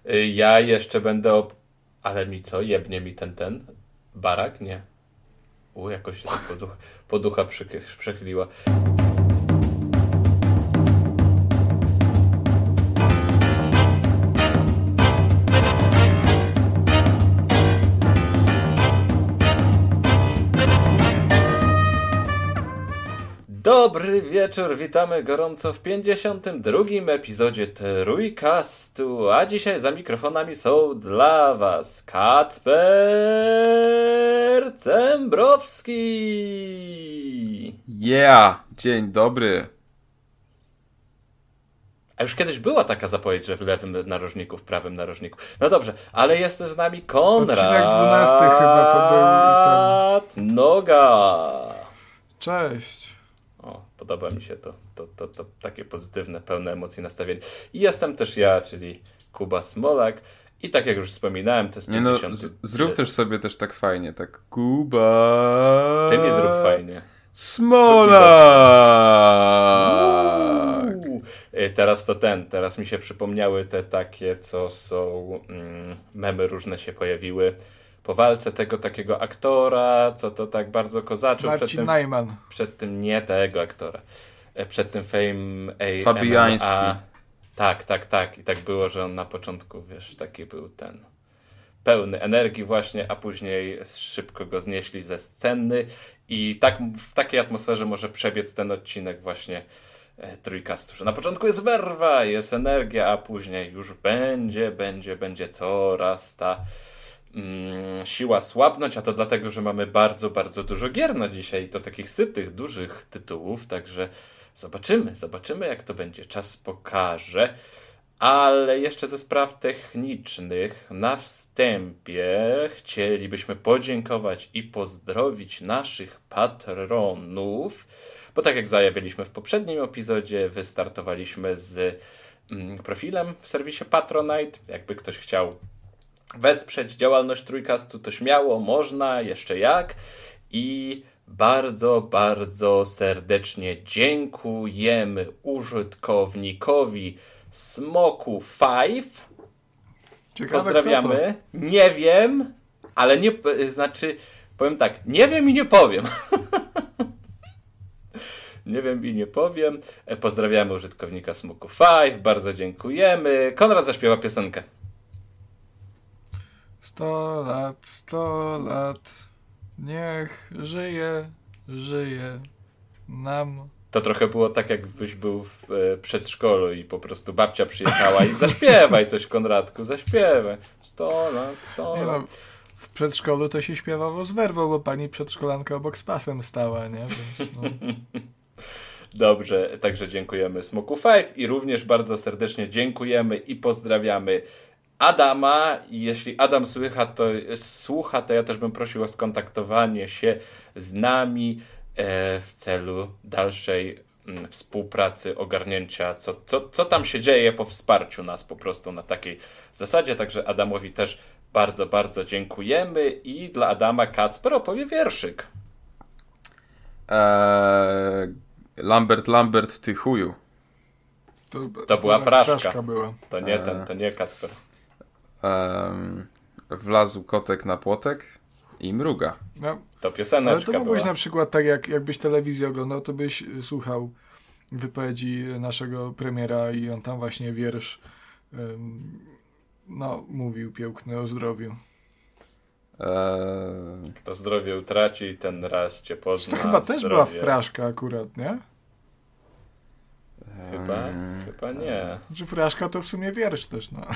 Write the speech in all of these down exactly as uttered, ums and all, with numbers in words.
Y, Ja jeszcze będę... Ob... Ale mi co? Jebnie mi ten, ten? Barak? Nie. U, jakoś się tak poducha, poducha przychy- przychyliła. Dobry wieczór, witamy gorąco w pięćdziesiątym drugim epizodzie Trójkastu, a dzisiaj za mikrofonami są dla was Kacper Cembrowski. Yeah, dzień dobry. A już kiedyś była taka zapowiedź, że w lewym narożniku, w prawym narożniku. No dobrze, ale jest z nami Konrad. Odcinek dwunasty chyba to był ten... Noga. Cześć. O, podoba mi się to, to, to, to takie pozytywne, pełne emocji nastawienie. I jestem też ja, czyli Kuba Smolak. I tak jak już wspominałem, to jest Nie no, pięćdziesiąty... z- zrób też sobie też tak fajnie, tak Kuba... Ty mi zrób fajnie. Smolak! Uuu. Teraz to ten, teraz mi się przypomniały te takie, co są... Mm, memy różne się pojawiły. Po walce tego takiego aktora, co to tak bardzo kozaczył. Marcin przed tym, Najman. Przed tym nie tego aktora. Przed tym Fame A Fabiański. M M A. Tak, tak, tak. I tak było, że on na początku, wiesz, taki był ten pełny energii właśnie, a później szybko go znieśli ze sceny i tak w takiej atmosferze może przebiec ten odcinek właśnie e, Trójkastu, że na początku jest werwa, jest energia, a później już będzie, będzie, będzie coraz ta mm, siła słabnąć, a to dlatego, że mamy bardzo, bardzo dużo gier na dzisiaj i to takich sytych, dużych tytułów, także zobaczymy, zobaczymy jak to będzie, czas pokaże. Ale jeszcze ze spraw technicznych na wstępie chcielibyśmy podziękować i pozdrowić naszych patronów, bo tak jak zajawialiśmy w poprzednim epizodzie, wystartowaliśmy z mm, profilem w serwisie Patronite. Jakby ktoś chciał wesprzeć działalność Trójkastu, to śmiało, można, jeszcze jak. I bardzo, bardzo serdecznie dziękujemy użytkownikowi Smoku Five. Ciekawe, pozdrawiamy. Nie wiem, ale nie, znaczy, powiem tak, nie wiem i nie powiem. Nie wiem i nie powiem. Pozdrawiamy użytkownika Smoku Five, bardzo dziękujemy. Konrad zaśpiewa piosenkę. Sto lat, sto lat, niech żyje, żyje nam. To trochę było tak, jakbyś był w e, przedszkolu i po prostu babcia przyjechała i zaśpiewaj coś, Konradku, zaśpiewaj. Sto lat, sto Nie lat. no, w przedszkolu to się śpiewało z werwą, bo pani przedszkolanka obok z pasem stała, nie? Więc, no. Dobrze, także dziękujemy Smoku Five i również bardzo serdecznie dziękujemy i pozdrawiamy Adama. I jeśli Adam słucha to, słucha, to ja też bym prosił o skontaktowanie się z nami w celu dalszej mm, współpracy, ogarnięcia, co, co, co tam się dzieje po wsparciu nas po prostu na takiej zasadzie. Także Adamowi też bardzo, bardzo dziękujemy i dla Adama Kacper opowie wierszyk. Eee, Lambert, Lambert, ty chuju. To, To była fraszka. fraszka była. To nie ten, to nie Kacper. Eee, wlazł kotek na płotek i mruga. No. To Ale pioseneczka to mógłbyś była. na przykład tak, jak, jakbyś telewizję oglądał, to byś słuchał wypowiedzi naszego premiera i on tam właśnie wiersz um, no, mówił piękny o zdrowiu. Eee, Kto zdrowie utraci, ten raz cię pozna. To chyba też zdrowie. była fraszka akurat, nie? Chyba? um, Chyba nie. Że fraszka to w sumie wiersz też, no.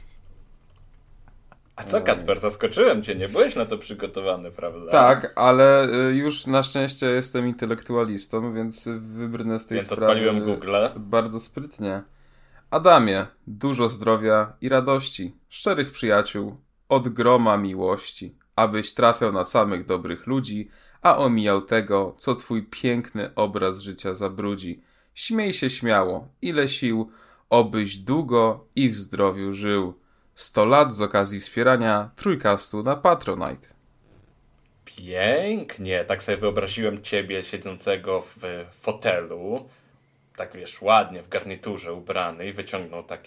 A co, Kacper, zaskoczyłem cię, nie byłeś na to przygotowany, prawda? Tak, ale y, już na szczęście jestem intelektualistą, więc wybrnę z tej Więc sprawy odpaliłem Google. bardzo sprytnie. Adamie, dużo zdrowia i radości, szczerych przyjaciół, od groma miłości, abyś trafiał na samych dobrych ludzi, a omijał tego, co twój piękny obraz życia zabrudzi. Śmiej się śmiało, ile sił, obyś długo i w zdrowiu żył. sto lat z okazji wspierania Trójkastu na Patronite. Pięknie, tak sobie wyobraziłem ciebie siedzącego w fotelu, tak wiesz, ładnie w garniturze ubrany i wyciągnął taki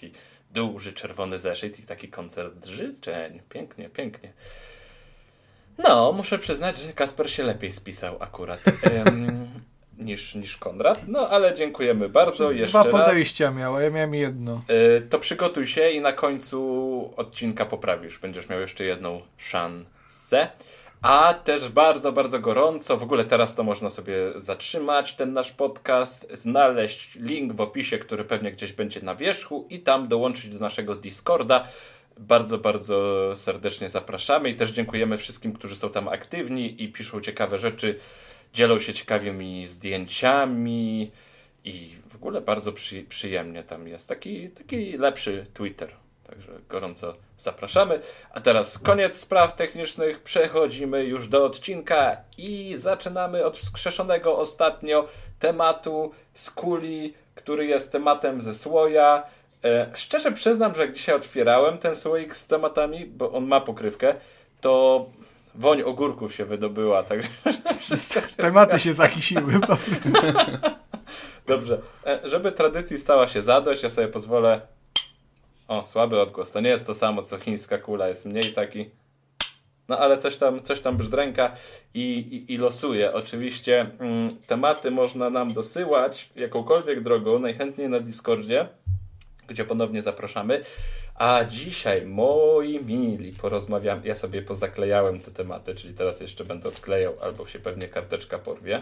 duży czerwony zeszyt i taki koncert życzeń. Pięknie, pięknie. No, muszę przyznać, że Kacper się lepiej spisał akurat ym, niż, niż Konrad. No, ale dziękujemy bardzo. Jeszcze Dwa raz. podejścia miał, a ja miałem jedno. Yy, to przygotuj się i na końcu odcinka poprawisz. Będziesz miał jeszcze jedną szansę. A też bardzo, bardzo gorąco, w ogóle teraz to można sobie zatrzymać, ten nasz podcast, znaleźć link w opisie, który pewnie gdzieś będzie na wierzchu i tam dołączyć do naszego Discorda. Bardzo, bardzo serdecznie zapraszamy i też dziękujemy wszystkim, którzy są tam aktywni i piszą ciekawe rzeczy, dzielą się ciekawymi zdjęciami i w ogóle bardzo przy, przyjemnie tam jest. Taki, taki lepszy Twitter. Także gorąco zapraszamy. A teraz koniec spraw technicznych. Przechodzimy już do odcinka i zaczynamy od wskrzeszonego ostatnio tematu z kuli, który jest tematem ze słoja. E, szczerze przyznam, że jak dzisiaj otwierałem ten słoik z tematami, bo on ma pokrywkę, to woń ogórków się wydobyła. Także Tematy się zakisiły. Dobrze. E, żeby tradycji stała się zadość, ja sobie pozwolę. O, słaby odgłos. To nie jest to samo, co chińska kula. Jest mniej taki. No ale coś tam, coś tam brzdręka i, i, i losuje. Oczywiście mm, tematy można nam dosyłać jakąkolwiek drogą, najchętniej na Discordzie, gdzie ponownie zapraszamy. A dzisiaj, moi mili, porozmawiam. Ja sobie pozaklejałem te tematy, czyli teraz jeszcze będę odklejał, albo się pewnie karteczka porwie.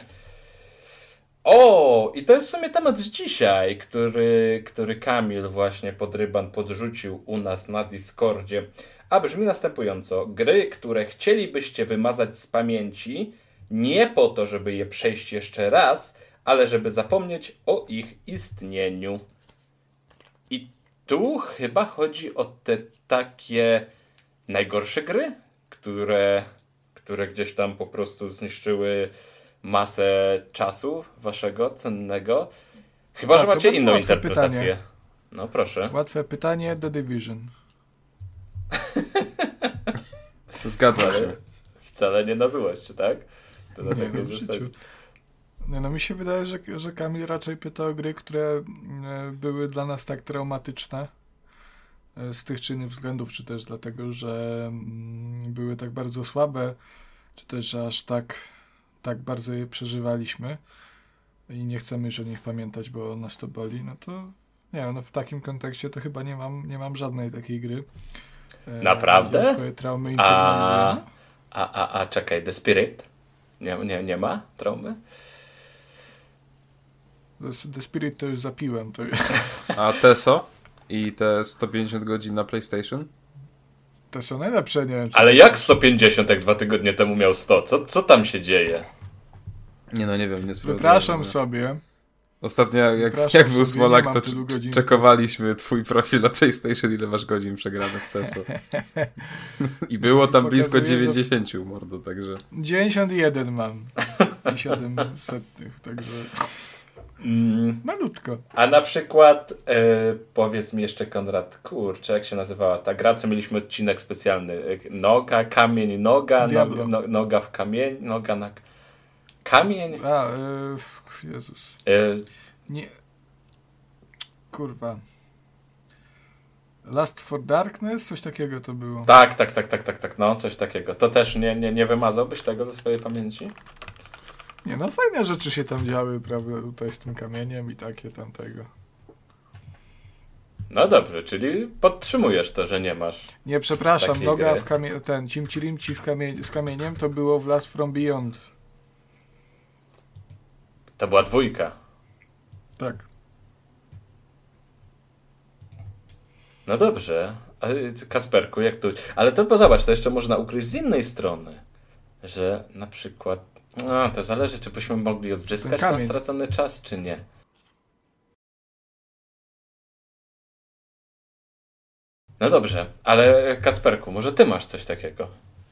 O, i to jest w sumie temat z dzisiaj, który, który Kamil właśnie pod ryban podrzucił u nas na Discordzie. A brzmi następująco. Gry, które chcielibyście wymazać z pamięci, nie po to, żeby je przejść jeszcze raz, ale żeby zapomnieć o ich istnieniu. I tu chyba chodzi o te takie najgorsze gry, które, które gdzieś tam po prostu zniszczyły masę czasu waszego cennego. Chyba, Tak, że to macie bardzo inną łatwe interpretację. pytanie. No proszę. Łatwe pytanie, The Division. Zgadza Ale się. wcale nie na złość, tak? To na Nie, takiej no, w zasadzie. życiu. Nie, no mi się wydaje, że, że Kamil raczej pyta o gry, które e, były dla nas tak traumatyczne e, z tych czy innych względów, czy też dlatego, że mm, były tak bardzo słabe, czy też, że aż tak, tak bardzo je przeżywaliśmy i nie chcemy już o nich pamiętać, bo nas to boli, no to nie wiem, no w takim kontekście to chyba nie mam, nie mam żadnej takiej gry. E, Naprawdę? gdzie swoje traumy A, internalizuję. a, a, a czekaj, The Spirit? Nie, nie, nie ma traumy? The, The Spirit to już zapiłem. To, A Teso? I te sto pięćdziesiąt godzin na PlayStation? to są najlepsze, nie wiem. co Ale to jak jest. sto pięćdziesiąt, jak dwa tygodnie temu miał sto? Co, co tam się dzieje? Nie no, nie wiem, nie sprawdzałem. Wypraszam sobie. Ostatnio jak, Wypraszam jak był sobie, nie Smolak, mam to tylu c- godzin. czekowaliśmy twój profil na PlayStation, ile masz godzin przegranych w Teso. I było tam Pokazuje, blisko że- dziewięćdziesiąt, mordo, także... dziewięćdziesiąt jeden mam. I siedem setnych, także Mm, malutko. a na przykład, e, powiedz mi jeszcze, Konrad, kurczę, jak się nazywała ta gra, co mieliśmy odcinek specjalny? E, Noga, kamień, noga, Diablo. no, no, noga w kamień, noga na... k- Kamień? A, yy, Jezus. E, Nie. Kurwa. Last for Darkness? Coś takiego to było. tak, tak, tak, tak, tak, tak, no, coś takiego. To też nie, nie, nie wymazałbyś tego ze swojej pamięci? Nie, no fajne rzeczy się tam działy, prawda, tutaj z tym kamieniem i takie tamtego. No dobrze, czyli podtrzymujesz to, że nie masz. Nie, przepraszam, Takiej noga gry. w kamie... ten cimcirimci w kamie... z kamieniem to było w Last from Beyond. To była dwójka. Tak. No dobrze. Ale Kacperku, jak to... Ale to bo zobacz, to jeszcze można ukryć z innej strony. Że na przykład... A, to zależy, czy byśmy mogli odzyskać ten kamień. stracony czas, czy nie. No dobrze, ale Kacperku, może ty masz coś takiego?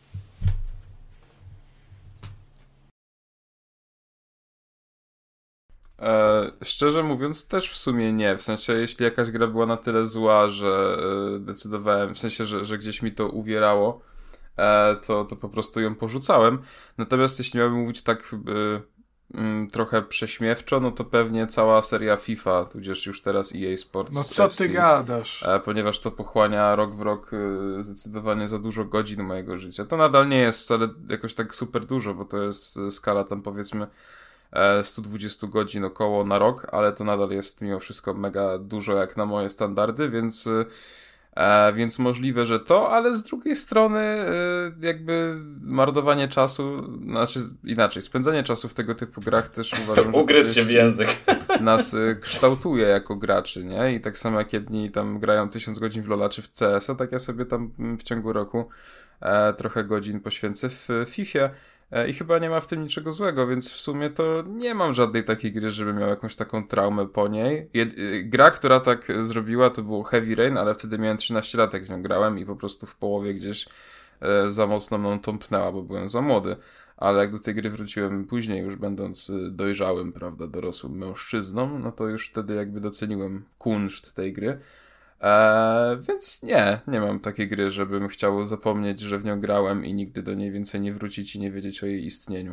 E, szczerze mówiąc, też w sumie nie. W sensie, jeśli jakaś gra była na tyle zła, że e, decydowałem, w sensie, że, że gdzieś mi to uwierało, e, to, to po prostu ją porzucałem. Natomiast jeśli miałbym mówić tak e, mm, trochę prześmiewczo, no to pewnie cała seria FIFA, tudzież już teraz E A Sports No co F C, ty gadasz? e, ponieważ to pochłania rok w rok e, zdecydowanie za dużo godzin mojego życia. To nadal nie jest wcale jakoś tak super dużo, bo to jest e, skala tam powiedzmy e, sto dwadzieścia godzin około na rok, ale to nadal jest mimo wszystko mega dużo jak na moje standardy, więc e, E, więc możliwe, że to, ale z drugiej strony e, jakby marnowanie czasu, znaczy inaczej, spędzanie czasu w tego typu grach też uważam, że Ugryzł się w język. nas e, kształtuje jako graczy, nie? I tak samo jak jedni tam grają tysiąc godzin w LoL'a czy w C S a, tak ja sobie tam w ciągu roku e, trochę godzin poświęcę w Fifie. I chyba nie ma w tym niczego złego, więc w sumie to nie mam żadnej takiej gry, żeby miał jakąś taką traumę po niej. Jed- gra, która tak zrobiła, to było Heavy Rain, ale wtedy miałem trzynaście lat, jak w nią grałem i po prostu w połowie gdzieś e, za mocno mną tąpnęła, bo byłem za młody. Ale jak do tej gry wróciłem później, już będąc dojrzałym, prawda, dorosłym mężczyzną, no to już wtedy jakby doceniłem kunszt tej gry. Eee, więc nie, nie mam takiej gry, żebym chciał zapomnieć, że w nią grałem i nigdy do niej więcej nie wrócić i nie wiedzieć o jej istnieniu.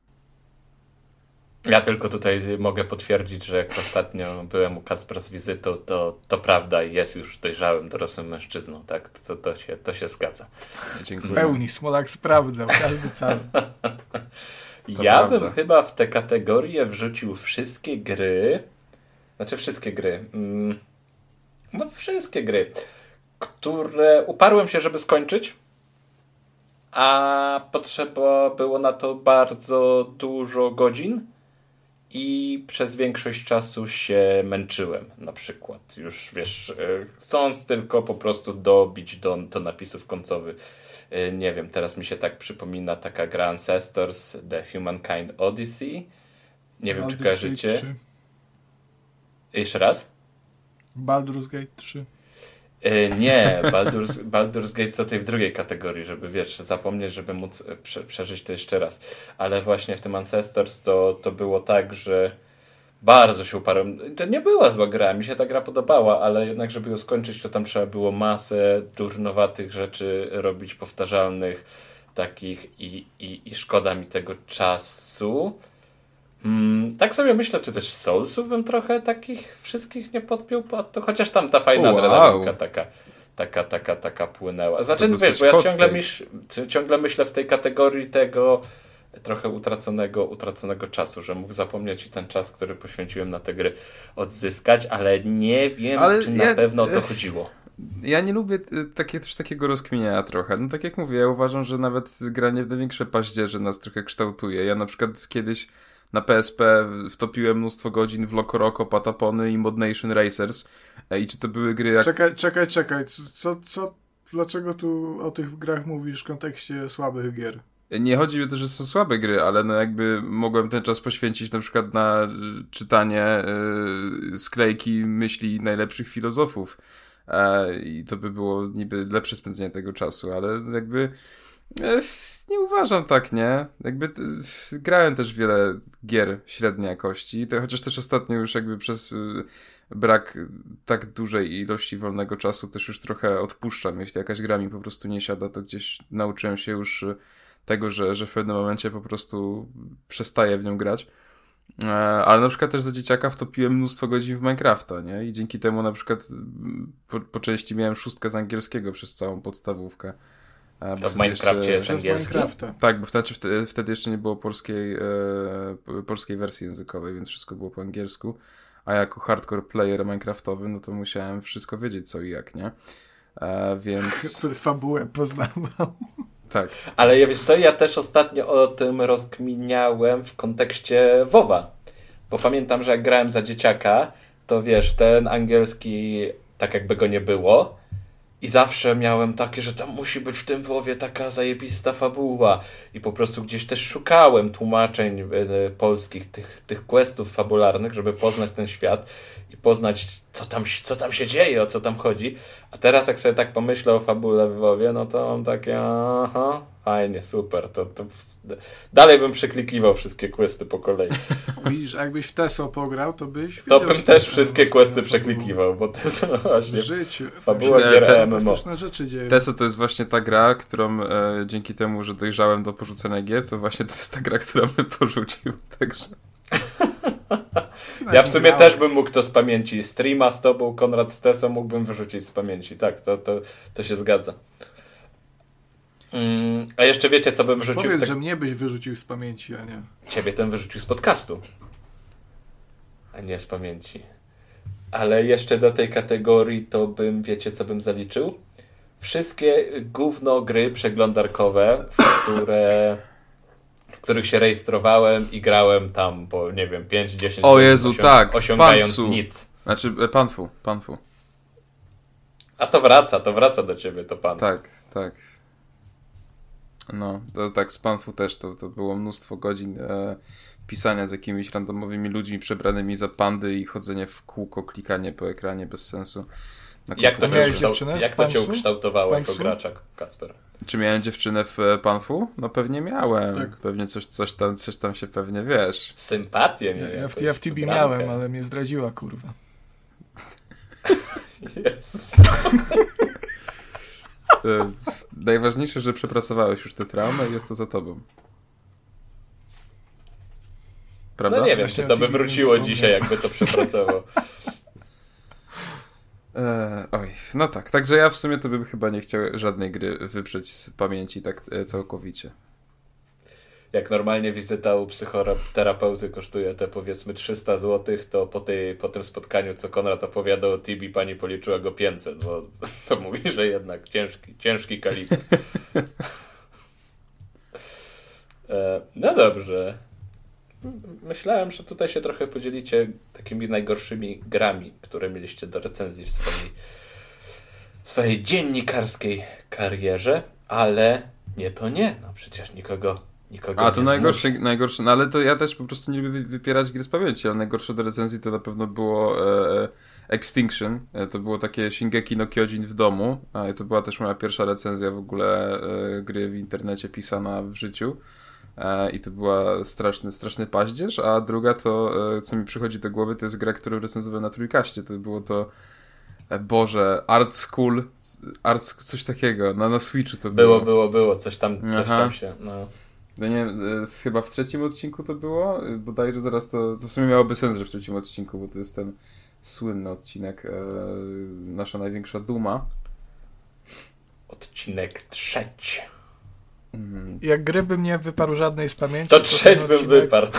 Ja tylko tutaj mogę potwierdzić, że jak ostatnio byłem u Kacpra z wizytą, to, to prawda, jest już dojrzałym, dorosłym mężczyzną, tak? To, to, się, to się zgadza. Dziękuję. W pełni, Smolak sprawdzał, każdy cały. Ja prawda. bym chyba w tę kategorię wrzucił wszystkie gry, znaczy wszystkie gry, mm, no wszystkie gry, które uparłem się, żeby skończyć, a potrzeba było na to bardzo dużo godzin i przez większość czasu się męczyłem, na przykład. Już wiesz, chcąc tylko po prostu dobić do, do napisów końcowych. Nie wiem, teraz mi się tak przypomina taka gra Ancestors, The Humankind Odyssey. Nie wiem, Baldur's czy kojarzycie. Gate trzy. Jeszcze raz? Baldur's Gate trzy. Yy, nie, Baldur's, Baldur's Gate to tej w drugiej kategorii, żeby wiesz, zapomnieć, żeby móc prze, przeżyć to jeszcze raz. Ale właśnie w tym Ancestors to, to było tak, że bardzo się uparłem. To nie była zła gra, mi się ta gra podobała, ale jednak żeby ją skończyć, to tam trzeba było masę durnowatych rzeczy robić, powtarzalnych takich i, i, i szkoda mi tego czasu. Hmm, tak sobie myślę, czy też Soulsów bym trochę takich wszystkich nie podpiął pod to, chociaż tam ta fajna Wow. adrenalinka taka, taka, taka, taka płynęła. Znaczy, To wiesz, dosyć bo ja hot ciągle, take. myśl, ciągle myślę w tej kategorii tego trochę utraconego, utraconego czasu, że mógł zapomnieć i ten czas, który poświęciłem na te gry odzyskać, ale nie wiem, Ale czy ja- na pewno o to chodziło. Ja nie lubię y, takie, też takiego rozkminiania trochę. No tak jak mówię, ja uważam, że nawet granie w największe paździerze nas trochę kształtuje. Ja na przykład kiedyś na P S P wtopiłem mnóstwo godzin w Loco Roco, Patapony i Mod Nation Racers. E, I czy to były gry jak... Czekaj, czekaj, czekaj. Co, co, co, dlaczego tu o tych grach mówisz w kontekście słabych gier? Nie chodzi mi o to, że są słabe gry, ale no jakby mogłem ten czas poświęcić na przykład na y, czytanie y, sklejki myśli najlepszych filozofów. E, I to by było niby lepsze spędzenie tego czasu, ale jakby e, nie uważam tak, nie? Jakby t, grałem też wiele gier średniej jakości, to, chociaż też ostatnio już jakby przez y, brak tak dużej ilości wolnego czasu też już trochę odpuszczam. Jeśli jakaś gra mi po prostu nie siada, to gdzieś nauczyłem się już y, tego, że, że w pewnym momencie po prostu przestaję w nią grać. E, ale na przykład też za dzieciaka wtopiłem mnóstwo godzin w Minecrafta, nie? I dzięki temu na przykład mm, po, po części miałem szóstkę z angielskiego przez całą podstawówkę. E, bo To w wtedy Minecrafcie jest Przez angielski? Minecrafta. Tak, bo wtedy, wtedy, wtedy jeszcze nie było polskiej, e, p- polskiej wersji językowej, więc wszystko było po angielsku. A jako hardcore player minecraftowy, no to musiałem wszystko wiedzieć co i jak, nie? E, więc Który fabułę poznawał. tak. Ale ja wiesz co, ja też ostatnio o tym rozkminiałem w kontekście WoWa. Bo pamiętam, że jak grałem za dzieciaka, to wiesz, ten angielski tak jakby go nie było. I zawsze miałem takie, że tam musi być w tym WoWie taka zajebista fabuła. I po prostu gdzieś też szukałem tłumaczeń e, polskich, tych, tych questów fabularnych, żeby poznać ten świat i poznać, co tam, co tam się dzieje, o co tam chodzi. A teraz jak sobie tak pomyślę o fabule w WoWie, no to mam takie, aha, fajnie, super. To, to dalej bym przeklikiwał wszystkie questy po kolei. Widzisz, a jakbyś w Teso pograł, to byś To wiedział, bym też że wszystkie tam questy fabułę. przeklikiwał, bo to jest właśnie W życiu. fabuła Te- gier te- M M O. Fantastyczne rzeczy dzieją. Teso to jest właśnie ta gra, którą e, dzięki temu, że dojrzałem do porzucenia gier, to właśnie to jest ta gra, która mnie porzucił. Także. Ja w sumie też bym mógł to z pamięci. Streama z tobą, Konrad z Teso mógłbym wyrzucić z pamięci. Tak, to, to, to się zgadza. Mm, a jeszcze wiecie, co bym wyrzucił? Powiedz, w tak... że mnie byś wyrzucił z pamięci, a nie. Ciebie ten wyrzucił z podcastu. A nie z pamięci. Ale jeszcze do tej kategorii to bym, wiecie, co bym zaliczył? Wszystkie gówno gry przeglądarkowe, w które... w których się rejestrowałem i grałem tam po, nie wiem, pięć dziesięć O Jezu, osiąg- tak, osiągając Pansu. nic. Znaczy, e, Panfu, Panfu. A to wraca, to wraca do ciebie, to pan. Tak, tak. No, to tak, z Panfu też to, to było mnóstwo godzin e, pisania z jakimiś randomowymi ludźmi przebranymi za pandy i chodzenie w kółko, klikanie po ekranie bez sensu. Na Jak to, cię Miałeś ukształ- dziewczynę w jak to cię Pansu? ukształtowało jako Pansu? gracza, Kacper? Czy miałem dziewczynę w e, Panfu? No pewnie miałem. Tak. Pewnie coś, coś, tam, coś tam się pewnie, wiesz. Sympatię Ja, miał ja, w, jakąś, ja w Tibi wybrankę. miałem, ale mnie zdradziła, kurwa. Jezus. E, najważniejsze, że przepracowałeś już tę traumę i jest to za tobą. Prawda? No nie wiem, Właśnie czy to by Tibi wróciło nie dzisiaj, jakby to przepracował. E, oj, no tak, także ja w sumie to bym chyba nie chciał żadnej gry wyprzeć z pamięci tak e, całkowicie. Jak normalnie wizyta u psychoterapeuty kosztuje te powiedzmy trzysta złotych, to po, tej, po tym spotkaniu, co Konrad opowiadał o Tibi, pani policzyła go pięćset, bo to mówi, że jednak ciężki, ciężki kaliber. e, no dobrze. Myślałem, że tutaj się trochę podzielicie takimi najgorszymi grami, które mieliście do recenzji w swojej, w swojej dziennikarskiej karierze, ale nie to nie. No przecież nikogo, nikogo A, to nie najgorsze, zmuszę. najgorsze, no ale to ja też po prostu nie lubię wypierać gier z pamięci, ale najgorsze do recenzji to na pewno było e, Extinction. E, to było takie Shingeki no Kyojin w domu, a i to była też moja pierwsza recenzja w ogóle e, gry w internecie pisana w życiu. I to była straszny, straszny paździerz, a druga to, co mi przychodzi do głowy, to jest gra, którą recenzowałem na Trójkaście. To było to, Boże, Art School, Art, coś takiego, na, na Switchu to było. Było, było, było, coś tam, coś Aha. tam się, no. No nie wiem, chyba w trzecim odcinku to było, bodajże zaraz to, to w sumie miałoby sens, że w trzecim odcinku, bo to jest ten słynny odcinek, e, nasza największa duma. Odcinek trzeci. Mm. Jak gry bym nie wyparł żadnej z pamięci, To ten trzeć bym odcinek- wyparł.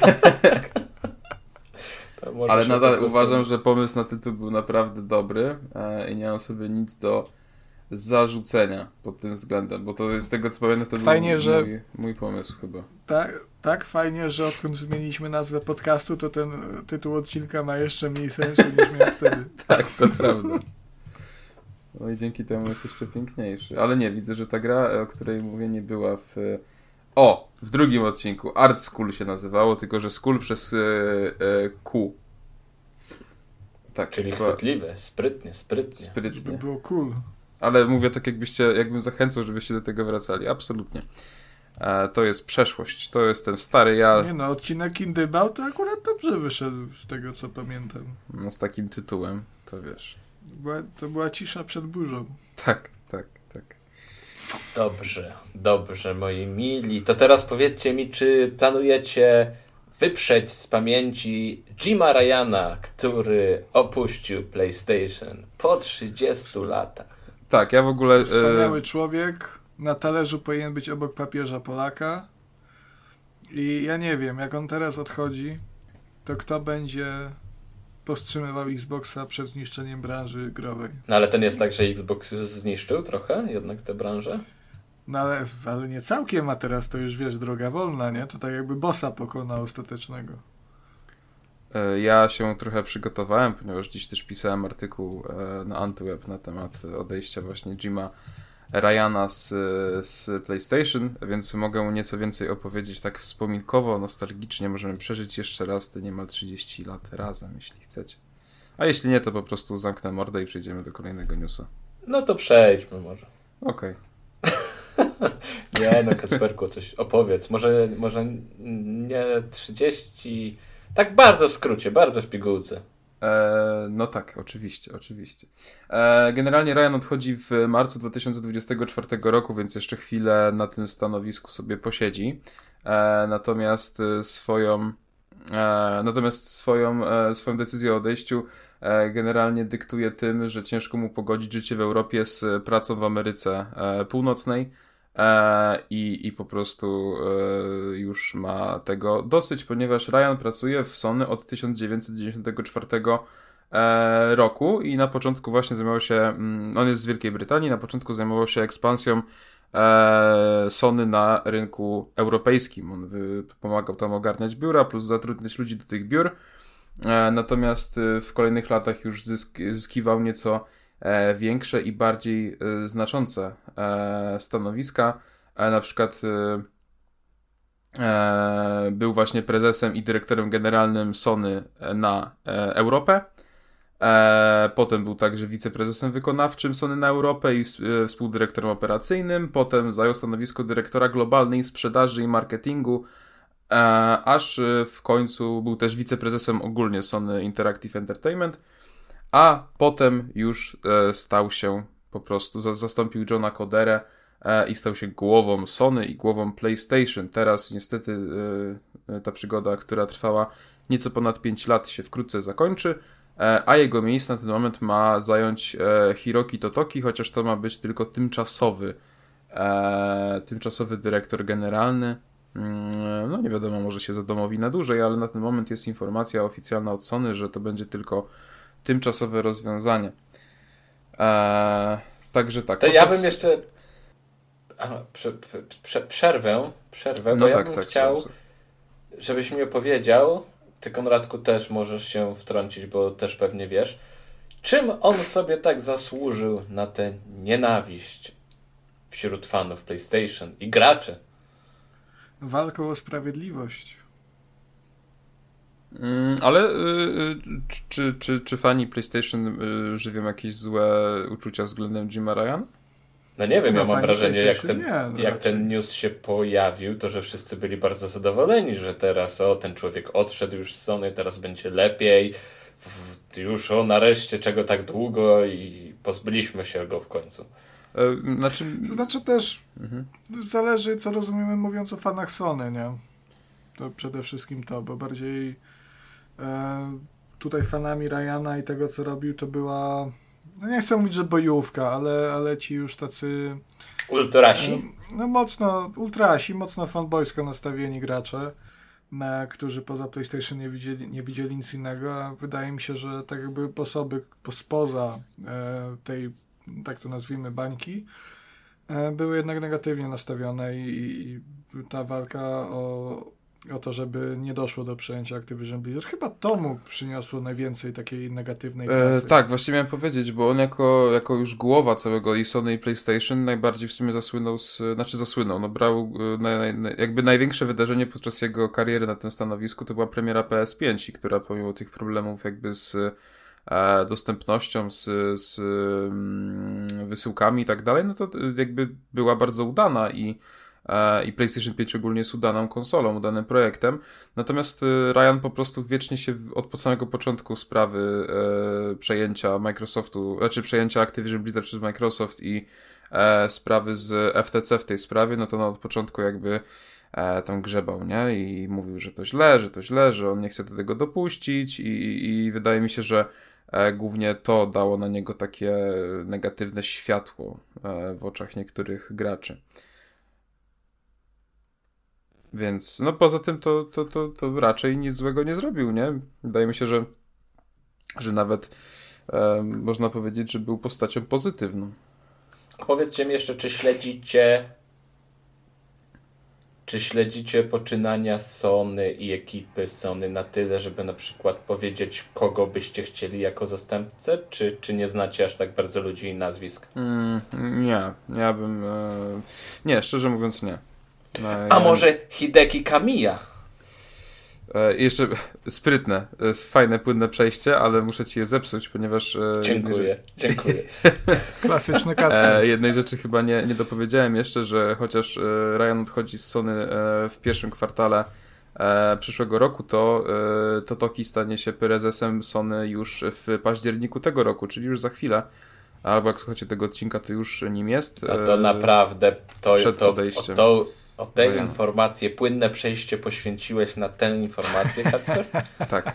To może Ale się nadal po prostu- uważam, że pomysł na tytuł był naprawdę dobry e, i nie mam sobie nic do zarzucenia pod tym względem, bo to z tego co pamiętam to Fajnie, był że- mój, mój pomysł chyba. Tak, tak fajnie, że odkąd zmieniliśmy nazwę podcastu, to ten e, tytuł odcinka ma jeszcze mniej sensu niż miał wtedy. Tak, to prawda. No i dzięki temu jest jeszcze piękniejszy. Ale nie, widzę, że ta gra, o której mówię, nie była w... O! W drugim odcinku. Art School się nazywało, tylko że School przez e, e, Q. Tak, Czyli była chwytliwe, sprytnie, sprytnie. Żeby sprytnie. było cool. Ale mówię tak, jakbyście, jakbym zachęcał, żebyście do tego wracali. Absolutnie. E, to jest przeszłość. To jest ten stary ja Nie no, odcinek Indybał to akurat dobrze wyszedł z tego co pamiętam. no, z takim tytułem. To wiesz. Była, to była cisza przed burzą. Tak, tak, tak. Dobrze, dobrze, moi mili. To teraz powiedzcie mi, czy planujecie wyprzeć z pamięci Jima Ryana, który opuścił PlayStation po trzydziestu latach. Tak, ja w ogóle... Wspaniały E, człowiek, na talerzu powinien być obok papieża Polaka. I ja nie wiem, jak on teraz odchodzi, to kto będzie powstrzymywał Xboxa przed zniszczeniem branży growej. No ale to nie jest tak, że Xbox już zniszczył trochę jednak tę branżę? No ale, ale nie całkiem, a teraz to już wiesz, droga wolna, nie? To tak jakby bossa pokonał ostatecznego. e, ja się trochę przygotowałem, ponieważ dziś też pisałem artykuł e, na Antyweb na temat odejścia właśnie Jima Ryana z, z PlayStation, więc mogę nieco więcej opowiedzieć tak wspominkowo, nostalgicznie. Możemy przeżyć jeszcze raz te niemal trzydzieści lat razem, jeśli chcecie. A jeśli nie, to po prostu zamknę mordę i przejdziemy do kolejnego newsa. No to przejdźmy może. Okej. Nie no, Kacperku, coś opowiedz. Może, może nie trzydzieści... Tak bardzo w skrócie, bardzo w pigułce. E, no tak, oczywiście, oczywiście. E, generalnie Ryan odchodzi w marcu dwa tysiące dwudziestego czwartego roku, więc jeszcze chwilę na tym stanowisku sobie posiedzi. E, natomiast swoją e, natomiast swoją, e, swoją decyzję o odejściu e, generalnie dyktuje tym, że ciężko mu pogodzić życie w Europie z pracą w Ameryce e, Północnej. E, i, I po prostu e, już ma tego dosyć, ponieważ Ryan pracuje w Sony od tysiąc dziewięćset dziewięćdziesiątego czwartego e, roku i na początku właśnie zajmował się, mm, on jest z Wielkiej Brytanii, na początku zajmował się ekspansją e, Sony na rynku europejskim. On wy, pomagał tam ogarniać biura, plus zatrudniać ludzi do tych biur, e, natomiast w kolejnych latach już zysk, zyskiwał nieco E, większe i bardziej e, znaczące e, stanowiska. E, na przykład e, e, był właśnie prezesem i dyrektorem generalnym Sony na e, Europę. E, potem był także wiceprezesem wykonawczym Sony na Europę i e, współdyrektorem operacyjnym. Potem zajął stanowisko dyrektora globalnej sprzedaży i marketingu, e, aż w końcu był też wiceprezesem ogólnie Sony Interactive Entertainment. A potem już e, stał się po prostu, za, zastąpił Johna Coderę e, i stał się głową Sony i głową PlayStation. Teraz niestety e, ta przygoda, która trwała nieco ponad pięć lat, się wkrótce zakończy, e, a jego miejsce na ten moment ma zająć e, Hiroki Totoki, chociaż to ma być tylko tymczasowy, e, tymczasowy dyrektor generalny. Mm, no nie wiadomo, może się zadomowi na dłużej, ale na ten moment jest informacja oficjalna od Sony, że to będzie tylko tymczasowe rozwiązanie. Eee, także tak. To podczas... ja bym jeszcze Aha, prze, prze, przerwę, przerwę, no bo tak, ja bym tak, chciał, tak. żebyś mi opowiedział, ty Konradku też możesz się wtrącić, bo też pewnie wiesz, czym on sobie tak zasłużył na tę nienawiść wśród fanów PlayStation i graczy. Walką o sprawiedliwość. Mm, ale y, czy, czy, czy fani PlayStation y, żywią jakieś złe uczucia względem Jima Ryana? No nie wiem, No, ja mam wrażenie, jak ten, nie, no jak ten news się pojawił, to że wszyscy byli bardzo zadowoleni, że teraz o, ten człowiek odszedł już z Sony, teraz będzie lepiej, w, już o, nareszcie czego tak długo i pozbyliśmy się go w końcu. E, znaczy... To znaczy też mhm. zależy, co rozumiemy mówiąc o fanach Sony, nie? To przede wszystkim to, bo bardziej e, tutaj fanami Ryana i tego, co robił, to była, no nie chcę mówić, że bojówka, ale, ale ci już tacy ultrasi? E, no mocno, ultrasi, mocno fanboysko nastawieni gracze, na, którzy poza PlayStation nie widzieli, nie widzieli nic innego, a wydaje mi się, że tak jakby osoby spoza e, tej, tak to nazwijmy, bańki, e, były jednak negatywnie nastawione i, i ta walka o o to, żeby nie doszło do przejęcia Activision Blizzard. Chyba to mu przyniosło najwięcej takiej negatywnej presji. E, tak, właściwie miałem powiedzieć, bo on jako, jako już głowa całego i Sony i PlayStation najbardziej w sumie zasłynął z, znaczy zasłynął, no brał na, na, jakby największe wydarzenie podczas jego kariery na tym stanowisku to była premiera P S pięć, która pomimo tych problemów jakby z e, dostępnością, z, z mm, wysyłkami i tak dalej, no to jakby była bardzo udana i i PlayStation pięć ogólnie jest udaną konsolą, udanym projektem. Natomiast Ryan po prostu wiecznie się od samego początku sprawy e, przejęcia Microsoftu, znaczy przejęcia Activision Blizzard przez Microsoft i e, sprawy z F T C w tej sprawie, no to no od początku jakby e, tam grzebał, nie? I mówił, że to źle, że to źle, że on nie chce do tego dopuścić i, i wydaje mi się, że e, głównie to dało na niego takie negatywne światło e, w oczach niektórych graczy. Więc, no poza tym to, to, to, to raczej nic złego nie zrobił, nie? Wydaje mi się, że, że nawet e, można powiedzieć, że był postacią pozytywną. Powiedzcie mi jeszcze, czy śledzicie czy śledzicie poczynania Sony i ekipy Sony na tyle, żeby na przykład powiedzieć, kogo byście chcieli jako zastępcę? Czy, czy nie znacie aż tak bardzo ludzi i nazwisk? Mm, nie, ja bym... E, nie, szczerze mówiąc nie. No, A ja... może Hideki Kamiya? E, jeszcze sprytne, fajne, płynne przejście, ale muszę ci je zepsuć, ponieważ... E, dziękuję, rzeczy... dziękuję. Klasyczny Kacper. E, jednej rzeczy chyba nie, nie dopowiedziałem jeszcze, że chociaż e, Ryan odchodzi z Sony e, w pierwszym kwartale e, przyszłego roku, to e, Totoki stanie się prezesem Sony już w październiku tego roku, czyli już za chwilę. Albo jak słuchacie tego odcinka, to już nim jest. No to naprawdę to, przed to, odejściem. to, o tę Ryan. informację, płynne przejście poświęciłeś na tę informację, Kacper? Tak.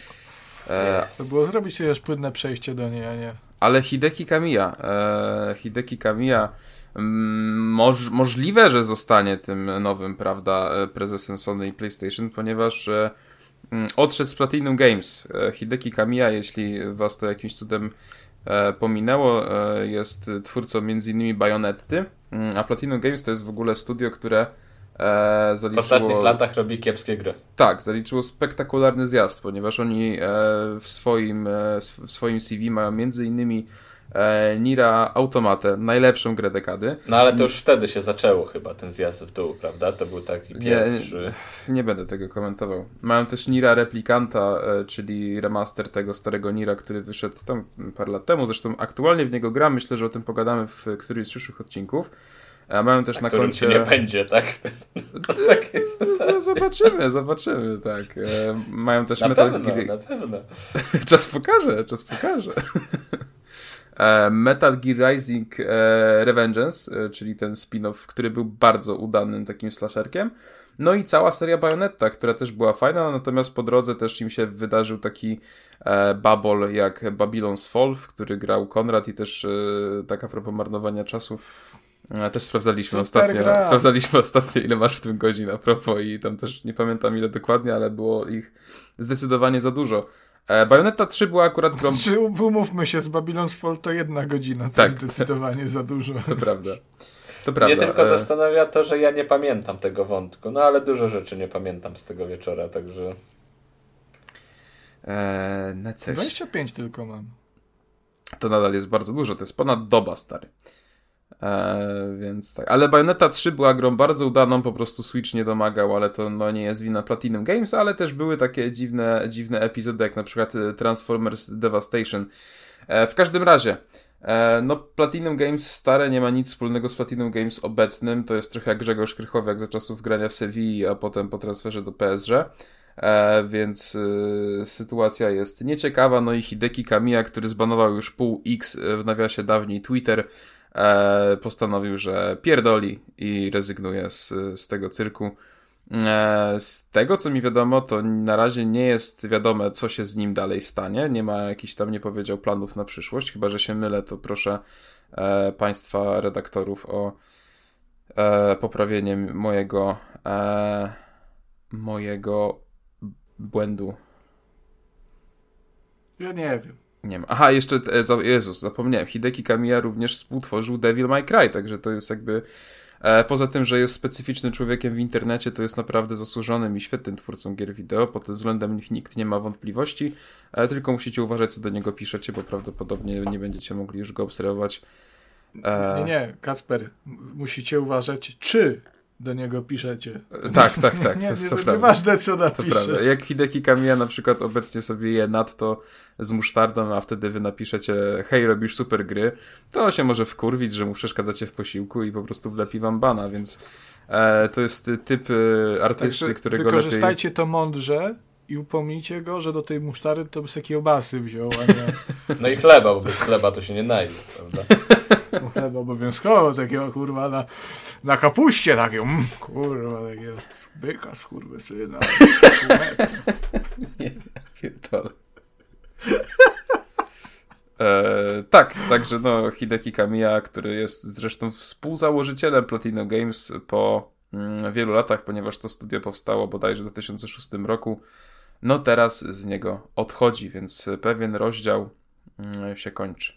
E, To było zrobić też płynne przejście do niej, a nie... Ale Hideki Kamiya, e, Hideki Kamiya mm, moż, możliwe, że zostanie tym nowym, prawda, prezesem Sony i PlayStation, ponieważ e, mm, odszedł z Platinum Games. E, Hideki Kamiya, jeśli was to jakimś cudem e, pominęło, e, jest twórcą między innymi Bayonetty, a Platinum Games to jest w ogóle studio, które e, zaliczyło... W ostatnich latach robi kiepskie gry. Tak, zaliczyło spektakularny zjazd, ponieważ oni e, w, swoim, e, w swoim C V mają między innymi e, Nira Automate, najlepszą grę dekady. No ale to już wtedy się zaczęło chyba ten zjazd w dół, prawda? To był taki pierwszy... Nie, nie będę tego komentował. Mają też Nira Replikanta, e, czyli remaster tego starego Nira, który wyszedł tam parę lat temu. Zresztą aktualnie w niego gram, myślę, że o tym pogadamy w którymś z przyszłych odcinków. A mają też na, na którym koncie... się nie będzie, tak? No, tak jest zobaczymy, zobaczymy, tak. E, mają też na Metal pewno, Gear... na pewno. Czas pokaże, czas pokaże. e, Metal Gear Rising e, Revengeance, e, czyli ten spin-off, który był bardzo udanym takim slasherkiem. No i cała seria Bayonetta, która też była fajna, natomiast po drodze też im się wydarzył taki e, bubble jak Babylon's Fall, w który grał Konrad i też e, tak a propos marnowania czasu. Też sprawdzaliśmy Super ostatnio, gra. sprawdzaliśmy ostatnio, ile masz w tym godzin a propos i tam też nie pamiętam ile dokładnie, ale było ich zdecydowanie za dużo. E, Bayonetta trzy była akurat grą... Czy umówmy się, z Babylon's Fall to jedna godzina, to Tak. jest zdecydowanie za dużo. To prawda. To prawda. Mnie tylko e... zastanawia to, że ja nie pamiętam tego wątku, no ale dużo rzeczy nie pamiętam z tego wieczora, także... E, na coś. dwadzieścia pięć tylko mam. To nadal jest bardzo dużo, to jest ponad doba, stary. Eee, więc tak. Ale Bayonetta trzy była grą bardzo udaną, po prostu Switch nie domagał, ale to no, nie jest wina Platinum Games, ale też były takie dziwne, dziwne epizody, jak na przykład Transformers Devastation. Eee, w każdym razie, eee, no Platinum Games stare nie ma nic wspólnego z Platinum Games obecnym, to jest trochę jak Grzegorz Krychowiak za czasów grania w Sewilli, a potem po transferze do P S G. E, więc y, sytuacja jest nieciekawa, no i Hideki Kamiya, który zbanował już pół X w nawiasie dawniej Twitter, e, postanowił, że pierdoli i rezygnuje z, z tego cyrku. E, z tego, co mi wiadomo, to na razie nie jest wiadome, co się z nim dalej stanie, nie ma jakichś tam, nie powiedział, planów na przyszłość, chyba że się mylę, to proszę e, państwa redaktorów o e, poprawienie mojego e, mojego błędu. Ja nie wiem. Nie wiem. Aha, jeszcze, e, za, Jezus, zapomniałem. Hideki Kamiya również współtworzył Devil May Cry, także to jest jakby, e, poza tym, że jest specyficznym człowiekiem w internecie, to jest naprawdę zasłużonym i świetnym twórcą gier wideo, pod tym względem nikt nie ma wątpliwości, e, tylko musicie uważać, co do niego piszecie, bo prawdopodobnie nie będziecie mogli już go obserwować. E... Nie, nie, Kacper, musicie uważać, czy do niego piszecie. Tak, tak, tak. nie, to, nie, to, to to nieważne, co To napiszesz. prawda. Jak Hideki Kamiya na przykład obecnie sobie je nadto z musztardą, a wtedy wy napiszecie hej, robisz super gry, to się może wkurwić, że mu przeszkadzacie w posiłku i po prostu wlepi wam bana, więc e, to jest typ e, artysty, Także którego wykorzystajcie lepiej... to mądrze i upomnijcie go, że do tej musztary to by sobie kiełbasy wziął, a nie... No i chleba, bo bez chleba to się nie najdzie, prawda? No chleba obowiązkowo, takiego kurwa na, na kapuście takiego, mm, kurwa, takiego byka z kurwy syna. Nie, pierdolę. E, tak, także no Hideki Kamiya, który jest zresztą współzałożycielem Platinum Games po mm, wielu latach, ponieważ to studio powstało bodajże w dwa tysiące szóstym roku, no teraz z niego odchodzi, więc pewien rozdział mm, się kończy.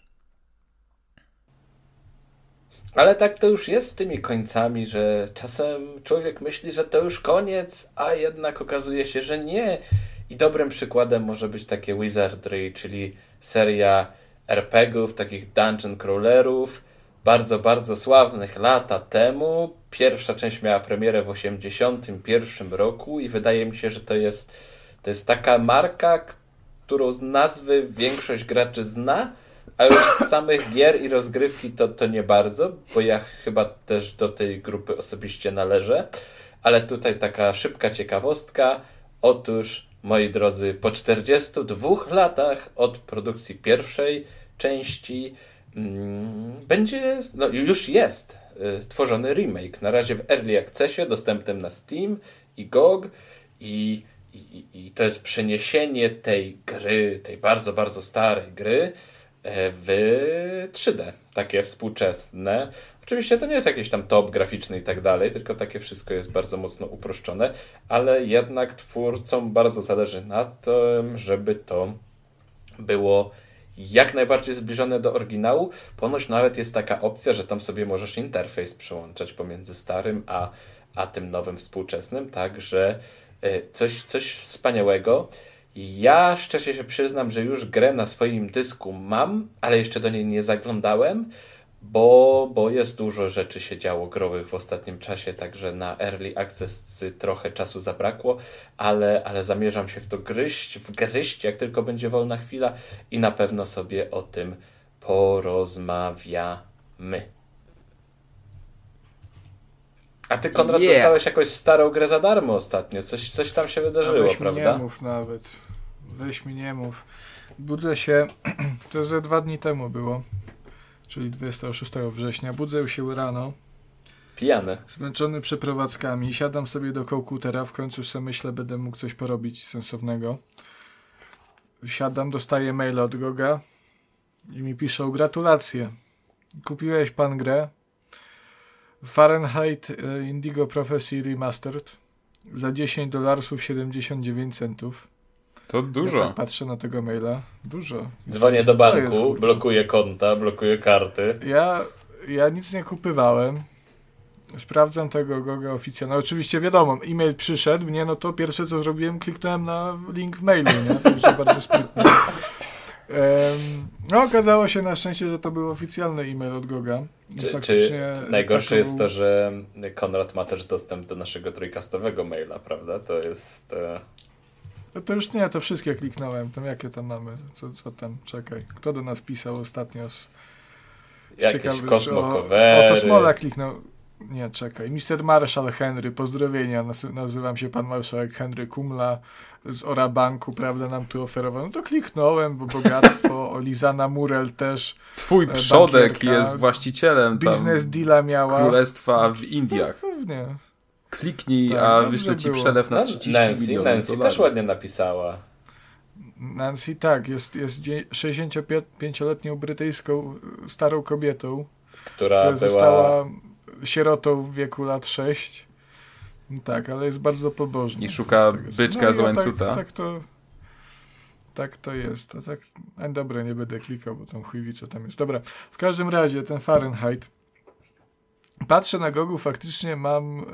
Ale tak to już jest z tymi końcami, że czasem człowiek myśli, że to już koniec, a jednak okazuje się, że nie. I dobrym przykładem może być takie Wizardry, czyli seria er pe gie ów, takich dungeon crawlerów, bardzo, bardzo sławnych lata temu. pierwsza część miała premierę w osiemdziesiątym pierwszym roku i wydaje mi się, że to jest, to jest taka marka, którą z nazwy większość graczy zna, a już z samych gier i rozgrywki to, to nie bardzo, bo ja chyba też do tej grupy osobiście należę, ale tutaj taka szybka ciekawostka. Otóż, moi drodzy, po czterdziestu dwóch latach od produkcji pierwszej części mm, będzie, no już jest y, tworzony remake. Na razie w Early Accessie, dostępnym na Steam i G O G i, i, i to jest przeniesienie tej gry, tej bardzo, bardzo starej gry w trzy D, takie współczesne. Oczywiście to nie jest jakiś tam top graficzny i tak dalej, tylko takie wszystko jest bardzo mocno uproszczone, ale jednak twórcom bardzo zależy na tym, żeby to było jak najbardziej zbliżone do oryginału. Ponoć nawet jest taka opcja, że tam sobie możesz interfejs przełączać pomiędzy starym a, a tym nowym współczesnym, także coś, coś wspaniałego. Ja szczerze się przyznam, że już grę na swoim dysku mam, ale jeszcze do niej nie zaglądałem, bo, bo jest dużo rzeczy się działo growych w ostatnim czasie, także na Early Access trochę czasu zabrakło, ale, ale zamierzam się w to gryźć, wgryźć, jak tylko będzie wolna chwila i na pewno sobie o tym porozmawiamy. A ty, Konrad, yeah. dostałeś jakąś starą grę za darmo ostatnio. Coś, coś tam się wydarzyło, weź prawda? Weź mi nie mów nawet. Weź mi nie mów. Budzę się, to ze dwa dni temu było, czyli dwudziestego szóstego września. Budzę się rano. Pijany. Zmęczony przeprowadzkami. Siadam sobie do komputera. W końcu sobie myślę, będę mógł coś porobić sensownego. Siadam, dostaję maila od Goga i mi piszą: gratulacje. Kupiłeś pan grę Fahrenheit Indigo Prophecy Remastered za dziesięć dolarów siedemdziesiąt dziewięć centów. To dużo. Ja tak patrzę na tego maila. Dużo. Dzwonię do banku, jest, blokuję konta, blokuję karty. Ja, ja nic nie kupywałem. Sprawdzam tego Goga oficjalnie. No, oczywiście wiadomo, e-mail przyszedł, nie, no to pierwsze co zrobiłem, kliknąłem na link w mailu, nie? Także bardzo sprytnie. Um, no okazało się na szczęście, że to był oficjalny e-mail od Goga. Czy, czy najgorsze taką... jest to, że Konrad ma też dostęp do naszego trójkastowego maila, prawda? To jest... E... No to już nie, to wszystkie kliknąłem. Tam jakie tam mamy? Co, co tam? Czekaj. Kto do nas pisał ostatnio? Z... Jakieś kosmokowery. O, o to Smola kliknął. Nie, czekaj. mister Marshall Henry, pozdrowienia. Nazywam się pan marszałek Henry Kumla z Orabanku, prawda, nam tu oferował. No to kliknąłem, bo bogactwo. Lizana Murel też. Twój przodek bankierka, jest właścicielem biznes deala miała. Królestwa w Indiach. No, pewnie. Kliknij, tak, a wyślę ci przelew na trzydzieści Nancy, milionów Nancy dolarów. też ładnie napisała. Nancy tak, jest, jest sześćdziesięciopięcioletnią brytyjską starą kobietą, która, która była... została sierotą w wieku lat sześć. Tak, ale jest bardzo pobożna. I szuka byczka no z łańcuta. Tak, tak, to, tak to jest. A tak, a dobra, nie będę klikał, bo tam chuj wie, co tam jest. Dobra, w każdym razie ten Fahrenheit. Patrzę na Gogu, faktycznie mam yy,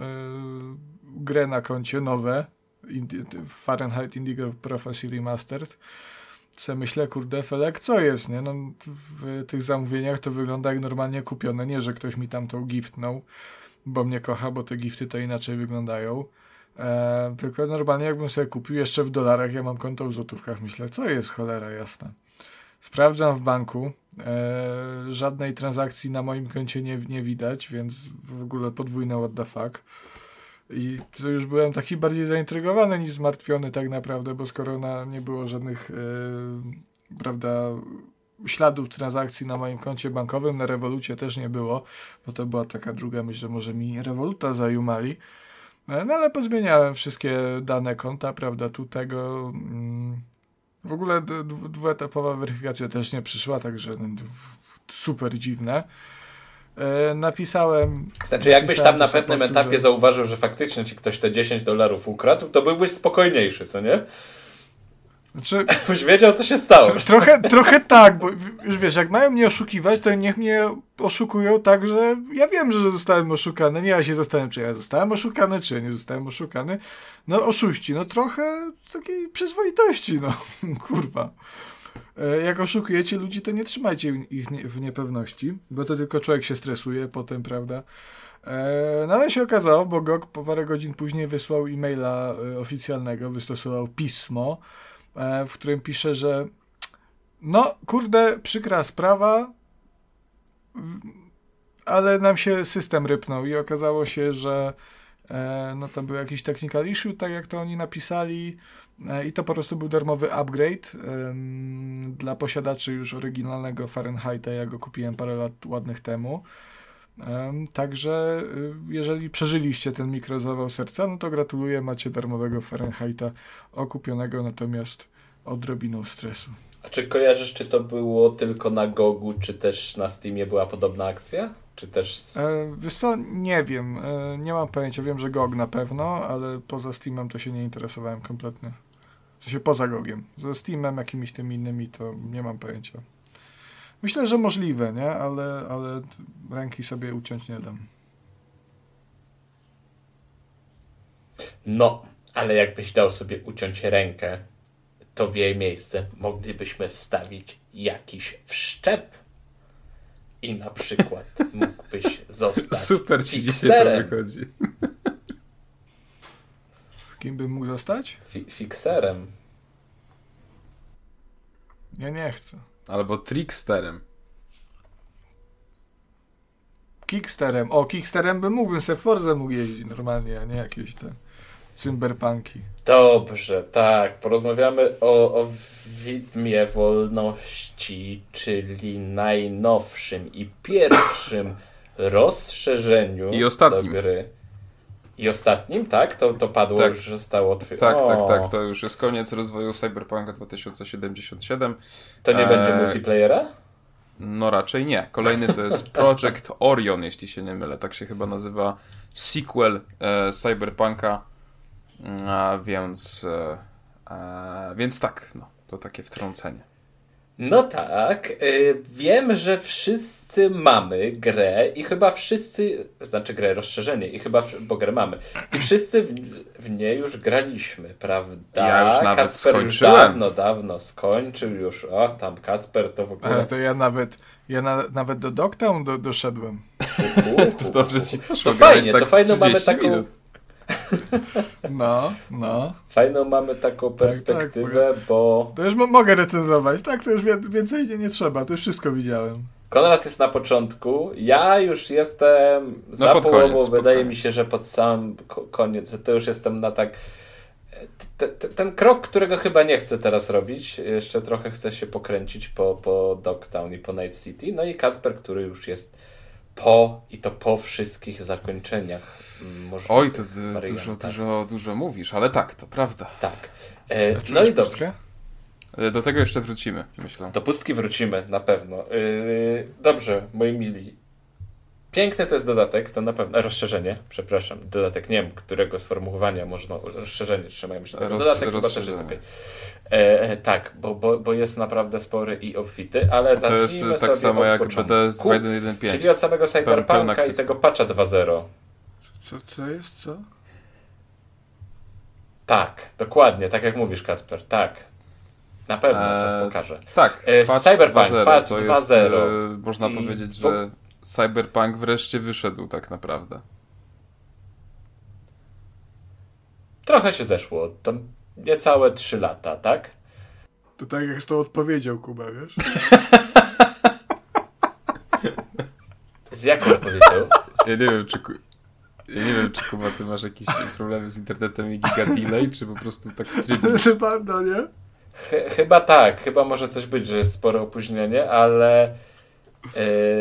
grę na koncie, nowe. Indi- Fahrenheit Indigo Prophecy Remastered. Co myślę, kurde, felek, co jest, nie? No, w tych zamówieniach to wygląda jak normalnie kupione. Nie, że ktoś mi tam tą giftnął, bo mnie kocha, bo te gifty to inaczej wyglądają. E, tylko normalnie jakbym sobie kupił jeszcze w dolarach, ja mam konto w złotówkach. Myślę, co jest, cholera jasna. Sprawdzam w banku. E, żadnej transakcji na moim koncie nie, nie widać, więc w ogóle podwójne what the fuck. I to już byłem taki bardziej zaintrygowany niż zmartwiony tak naprawdę, bo skoro na, nie było żadnych yy, prawda, śladów transakcji na moim koncie bankowym, na Revolucie też nie było, bo to była taka druga myśl, że może mi Revoluta zajumali. No ale pozmieniałem wszystkie dane konta, prawda, tu tego. Mm, w ogóle d- d- dwuetapowa weryfikacja też nie przyszła, także no, super dziwne. Napisałem... Znaczy jakbyś tam na pewnym etapie zauważył, że faktycznie ci ktoś te dziesięć dolarów ukradł, to byłbyś spokojniejszy, co nie? Znaczy, byś wiedział, co się stało. Trochę, trochę tak, bo już wiesz, jak mają mnie oszukiwać, to niech mnie oszukują tak, że ja wiem, że zostałem oszukany. Nie ja się zastanawiam, czy ja zostałem oszukany, czy nie zostałem oszukany. No oszuści, no trochę takiej przyzwoitości, no kurwa. Jak oszukujecie ludzi, to nie trzymajcie ich w niepewności, bo to tylko człowiek się stresuje potem, prawda? No ale się okazało, bo G O G po parę godzin później wysłał e-maila oficjalnego, wystosował pismo, w którym pisze, że no kurde, przykra sprawa, ale nam się system rypnął i okazało się, że no tam był jakiś technical issue, tak jak to oni napisali, i to po prostu był darmowy upgrade um, dla posiadaczy już oryginalnego Fahrenheita. Ja go kupiłem parę lat ładnych temu. Um, także jeżeli przeżyliście ten mikrozawał serca, no to gratuluję, macie darmowego Fahrenheita okupionego, natomiast odrobiną stresu. A czy kojarzysz, czy to było tylko na Gogu, czy też na Steamie była podobna akcja? Czy też... Z... E, wiesz co, nie wiem, e, nie mam pojęcia, wiem, że G O G na pewno, ale poza Steamem to się nie interesowałem kompletnie. W sensie poza Gogiem. Ze Steamem, jakimiś tymi innymi, to nie mam pojęcia. Myślę, że możliwe, nie? Ale, ale ręki sobie uciąć nie dam. No, ale jakbyś dał sobie uciąć rękę, to w jej miejsce moglibyśmy wstawić jakiś wszczep i na przykład mógłbyś zostać Super ci dzisiaj to wychodzi. Kim bym mógł zostać? Fi- fikserem. Ja nie chcę. Albo tricksterem. Kicksterem. O, kicksterem bym mógłbym se w Forze mógł jeździć normalnie, a nie jakieś te cyberpunki. Dobrze, tak. Porozmawiamy o, o Widmie Wolności, czyli najnowszym i pierwszym rozszerzeniu I ostatnim. do gry. I ostatnim, tak? To, to padło tak. już, że zostało otwarte. Tak, tak, tak. To już jest koniec rozwoju Cyberpunka dwa tysiące siedemdziesiąt siedem. To nie e... będzie multiplayera? No raczej nie. Kolejny to jest Project Orion, jeśli się nie mylę. Tak się chyba nazywa sequel e, Cyberpunka. A, więc, e, e, więc tak, no, to takie wtrącenie. No tak, yy, wiem, że wszyscy mamy grę i chyba wszyscy, znaczy grę, rozszerzenie i chyba, bo grę mamy i wszyscy w, w niej już graliśmy, prawda? Ja już nawet Kacper skończyłem. już dawno, dawno skończył już, o tam Kacper to w ogóle... Ale to ja nawet, ja na, nawet do Dogtown do, doszedłem. To dobrze ci poszło. To fajnie, tak to fajną mamy taką... minut. No, no. Fajną mamy taką perspektywę, tak, bo... To już m- mogę recenzować, tak? To już wie- więcej nie, nie trzeba, to już wszystko widziałem. Konrad jest na początku, ja już jestem no za połową, koniec, wydaje koniec. mi się, że pod sam ko- koniec, że to już jestem na tak... T- t- ten krok, którego chyba nie chcę teraz robić, jeszcze trochę chcę się pokręcić po, po Dogtown i po Night City, no i Kacper, który już jest po i to po wszystkich zakończeniach. Oj, to dużo, dużo, dużo mówisz, ale tak, to prawda. Tak. E, no i dobrze. Do tego jeszcze wrócimy, myślę. Do pustki wrócimy, na pewno. Yy, dobrze, moi mili. Piękny to jest dodatek, to na pewno... Rozszerzenie, przepraszam. Dodatek, nie wiem, którego sformułowania można... Rozszerzenie, trzymajmy się tego. Roz, dodatek chyba też jest okej. E, tak, bo, bo, bo jest naprawdę spory i obfity, ale to zacznijmy jest tak sobie samo od jak początku. B D S dwa jeden jeden pięć. Czyli od samego Cyberpunka i tego patcha dwa zero. Co, co jest, co? Tak, dokładnie, tak jak mówisz, Kacper, tak. Na pewno, eee, czas pokaże. Tak, e, patch Cyberpunk, dwa zero, patch to dwa jest, zero. e, można I powiedzieć, w... że Cyberpunk wreszcie wyszedł tak naprawdę. Trochę się zeszło, to niecałe trzy lata, tak? To tak jak to odpowiedział Kuba, wiesz? Z jaką odpowiedział? Ja nie wiem, czy... Ja nie wiem, czy Kuba, ty masz jakieś problemy z internetem i giga delay, czy po prostu tak tryb... Chyba, no nie? Ch- chyba tak, chyba może coś być, że jest spore opóźnienie, ale yy,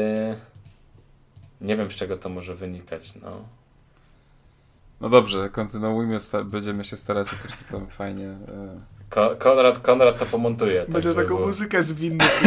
nie wiem, z czego to może wynikać, no. No dobrze, kontynuujmy, sta- będziemy się starać jakoś to tam fajnie... Yy... Ko- Konrad, Konrad to pomontuje. Będzie tak, taką bo... muzykę z winnych.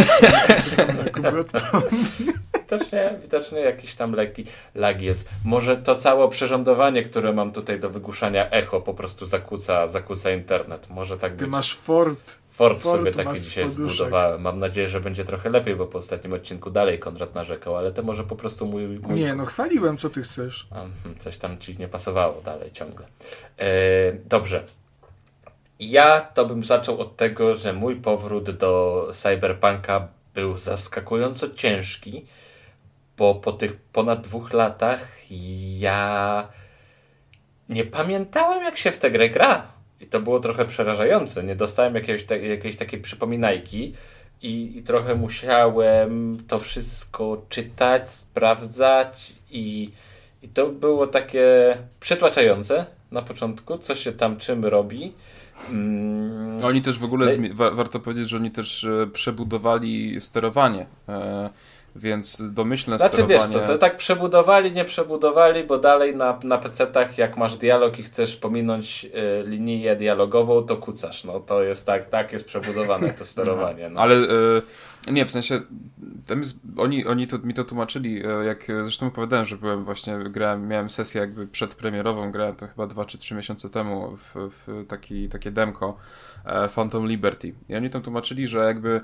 Widocznie, widocznie jakiś tam lekki lag jest. Może to całe przyrządowanie, które mam tutaj do wygłuszania echo, po prostu zakłóca, zakłóca internet. Może tak Ty być. masz Ford. Ford, Ford sobie taki dzisiaj poduszek. zbudowałem. Mam nadzieję, że będzie trochę lepiej, bo po ostatnim odcinku dalej Konrad narzekał, ale to może po prostu mój... mój... Nie, no chwaliłem, co ty chcesz. A, coś tam ci nie pasowało dalej ciągle. E, dobrze. Ja to bym zaczął od tego, że mój powrót do Cyberpunka był zaskakująco ciężki, bo po tych ponad dwóch latach ja nie pamiętałem, jak się w tę grę gra. I to było trochę przerażające. Nie dostałem jakiegoś, ta, jakiejś takiej przypominajki i, i trochę musiałem to wszystko czytać, sprawdzać i, i to było takie przytłaczające na początku, co się tam czym robi. Mm. Oni też w ogóle, zmi- wa- warto powiedzieć, że oni też e, przebudowali sterowanie. E, Więc domyślne znaczy, sterowanie... Znaczy wiesz co, to tak przebudowali, nie przebudowali, bo dalej na, na pecetach jak masz dialog i chcesz pominąć y, linię dialogową, to kucasz. No to jest tak, tak jest przebudowane to sterowanie. No. Ale y, nie, w sensie tam jest, oni, oni to, mi to tłumaczyli, jak zresztą opowiadałem, że byłem właśnie, grałem, miałem sesję jakby przedpremierową, grałem to chyba dwa czy trzy miesiące temu w, w taki, takie demko e, Phantom Liberty. I oni tam tłumaczyli, że jakby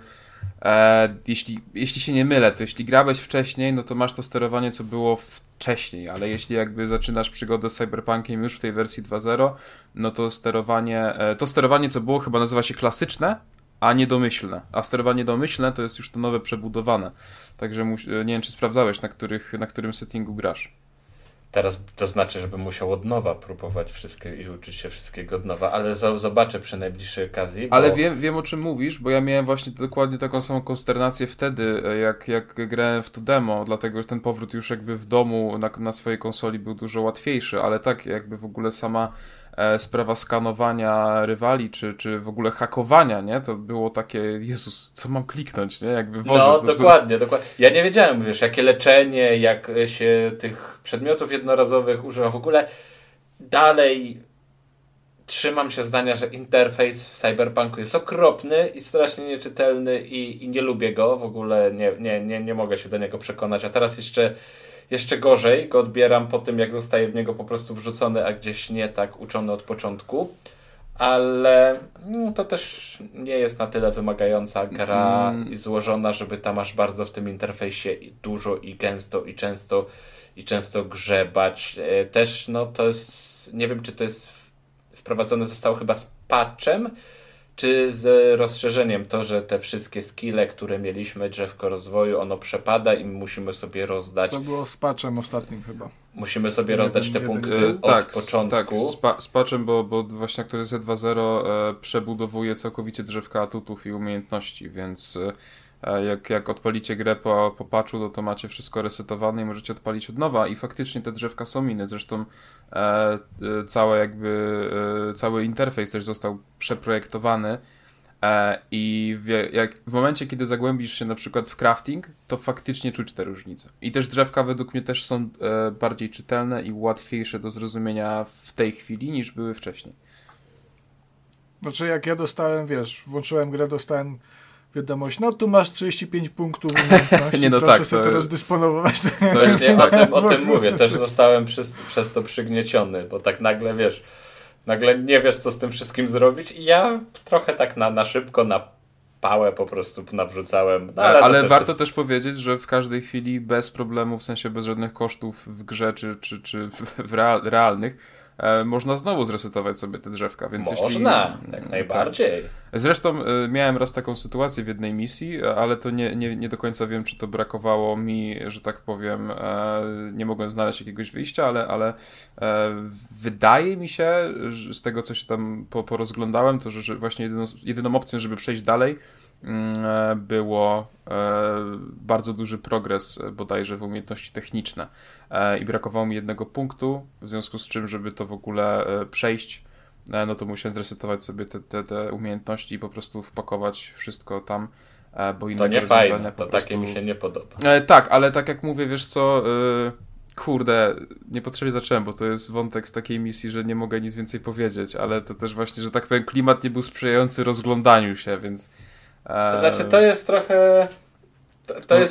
E, jeśli, jeśli się nie mylę, to jeśli grałeś wcześniej, no to masz to sterowanie, co było wcześniej, ale jeśli jakby zaczynasz przygodę z Cyberpunkiem już w tej wersji dwa zero, no to sterowanie, e, to sterowanie, co było, chyba nazywa się klasyczne, a nie domyślne. A sterowanie domyślne to jest już to nowe przebudowane. Także mus- nie wiem, czy sprawdzałeś, na, których, na którym settingu grasz. Teraz to znaczy, żebym musiał od nowa próbować wszystkie i uczyć się wszystkiego od nowa, ale z- zobaczę przy najbliższej okazji. Bo... Ale wiem, wiem o czym mówisz, bo ja miałem właśnie dokładnie taką samą konsternację wtedy, jak, jak grałem w to demo, dlatego że ten powrót już jakby w domu na, na swojej konsoli był dużo łatwiejszy, ale tak jakby w ogóle sama e, sprawa skanowania rywali, czy, czy w ogóle hakowania, nie? To było takie, Jezus, co mam kliknąć, nie? Jakby Boże, no, co, dokładnie, co... dokładnie. Ja nie wiedziałem, wiesz, jakie leczenie, jak się tych przedmiotów jednorazowych używa. W ogóle dalej trzymam się zdania, że interfejs w Cyberpunku jest okropny i strasznie nieczytelny i, i nie lubię go. W ogóle nie, nie, nie, nie mogę się do niego przekonać. A teraz jeszcze, jeszcze gorzej go odbieram po tym, jak zostaje w niego po prostu wrzucony, a gdzieś nie tak uczony od początku. Ale no, to też nie jest na tyle wymagająca gra mm. i złożona, żeby tam aż bardzo w tym interfejsie i dużo i gęsto i często i często grzebać. Też no to jest, nie wiem, czy to jest wprowadzone zostało chyba z patchem, czy z rozszerzeniem to, że te wszystkie skille, które mieliśmy, drzewko rozwoju, ono przepada i musimy sobie rozdać. To było z patchem ostatnim chyba. Musimy sobie jeden, rozdać te punkty jeden. od tak, początku. Tak, z, pa- z patchem, bo, bo właśnie aktualizacja dwa zero e, przebudowuje całkowicie drzewka atutów i umiejętności, więc e, jak, jak odpalicie grę po, po patchu, no to macie wszystko resetowane i możecie odpalić od nowa i faktycznie te drzewka są inne. Zresztą e, e, całe jakby, e, cały interfejs też został przeprojektowany. I w, jak, w momencie, kiedy zagłębisz się na przykład w crafting, to faktycznie czuć te różnice. I też drzewka według mnie też są e, bardziej czytelne i łatwiejsze do zrozumienia w tej chwili niż były wcześniej. Znaczy jak ja dostałem, wiesz, włączyłem grę, dostałem wiadomość, no tu masz trzydzieści pięć punktów umiejętności, nie, no proszę tak, sobie to, to rozdysponować. To jest, nie, o, tym, o tym mówię, też zostałem przez, przez to przygnieciony, bo tak nagle, wiesz, nagle nie wiesz, co z tym wszystkim zrobić i ja trochę tak na, na szybko, na pałę po prostu nawrzucałem. No, ale ale też warto jest... też powiedzieć, że w każdej chwili bez problemu, w sensie bez żadnych kosztów w grze czy, czy, czy w real, realnych, e, można znowu zresetować sobie te drzewka. Więc można, jeśli, jak najbardziej. Tak. Zresztą e, miałem raz taką sytuację w jednej misji, ale to nie, nie, nie do końca wiem, czy to brakowało mi, że tak powiem, e, nie mogłem znaleźć jakiegoś wyjścia, ale, ale e, wydaje mi się, że z tego, co się tam po, porozglądałem, to że, że właśnie jedyną, jedyną opcją, żeby przejść dalej, było e, bardzo duży progres bodajże w umiejętności techniczne e, i brakowało mi jednego punktu, w związku z czym, żeby to w ogóle e, przejść, e, no to musiałem zresetować sobie te, te, te umiejętności i po prostu wpakować wszystko tam, e, bo inne to nie rozwiązania fajne, po to prostu... takie mi się nie podoba. E, tak, ale tak jak mówię, wiesz co... E, Kurde, niepotrzebnie zacząłem, bo to jest wątek z takiej misji, że nie mogę nic więcej powiedzieć, ale to też właśnie, że tak powiem, klimat nie był sprzyjający rozglądaniu się, więc... To znaczy, to jest trochę... To, to no. jest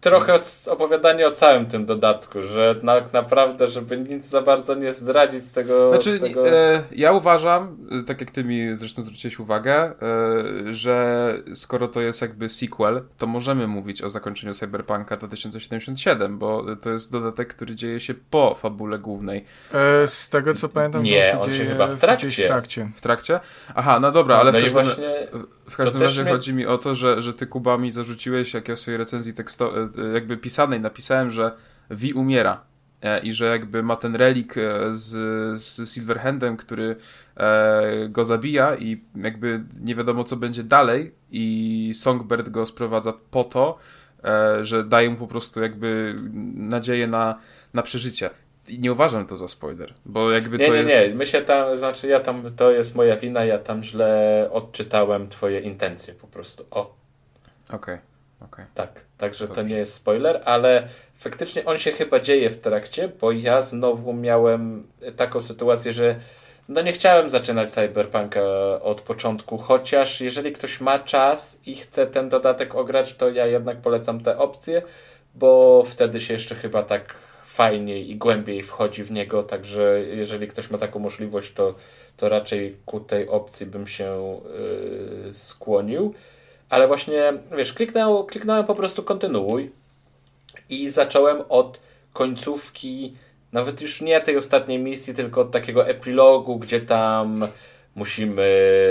trochę opowiadanie o całym tym dodatku, że tak naprawdę, żeby nic za bardzo nie zdradzić z tego... Znaczy, z tego... E, ja uważam, tak jak ty mi zresztą zwróciłeś uwagę, e, że skoro to jest jakby sequel, to możemy mówić o zakończeniu Cyberpunka dwa tysiące siedemdziesiąt siedem, bo to jest dodatek, który dzieje się po fabule głównej. E, z tego co pamiętam, nie, to się on się dzieje chyba w trakcie. w trakcie. W trakcie? Aha, no dobra, ale no w każdym, właśnie, w każdym razie mnie... chodzi mi o to, że, że ty, Kuba, mi zarzuciłeś, jak ja w swojej recenzji teksto, jakby pisanej napisałem, że Vi umiera i że jakby ma ten relik z, z Silverhandem, który go zabija i jakby nie wiadomo, co będzie dalej i Songbird go sprowadza po to, że daje mu po prostu jakby nadzieję na, na przeżycie. I nie uważam to za spoiler, bo jakby nie, to nie, jest... Nie, nie, my się tam, znaczy ja tam, to jest moja wina, ja tam źle odczytałem twoje intencje po prostu, o. Okej, okay, okej. Okay. Tak, także to nie jest spoiler, ale faktycznie on się chyba dzieje w trakcie, bo ja znowu miałem taką sytuację, że no nie chciałem zaczynać Cyberpunka od początku, chociaż jeżeli ktoś ma czas i chce ten dodatek ograć, to ja jednak polecam te opcje, bo wtedy się jeszcze chyba tak fajniej i głębiej wchodzi w niego, także jeżeli ktoś ma taką możliwość, to, to raczej ku tej opcji bym się yy, skłonił. Ale właśnie, wiesz, kliknąłem, kliknąłem po prostu kontynuuj i zacząłem od końcówki, nawet już nie tej ostatniej misji, tylko od takiego epilogu, gdzie tam musimy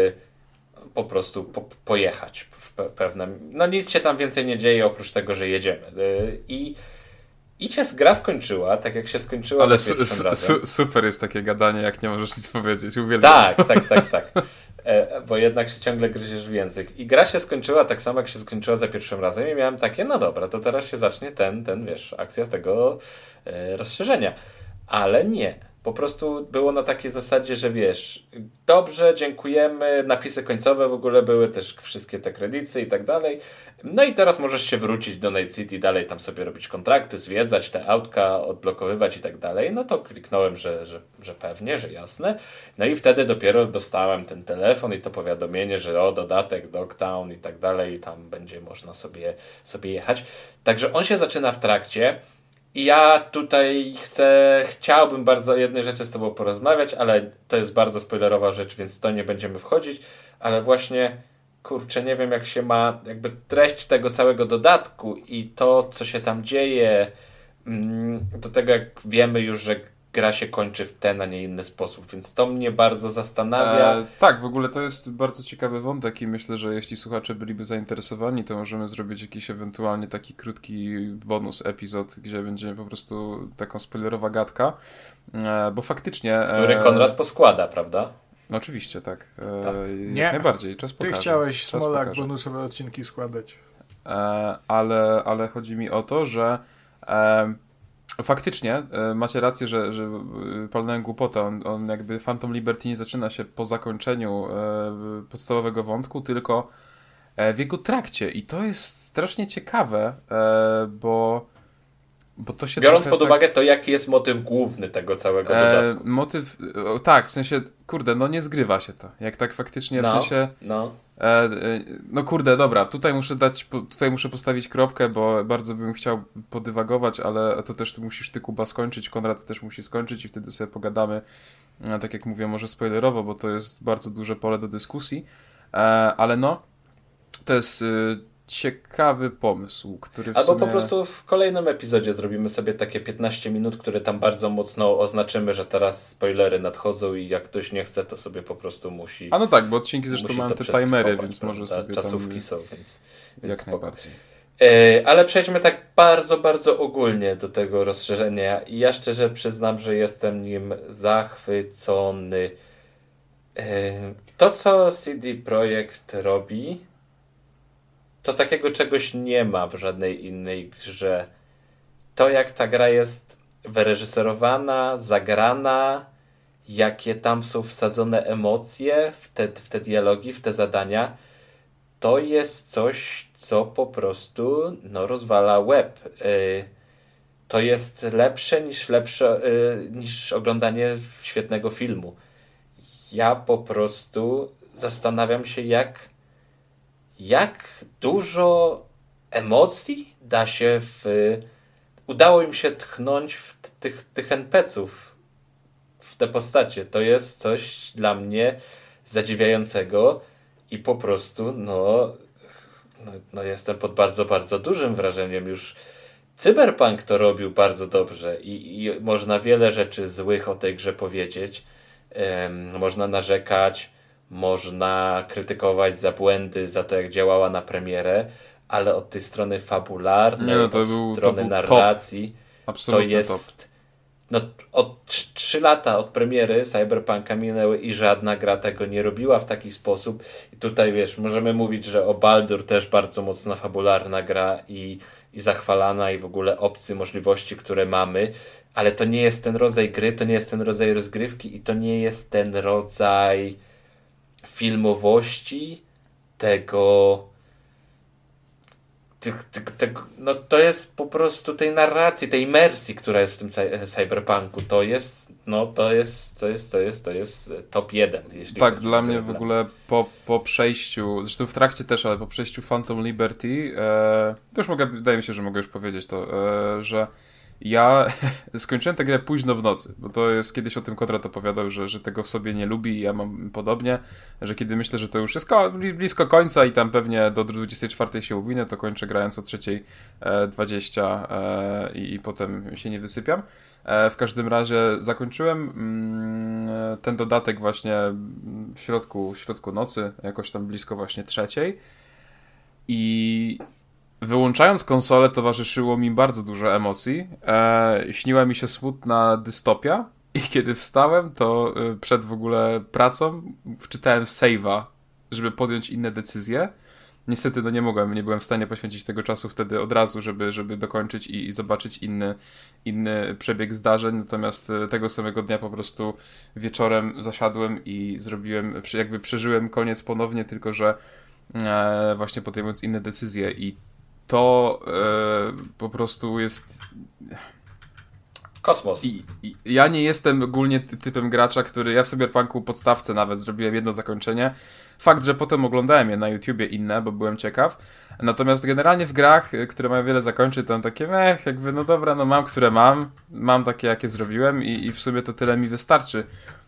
po prostu po, pojechać w pe- pewne... No nic się tam więcej nie dzieje, oprócz tego, że jedziemy. I I się gra skończyła, tak jak się skończyła Ale za pierwszym su- razem. su- super jest takie gadanie, jak nie możesz nic powiedzieć. Uwielbiam. Tak, tak, tak, tak. E, bo jednak się ciągle gryziesz w język. I gra się skończyła tak samo, jak się skończyła za pierwszym razem i miałem takie, no dobra, to teraz się zacznie ten, ten wiesz, akcja tego e, rozszerzenia. Ale nie. Po prostu było na takiej zasadzie, że wiesz, dobrze, dziękujemy, napisy końcowe w ogóle były, też wszystkie te kredyty i tak dalej. No i teraz możesz się wrócić do Night City, dalej tam sobie robić kontrakty, zwiedzać te autka, odblokowywać i tak dalej. No to kliknąłem, że, że, że pewnie, że jasne. No i wtedy dopiero dostałem ten telefon i to powiadomienie, że o, dodatek, Dogtown i tak dalej, i tam będzie można sobie, sobie jechać. Także on się zaczyna w trakcie. I ja tutaj chcę, chciałbym bardzo o jednej rzeczy z tobą porozmawiać, ale to jest bardzo spoilerowa rzecz, więc to nie będziemy wchodzić, ale właśnie, kurczę, nie wiem jak się ma, jakby treść tego całego dodatku i to, co się tam dzieje, do tego jak wiemy już, że gra się kończy w ten, a nie inny sposób, więc to mnie bardzo zastanawia. E, tak, w ogóle to jest bardzo ciekawy wątek i myślę, że jeśli słuchacze byliby zainteresowani, to możemy zrobić jakiś ewentualnie taki krótki bonus epizod, gdzie będzie po prostu taką spoilerowa gadka, e, bo faktycznie... E, Który Konrad poskłada, prawda? No oczywiście, tak. E, tak. Jak nie. najbardziej, czas pokaże. Ty chciałeś, czas Smolak, pokaże. bonusowe odcinki składać. E, ale, ale chodzi mi o to, że e, faktycznie e, macie rację, że, że e, palnąłem głupotę. On, on jakby Phantom Liberty nie zaczyna się po zakończeniu e, podstawowego wątku, tylko e, w jego trakcie. I to jest strasznie ciekawe, e, bo, bo to się Biorąc trochę pod uwagę to, jaki jest motyw główny tego całego e, dodatku. motyw, o, tak, w sensie, kurde, no nie zgrywa się to. Jak tak faktycznie, w No, sensie... no. E, no kurde, dobra, tutaj muszę dać, tutaj muszę postawić kropkę, bo bardzo bym chciał podywagować, ale to też ty musisz ty, Kuba, skończyć, Konrad też musi skończyć i wtedy sobie pogadamy, tak jak mówię, może spoilerowo, bo to jest bardzo duże pole do dyskusji, ale no, to jest ciekawy pomysł, który w Albo sumie... po prostu w kolejnym epizodzie zrobimy sobie takie piętnaście minut, które tam bardzo mocno oznaczymy, że teraz spoilery nadchodzą i jak ktoś nie chce, to sobie po prostu musi. A no tak, bo odcinki zresztą mają te timery, więc prawda? może sobie Czasówki tam... są, więc, więc Jak spoko. najbardziej. Yy, ale przejdźmy tak bardzo, bardzo ogólnie do tego rozszerzenia i ja szczerze przyznam, że jestem nim zachwycony. Yy, to, co C D Projekt robi, to takiego czegoś nie ma w żadnej innej grze. To, jak ta gra jest wyreżyserowana, zagrana, jakie tam są wsadzone emocje w te, w te dialogi, w te zadania, to jest coś, co po prostu no, rozwala łeb. Yy, to jest lepsze niż, lepsze, yy, niż oglądanie świetnego filmu. Ja po prostu zastanawiam się, jak jak dużo emocji da się w... Udało im się tchnąć w tych, tych en pe ce ów, w te postacie. To jest coś dla mnie zadziwiającego i po prostu no, no, no jestem pod bardzo, bardzo dużym wrażeniem. Już Cyberpunk to robił bardzo dobrze i, i można wiele rzeczy złych o tej grze powiedzieć. Um, można narzekać, można krytykować za błędy, za to jak działała na premierę, ale od tej strony fabularnej, Nie, no to od był, strony to był narracji to jest... top. No, od trzy lata od premiery Cyberpunka minęły i żadna gra tego nie robiła w taki sposób. I tutaj wiesz, możemy mówić, że o Baldur też bardzo mocna fabularna gra i, i zachwalana i w ogóle opcje, możliwości, które mamy, ale to nie jest ten rodzaj gry, to nie jest ten rodzaj rozgrywki i to nie jest ten rodzaj filmowości tego... Tych, tych, tych, no to jest po prostu tej narracji, tej imersji, która jest w tym cyberpunku. To jest, no to jest, to jest, to jest, to jest top jeden. Jeśli tak, dla mnie w ogóle po, po przejściu, zresztą w trakcie też, ale po przejściu Phantom Liberty, e, to już mogę, wydaje mi się, że mogę już powiedzieć to, e, że ja skończyłem tę grę późno w nocy, bo to jest, kiedyś o tym Konrad opowiadał, że, że tego w sobie nie lubi i ja mam podobnie, że kiedy myślę, że to już jest ko- blisko końca i tam pewnie do dwudziestej czwartej się uwinę, to kończę grając o trzeciej dwadzieścia e, i, i potem się nie wysypiam. E, w każdym razie zakończyłem mm, ten dodatek właśnie w środku, w środku nocy, jakoś tam blisko właśnie trzeciej i... Wyłączając konsolę towarzyszyło mi bardzo dużo emocji. E, śniła mi się smutna dystopia i kiedy wstałem, to e, przed w ogóle pracą wczytałem save'a, żeby podjąć inne decyzje. Niestety no nie mogłem, nie byłem w stanie poświęcić tego czasu wtedy od razu, żeby, żeby dokończyć i, i zobaczyć inny, inny przebieg zdarzeń. Natomiast e, tego samego dnia po prostu wieczorem zasiadłem i zrobiłem, jakby przeżyłem koniec ponownie, tylko że e, właśnie podejmując inne decyzje i to e, po prostu jest... Kosmos. I, i, ja nie jestem ogólnie ty, typem gracza, który... Ja w Cyberpunku podstawce nawet zrobiłem jedno zakończenie. Fakt, że potem oglądałem je na YouTubie inne, bo byłem ciekaw. Natomiast generalnie w grach, które mają wiele zakończeń, to mam takie mech, jakby no dobra, no mam, które mam. Mam takie, jakie zrobiłem i, i w sumie to tyle mi wystarczy.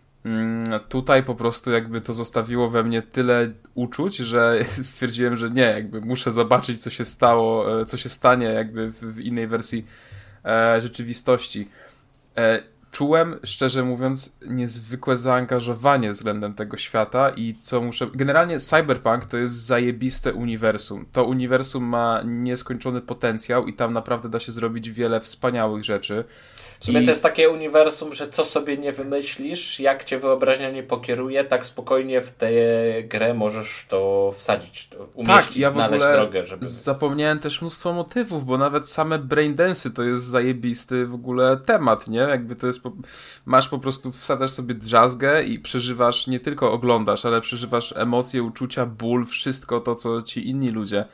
Tutaj po prostu jakby to zostawiło we mnie tyle uczuć, że stwierdziłem, że nie, jakby muszę zobaczyć, co się stało, co się stanie jakby w, w innej wersji e, rzeczywistości. E, czułem, szczerze mówiąc, niezwykłe zaangażowanie względem tego świata i co muszę... Generalnie Cyberpunk to jest zajebiste uniwersum. To uniwersum ma nieskończony potencjał i tam naprawdę da się zrobić wiele wspaniałych rzeczy. W sumie I... to jest takie uniwersum, że co sobie nie wymyślisz, jak cię wyobraźnia nie pokieruje, tak spokojnie w tę grę możesz to wsadzić, to umieścić, tak, ja znaleźć drogę. Żeby... zapomniałem też mnóstwo motywów, bo nawet same braindensy to jest zajebisty w ogóle temat, nie? Jakby to jest, po... masz po prostu, wsadzasz sobie drzazgę i przeżywasz, nie tylko oglądasz, ale przeżywasz emocje, uczucia, ból, wszystko to, co ci inni ludzie.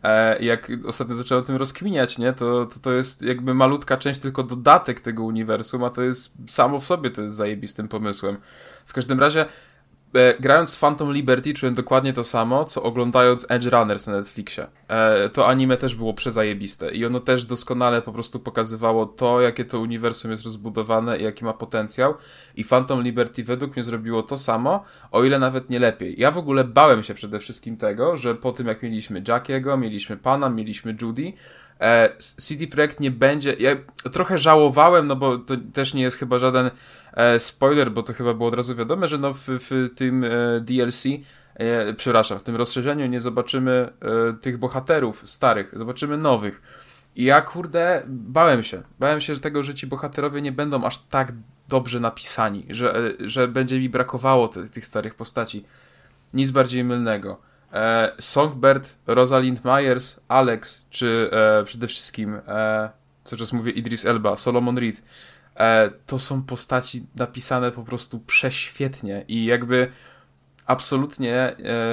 Jak ostatnio zacząłem o tym rozkminiać, nie? To, to to jest jakby malutka część, tylko dodatek tego uniwersum, a to jest samo w sobie to jest zajebistym pomysłem. W każdym razie e, grając z Phantom Liberty czułem dokładnie to samo, co oglądając Edge Runners na Netflixie. E, to anime też było przezajebiste i ono też doskonale po prostu pokazywało to, jakie to uniwersum jest rozbudowane i jaki ma potencjał i Phantom Liberty według mnie zrobiło to samo, o ile nawet nie lepiej. Ja w ogóle bałem się przede wszystkim tego, że po tym jak mieliśmy Jackiego, mieliśmy Pana, mieliśmy Judy, e, C D Projekt nie będzie... Ja trochę żałowałem, no bo to też nie jest chyba żaden e, spoiler, bo to chyba było od razu wiadome, że no w, w tym e, D L C, e, przepraszam, w tym rozszerzeniu nie zobaczymy e, tych bohaterów starych, zobaczymy nowych. I ja, kurde, bałem się. Bałem się że tego, że ci bohaterowie nie będą aż tak dobrze napisani, że, że będzie mi brakowało te, tych starych postaci. Nic bardziej mylnego. E, Songbird, Rosalind Myers, Alex, czy e, przede wszystkim, e, cały czas mówię Idris Elba, Solomon Reed, e, to są postaci napisane po prostu prześwietnie i jakby absolutnie e,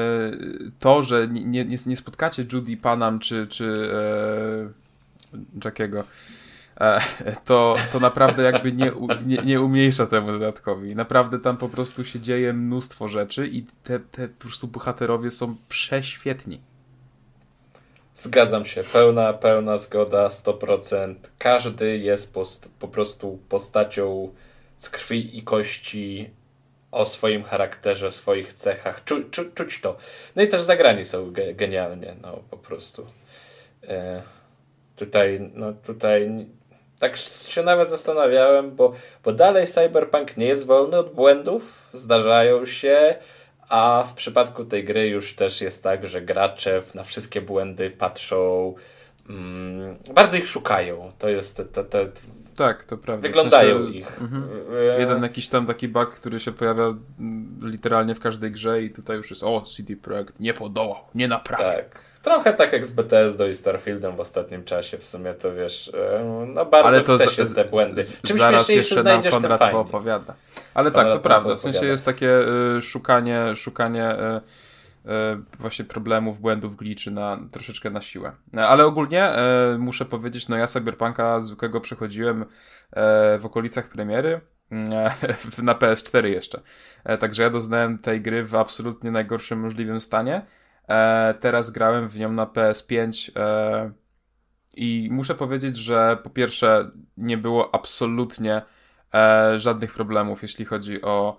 to, że nie, nie, nie spotkacie Judy Panam czy, czy e, Jackiego, to, to naprawdę jakby nie, nie, nie umniejsza temu dodatkowi. Naprawdę tam po prostu się dzieje mnóstwo rzeczy i te, te po prostu bohaterowie są prześwietni. Zgadzam się, pełna, pełna zgoda, sto procent. Każdy jest post, po prostu postacią z krwi i kości o swoim charakterze, swoich cechach. Czu, czu, czuć to. No i też zagrani są ge, genialnie, no po prostu. E, tutaj, no tutaj tak się nawet zastanawiałem, bo, bo dalej Cyberpunk nie jest wolny od błędów, zdarzają się, a w przypadku tej gry już też jest tak, że gracze na wszystkie błędy patrzą, mm, bardzo ich szukają. To jest te, te, te tak, to prawda. Wyglądają w sensie, ich. Mhm. Jeden jakiś tam taki bug, który się pojawia literalnie w każdej grze i tutaj już jest o, C D Projekt nie podołał, nie naprawił. Tak. Trochę tak jak z Bethesdą i Starfieldem w ostatnim czasie. W sumie to wiesz, no bardzo ale to chce się z, te błędy. Czym zaraz jeszcze nam Konrad poopowiada. Ale Konrad tak, to prawda. W sensie jest takie y, szukanie, szukanie y, y, właśnie problemów, błędów, glitchy na, troszeczkę na siłę. Ale ogólnie y, muszę powiedzieć, no ja Cyberpunka zwykłego przechodziłem y, w okolicach premiery. Na P S cztery jeszcze. Także ja doznałem tej gry w absolutnie najgorszym możliwym stanie. Teraz grałem w nią na P S pięć i muszę powiedzieć, że po pierwsze nie było absolutnie żadnych problemów, jeśli chodzi o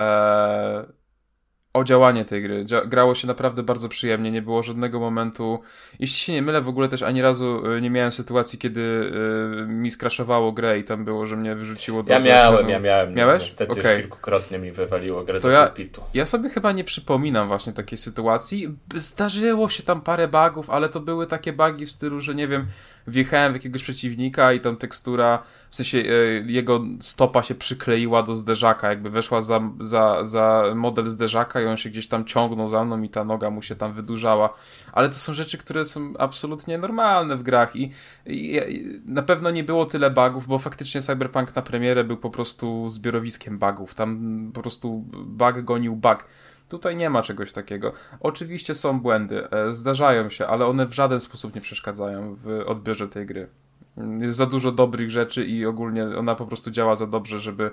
o działanie tej gry. Grało się naprawdę bardzo przyjemnie, nie było żadnego momentu, jeśli się nie mylę, w ogóle też ani razu nie miałem sytuacji, kiedy y, mi skraszowało grę i tam było, że mnie wyrzuciło do... Ja miałem, ja miałem. Miałeś? Niestety okay. już kilkukrotnie mi wywaliło grę to do ja, pulpitu. Ja sobie chyba nie przypominam właśnie takiej sytuacji. Zdarzyło się tam parę bugów, ale to były takie bugi w stylu, że nie wiem, wjechałem w jakiegoś przeciwnika i tam tekstura, w sensie y, jego stopa się przykleiła do zderzaka, jakby weszła za, za, za model zderzaka i on się gdzieś tam ciągnął za mną i ta noga mu się tam wydłużała. Ale to są rzeczy, które są absolutnie normalne w grach i, i, i na pewno nie było tyle bugów, bo faktycznie Cyberpunk na premierę był po prostu zbiorowiskiem bugów. Tam po prostu bug gonił bug. Tutaj nie ma czegoś takiego. Oczywiście są błędy, zdarzają się, ale one w żaden sposób nie przeszkadzają w odbiorze tej gry. Jest za dużo dobrych rzeczy i ogólnie ona po prostu działa za dobrze, żeby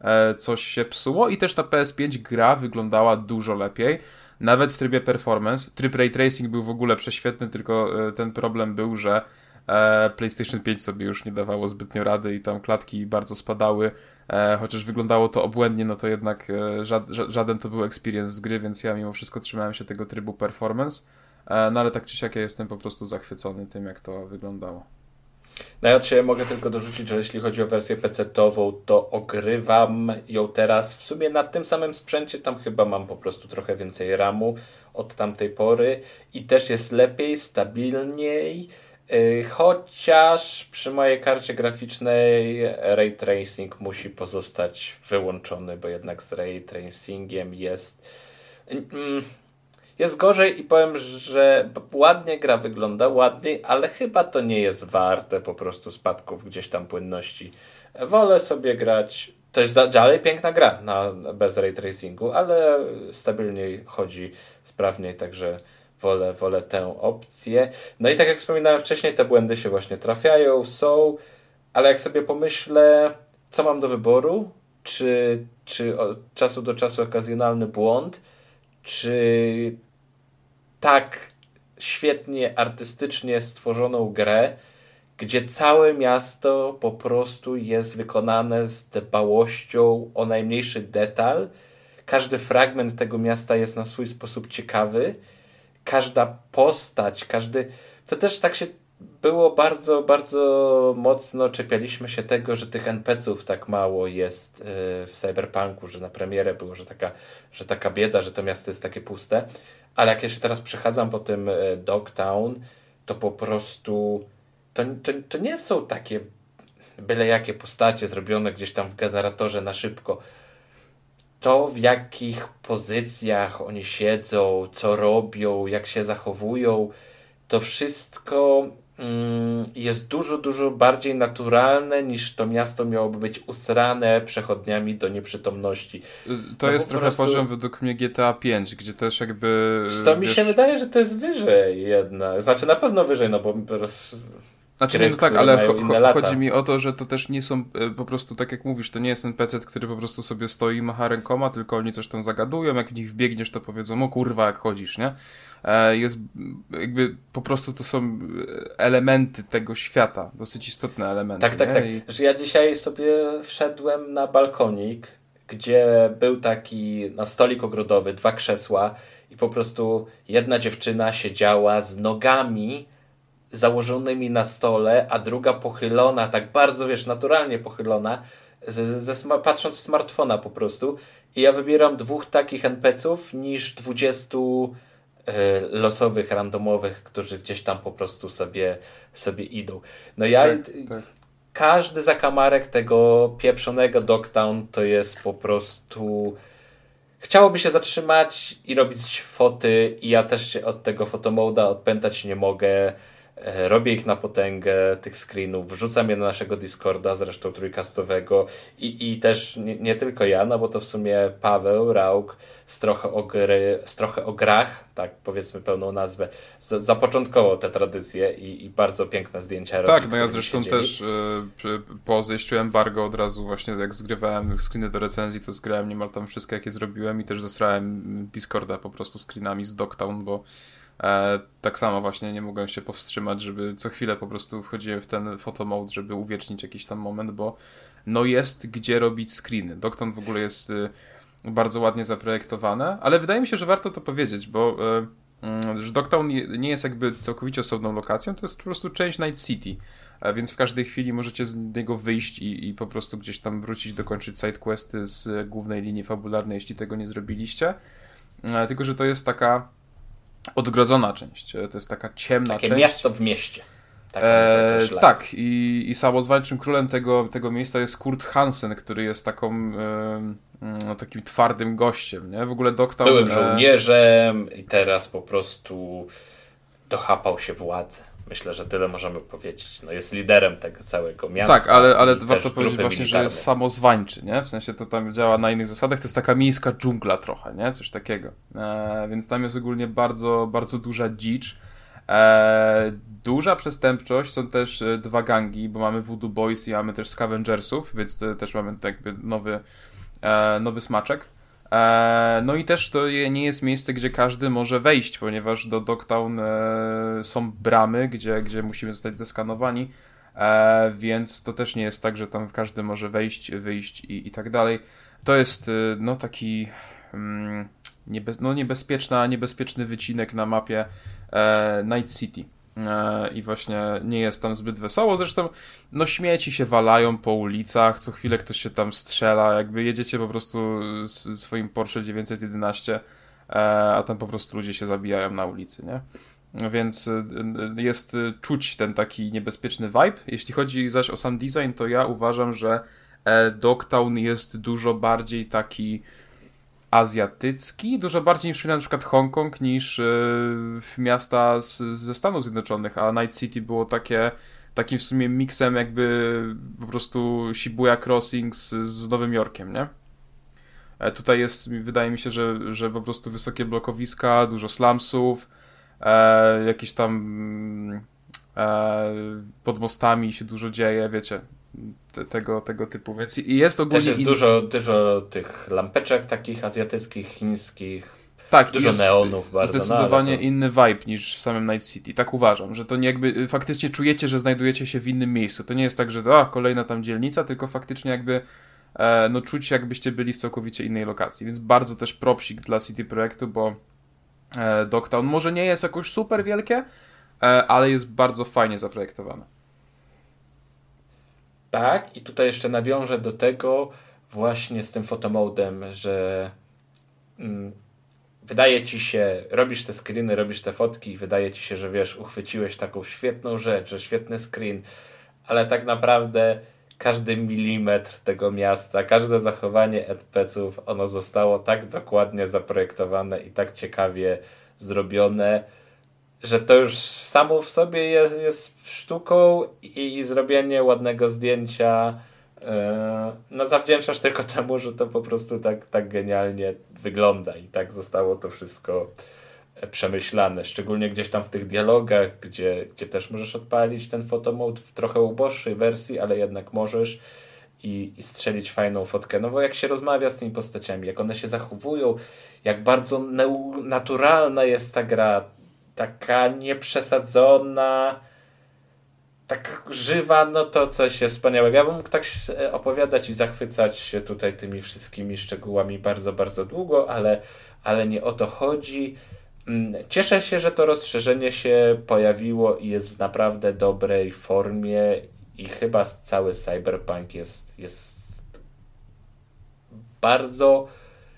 coś się psuło i też ta P S pięć gra wyglądała dużo lepiej. Nawet w trybie performance. Tryb ray tracing był w ogóle prześwietny, tylko ten problem był, że PlayStation pięć sobie już nie dawało zbytnio rady i tam klatki bardzo spadały. Chociaż wyglądało to obłędnie, no to jednak ża- żaden to był experience z gry, więc ja mimo wszystko trzymałem się tego trybu performance. No ale tak czy siak ja jestem po prostu zachwycony tym, jak to wyglądało. No ja od siebie mogę tylko dorzucić, że jeśli chodzi o wersję pecetową, to ogrywam ją teraz w sumie na tym samym sprzęcie, tam chyba mam po prostu trochę więcej ramu od tamtej pory i też jest lepiej, stabilniej, yy, chociaż przy mojej karcie graficznej ray tracing musi pozostać wyłączony, bo jednak z ray tracingiem jest... Yy, Jest gorzej i powiem, że ładnie gra wygląda, ładniej, ale chyba to nie jest warte po prostu spadków gdzieś tam płynności. Wolę sobie grać, to jest dalej piękna gra na, bez ray tracingu, ale stabilniej chodzi, sprawniej, także wolę, wolę tę opcję. No i tak jak wspominałem wcześniej, te błędy się właśnie trafiają, są, ale jak sobie pomyślę, co mam do wyboru, czy, czy od czasu do czasu okazjonalny błąd, czy tak świetnie, artystycznie stworzoną grę, gdzie całe miasto po prostu jest wykonane z dbałością o najmniejszy detal. Każdy fragment tego miasta jest na swój sposób ciekawy. Każda postać, każdy... To też tak się było bardzo, bardzo mocno czepialiśmy się tego, że tych en pe ce ów tak mało jest w Cyberpunku, że na premierę było, że taka, że taka bieda, że to miasto jest takie puste. Ale jak ja się teraz przechadzam po tym Dogtown, to po prostu to, to, to nie są takie byle jakie postacie zrobione gdzieś tam w generatorze na szybko. To, w jakich pozycjach oni siedzą, co robią, jak się zachowują, to wszystko mm, jest dużo, dużo bardziej naturalne, niż to miasto miałoby być usrane przechodniami do nieprzytomności. To no jest trochę prostu... poziom według mnie G T A pięć, gdzie też jakby... Co mi wiesz... się wydaje, że to jest wyżej jednak. Znaczy na pewno wyżej, no bo Znaczy, gry, nie, no tak, które ale mają cho- inne cho- lata. chodzi mi o to, że to też nie są e, po prostu, tak jak mówisz, to nie jest ten P C, który po prostu sobie stoi i macha rękoma, tylko oni coś tam zagadują, jak w nich wbiegniesz, to powiedzą, o kurwa, jak chodzisz, nie? E, jest jakby, po prostu to są elementy tego świata, dosyć istotne elementy. Tak, tak, nie? tak. I... Że ja dzisiaj sobie wszedłem na balkonik, gdzie był taki na stolik ogrodowy, dwa krzesła i po prostu jedna dziewczyna siedziała z nogami założonymi na stole, a druga pochylona, tak bardzo, wiesz, naturalnie pochylona, ze, ze, sma- patrząc w smartfona po prostu. I ja wybieram dwóch takich en pe ce ów niż dwudziestu y, losowych, randomowych, którzy gdzieś tam po prostu sobie, sobie idą. No ja... Tak, tak. Każdy zakamarek tego pieprzonego Dogtown to jest po prostu... Chciałoby się zatrzymać i robić foty i ja też się od tego fotomoda odpętać nie mogę. E, Robię ich na potęgę, tych screenów, wrzucam je na naszego Discorda, zresztą trójkastowego i, i też nie, nie tylko ja, no bo to w sumie Paweł Rauk z trochę o gry, z trochę o grach, tak powiedzmy pełną nazwę, z, zapoczątkował tę tradycję i, i bardzo piękne zdjęcia robi. Tak, no ja które zresztą siedzieli. też y, po zejściu embargo od razu właśnie jak zgrywałem screeny do recenzji, to zgrałem niemal tam wszystkie jakie zrobiłem i też zesrałem Discorda po prostu screenami z Dogtown, bo e, tak samo właśnie nie mogłem się powstrzymać, żeby co chwilę po prostu wchodziłem w ten photomode, żeby uwiecznić jakiś tam moment, bo no jest gdzie robić screeny. Dogtown w ogóle jest y, bardzo ładnie zaprojektowane, ale wydaje mi się, że warto to powiedzieć, bo y, że Dogtown nie jest jakby całkowicie osobną lokacją, to jest po prostu część Night City, a więc w każdej chwili możecie z niego wyjść i, i po prostu gdzieś tam wrócić, dokończyć sidequesty z głównej linii fabularnej, jeśli tego nie zrobiliście. Tylko, że to jest taka odgrodzona część, to jest taka ciemna Takie część. miasto w mieście. Tak, E, tak, i, i samozwańczym królem tego, tego miejsca jest Kurt Hansen, który jest taką e, no, takim twardym gościem, nie? W ogóle Dogtown... Byłem żołnierzem i teraz po prostu dochapał się władzy. Myślę, że tyle możemy powiedzieć. No jest liderem tego całego miasta. Tak, ale, ale i warto też powiedzieć grupy właśnie, że militarnej. jest samozwańczy, nie? W sensie to tam działa na innych zasadach, to jest taka miejska dżungla trochę, nie? Coś takiego. E, więc tam jest ogólnie bardzo, bardzo duża dzicz. E, duża przestępczość, są też dwa gangi, bo mamy Voodoo Boys i mamy też Scavengersów, więc to, też mamy jakby nowy, e, nowy smaczek. E, no i też to nie jest miejsce, gdzie każdy może wejść, ponieważ do Dogtown e, są bramy, gdzie, gdzie musimy zostać zeskanowani, e, więc to też nie jest tak, że tam każdy może wejść, wyjść i, i tak dalej. To jest no taki mm, niebez, no niebezpieczna, niebezpieczny wycinek na mapie e, Night City. I właśnie nie jest tam zbyt wesoło. Zresztą no śmieci się walają po ulicach, co chwilę ktoś się tam strzela, jakby jedziecie po prostu z swoim Porsche dziewięćset jedenaście, a tam po prostu ludzie się zabijają na ulicy, nie? Więc jest czuć ten taki niebezpieczny vibe. Jeśli chodzi zaś o sam design, to ja uważam, że Dogtown jest dużo bardziej taki azjatycki, dużo bardziej niż na przykład Hongkong, niż yy, miasta z, ze Stanów Zjednoczonych, a Night City było takie, takim w sumie miksem jakby po prostu Shibuya Crossing z, z Nowym Jorkiem, nie? E, tutaj jest, wydaje mi się, że, że po prostu wysokie blokowiska, dużo slumsów, e, jakieś tam e, pod mostami się dużo dzieje, wiecie, te, tego, tego typu, więc i jest ogólnie... Też jest in... dużo, dużo tych lampeczek takich azjatyckich, chińskich, tak, dużo jest neonów bardzo. Zdecydowanie no, to... inny vibe niż w samym Night City, tak uważam, że to nie jakby faktycznie czujecie, że znajdujecie się w innym miejscu, to nie jest tak, że a, kolejna tam dzielnica, tylko faktycznie jakby e, no czuć jakbyście byli w całkowicie innej lokacji, więc bardzo też propsik dla C D Projektu, bo e, Dogtown może nie jest jakoś super wielkie, e, ale jest bardzo fajnie zaprojektowane. Tak, i tutaj jeszcze nawiążę do tego właśnie z tym fotomodem, że mm, wydaje ci się, robisz te screeny, robisz te fotki i wydaje ci się, że wiesz, uchwyciłeś taką świetną rzecz, że świetny screen, ale tak naprawdę każdy milimetr tego miasta, każde zachowanie en pe ce ów, ono zostało tak dokładnie zaprojektowane i tak ciekawie zrobione, że to już samo w sobie jest, jest sztuką i, i zrobienie ładnego zdjęcia yy, no zawdzięczasz tylko temu, że to po prostu tak, tak genialnie wygląda i tak zostało to wszystko przemyślane, szczególnie gdzieś tam w tych dialogach, gdzie, gdzie też możesz odpalić ten photomode w trochę uboższej wersji, ale jednak możesz i, i strzelić fajną fotkę. No bo jak się rozmawia z tymi postaciami, jak one się zachowują, jak bardzo neu- naturalna jest ta gra, taka nieprzesadzona, tak żywa, no to coś jest wspaniałego. Ja bym mógł tak opowiadać i zachwycać się tutaj tymi wszystkimi szczegółami bardzo, bardzo długo, ale, ale nie o to chodzi. Cieszę się, że to rozszerzenie się pojawiło i jest w naprawdę dobrej formie i chyba cały Cyberpunk jest, jest bardzo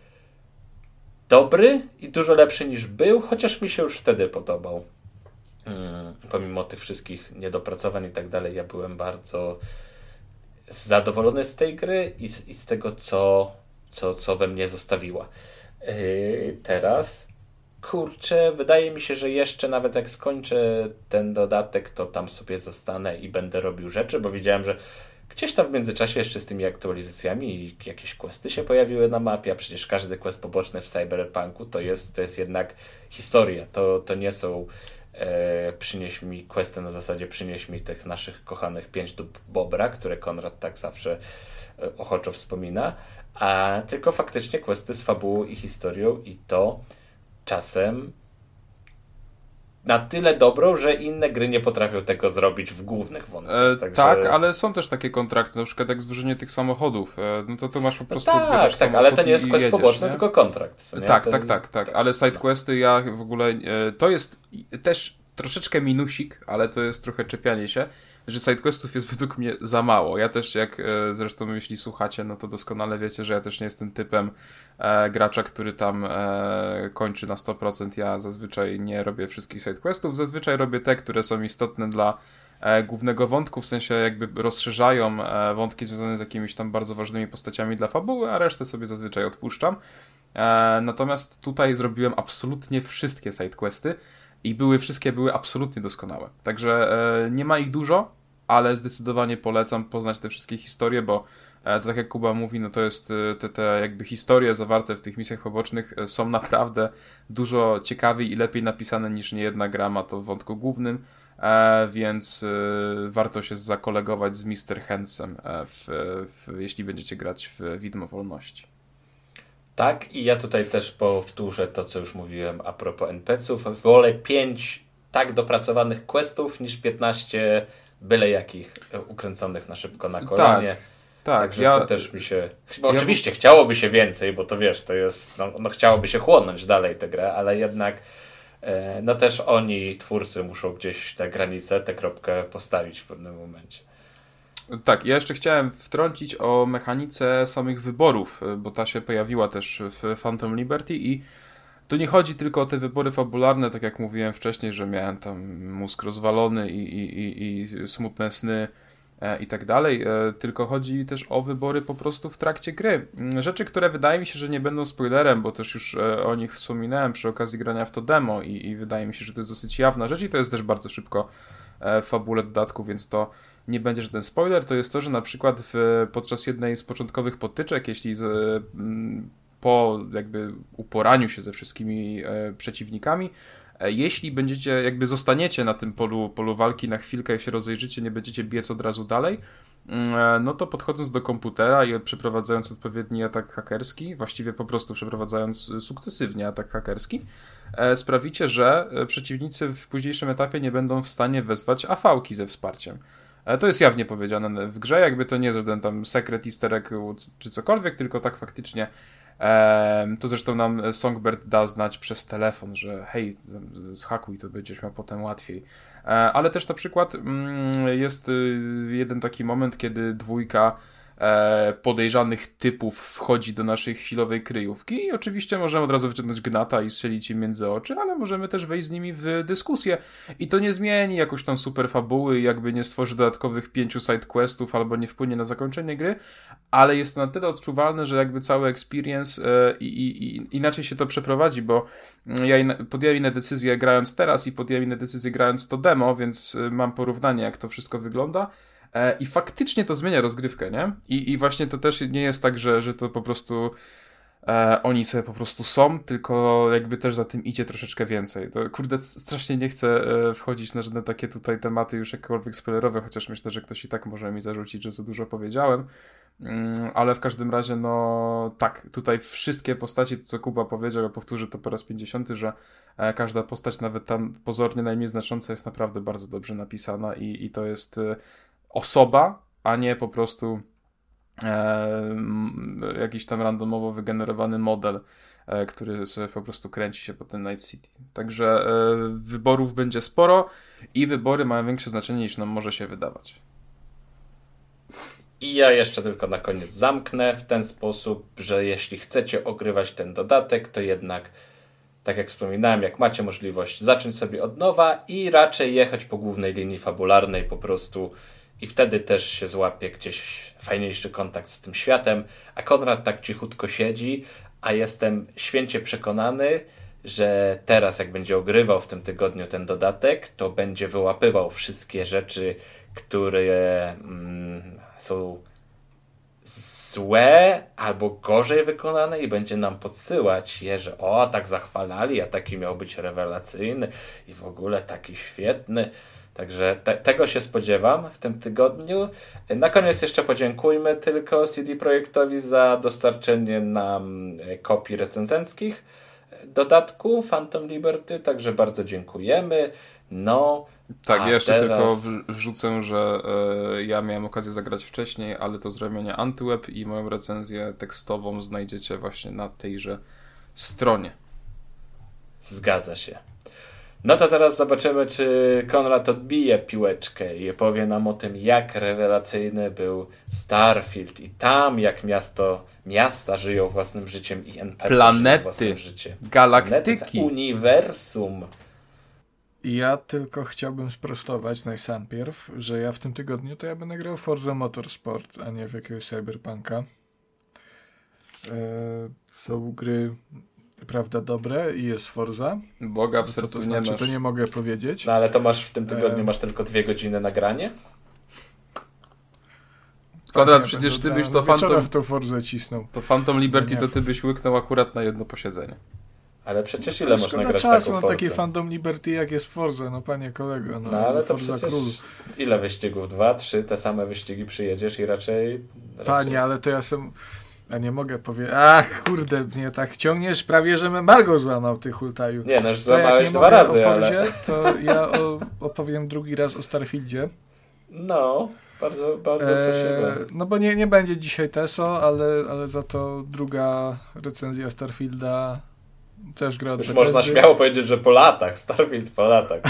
dobry i dużo lepszy niż był, chociaż mi się już wtedy podobał. Hmm, pomimo tych wszystkich niedopracowań i tak dalej, ja byłem bardzo zadowolony z tej gry i z, i z tego, co, co, co we mnie zostawiła. Yy, teraz kurczę, wydaje mi się, że jeszcze nawet jak skończę ten dodatek, to tam sobie zostanę i będę robił rzeczy, bo widziałem, że gdzieś tam w międzyczasie jeszcze z tymi aktualizacjami jakieś questy się pojawiły na mapie, a przecież każdy quest poboczny w Cyberpunku to jest, to jest jednak historia. To, to nie są e, przynieś mi questy na zasadzie przynieś mi tych naszych kochanych pięć dób Bobra, które Konrad tak zawsze e, ochoczo wspomina, a tylko faktycznie questy z fabułą i historią i to czasem na tyle dobrą, że inne gry nie potrafią tego zrobić w głównych wątkach. E, Także... Tak, ale są też takie kontrakty, na przykład jak zwożenie tych samochodów. E, no to tu masz po prostu... No tak, tak, ale to nie jest quest jedziesz, poboczny, nie? tylko kontrakt. Nie? Tak, Ten... tak, tak, tak, ale sidequesty ja w ogóle... E, to jest też troszeczkę minusik, ale to jest trochę czepianie się, że sidequestów jest według mnie za mało. Ja też, jak e, zresztą jeśli słuchacie, no to doskonale wiecie, że ja też nie jestem typem e, gracza, który tam e, kończy na sto procent. Ja zazwyczaj nie robię wszystkich sidequestów, zazwyczaj robię te, które są istotne dla e, głównego wątku, w sensie jakby rozszerzają e, wątki związane z jakimiś tam bardzo ważnymi postaciami dla fabuły, a resztę sobie zazwyczaj odpuszczam. E, natomiast tutaj zrobiłem absolutnie wszystkie sidequesty i były, wszystkie były absolutnie doskonałe. Także e, nie ma ich dużo, ale zdecydowanie polecam poznać te wszystkie historie, bo e, to tak jak Kuba mówi, no to jest e, te, te jakby historie zawarte w tych misjach pobocznych e, są naprawdę dużo ciekawiej i lepiej napisane niż niejedna gra ma to w wątku głównym, e, więc e, warto się zakolegować z mister Handsem, e, w, w, jeśli będziecie grać w Widmo Wolności. Tak, i ja tutaj też powtórzę to, co już mówiłem a propos en pe ce ów. Wolę pięć tak dopracowanych questów niż piętnaście byle jakich ukręconych na szybko na kolanie. Tak, tak. Także ja, to też mi się... Bo ja oczywiście w... chciałoby się więcej, bo to wiesz, to jest... No, no chciałoby się chłonąć dalej tę grę, ale jednak e, no też oni, twórcy, muszą gdzieś tę granicę, tę kropkę postawić w pewnym momencie. Tak, ja jeszcze chciałem wtrącić o mechanice samych wyborów, bo ta się pojawiła też w Phantom Liberty i tu nie chodzi tylko o te wybory fabularne, tak jak mówiłem wcześniej, że miałem tam mózg rozwalony i, i, i, i smutne sny e, i tak dalej, e, tylko chodzi też o wybory po prostu w trakcie gry. Rzeczy, które wydaje mi się, że nie będą spoilerem, bo też już e, o nich wspominałem przy okazji grania w to demo i, i wydaje mi się, że to jest dosyć jawna rzecz i to jest też bardzo szybko e, w fabule dodatku, więc to nie będzie żaden spoiler. To jest to, że na przykład w, podczas jednej z początkowych potyczek, jeśli z, m, po jakby uporaniu się ze wszystkimi e, przeciwnikami, e, jeśli będziecie, jakby zostaniecie na tym polu, polu walki na chwilkę, jak się rozejrzycie, nie będziecie biec od razu dalej, e, no to podchodząc do komputera i przeprowadzając odpowiedni atak hakerski, właściwie po prostu przeprowadzając sukcesywnie atak hakerski, e, sprawicie, że przeciwnicy w późniejszym etapie nie będą w stanie wezwać a vé ki ze wsparciem. E, to jest jawnie powiedziane w grze, jakby to nie jest żaden tam sekret, easter egg czy cokolwiek, tylko tak faktycznie. To zresztą nam Songbird da znać przez telefon, że hej, zhakuj, to będziesz miał potem łatwiej. Ale też na przykład jest jeden taki moment, kiedy dwójka podejrzanych typów wchodzi do naszej chwilowej kryjówki i oczywiście możemy od razu wyciągnąć gnata i strzelić im między oczy, ale możemy też wejść z nimi w dyskusję i to nie zmieni jakoś tam super fabuły i jakby nie stworzy dodatkowych pięciu sidequestów albo nie wpłynie na zakończenie gry, ale jest to na tyle odczuwalne, że jakby cały experience i, i, i inaczej się to przeprowadzi, bo ja inna, podjąłem inne decyzje grając teraz i podjąłem inne decyzje grając to demo, więc mam porównanie, jak to wszystko wygląda. I faktycznie to zmienia rozgrywkę, nie? I, i właśnie to też nie jest tak, że, że to po prostu E, oni sobie po prostu są, tylko jakby też za tym idzie troszeczkę więcej. To, kurde, strasznie nie chcę e, wchodzić na żadne takie tutaj tematy już jakkolwiek spoilerowe, chociaż myślę, że ktoś i tak może mi zarzucić, że za dużo powiedziałem. Mm, ale w każdym razie, no tak, tutaj wszystkie postaci, to co Kuba powiedział, ja powtórzę to po raz pięćdziesiąty, że e, każda postać, nawet tam pozornie najmniej znacząca, jest naprawdę bardzo dobrze napisana i, i to jest e, osoba, a nie po prostu E, jakiś tam randomowo wygenerowany model, e, który sobie po prostu kręci się po tym Night City. Także e, wyborów będzie sporo i wybory mają większe znaczenie niż nam może się wydawać. I ja jeszcze tylko na koniec zamknę w ten sposób, że jeśli chcecie ogrywać ten dodatek, to jednak, tak jak wspominałem, jak macie możliwość, zacząć sobie od nowa i raczej jechać po głównej linii fabularnej po prostu. I wtedy też się złapie gdzieś fajniejszy kontakt z tym światem. A Konrad tak cichutko siedzi, a jestem święcie przekonany, że teraz jak będzie ogrywał w tym tygodniu ten dodatek, to będzie wyłapywał wszystkie rzeczy, które mm, są złe albo gorzej wykonane i będzie nam podsyłać je, że o, tak zachwalali, a taki miał być rewelacyjny i w ogóle taki świetny. Także te, tego się spodziewam w tym tygodniu. Na koniec jeszcze podziękujmy tylko C D Projektowi za dostarczenie nam kopii recenzenckich dodatku Phantom Liberty, także bardzo dziękujemy. No, tak, ja jeszcze teraz... tylko wrzucę, że y, ja miałem okazję zagrać wcześniej, ale to z ramienia Antyweb i moją recenzję tekstową znajdziecie właśnie na tejże stronie. Zgadza się. No to teraz zobaczymy, czy Konrad odbije piłeczkę i powie nam o tym, jak rewelacyjny był Starfield i tam, jak miasto, miasta żyją własnym życiem i N P C planety, żyją własnym życiem. Galaktyki, planety, uniwersum. Ja tylko chciałbym sprostować najsampierw, że ja w tym tygodniu to ja będę grał w Forza Motorsport, a nie w jakiegoś Cyberpunka. Yy, są gry, prawda, dobre i jest Forza. Boga w Co sercu to nie znaczy, masz. to nie mogę powiedzieć. No ale to masz w tym tygodniu E... masz tylko dwie godziny nagranie? Konrad, Ja przecież ty będę byś to wieczorem Phantom... w tą Forzę cisnął. To Phantom Liberty nie. to ty byś łyknął akurat na jedno posiedzenie. Ale przecież ile No, można szkoda grać czasu taką na Forzę? takie Phantom Liberty jak jest Forza, no panie kolego. No, No ale to Forza przecież Król. ile wyścigów? Dwa, trzy, te same wyścigi przyjedziesz i raczej... raczej... Panie, ale to ja sam... Ja nie mogę powiedzieć... Ach, kurde, mnie tak ciągniesz, prawie że embargo złamał ty hultaju. Nie, no już To jak złamałeś nie dwa mogę razy, o Forzie, ale... to ja o, opowiem drugi raz o Starfieldzie. No, bardzo, bardzo prosimy. Eee, no bo nie, nie będzie dzisiaj Teso, ale, ale za to druga recenzja Starfielda też gra od Już Bethesdy. można śmiało powiedzieć, że po latach, Starfield po latach.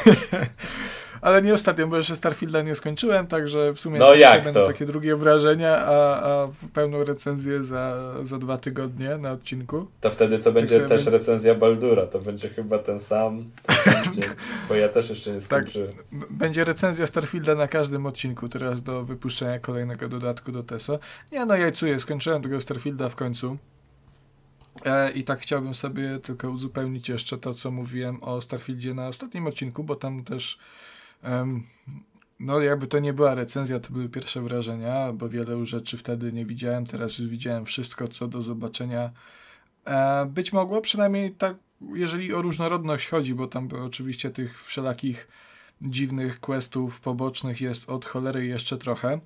Ale nie ostatnio, bo jeszcze Starfielda nie skończyłem, także w sumie No jak będą to? takie drugie wrażenia, a, a pełną recenzję za, za dwa tygodnie na odcinku. To wtedy co będzie sobie też bym- recenzja Baldura, to będzie chyba ten sam, ten sam dzień, bo ja też jeszcze nie skończyłem. B- Będzie recenzja Starfielda na każdym odcinku, teraz do wypuszczenia kolejnego dodatku do Teso. Nie no, jajcuję, skończyłem tego Starfielda w końcu. E, I tak chciałbym sobie tylko uzupełnić jeszcze to, co mówiłem o Starfieldzie na ostatnim odcinku, bo tam też em, no jakby to nie była recenzja, to były pierwsze wrażenia, bo wiele rzeczy wtedy nie widziałem, teraz już widziałem wszystko, co do zobaczenia e, być mogło, przynajmniej tak, jeżeli o różnorodność chodzi, bo tam oczywiście tych wszelakich dziwnych questów pobocznych jest od cholery jeszcze trochę.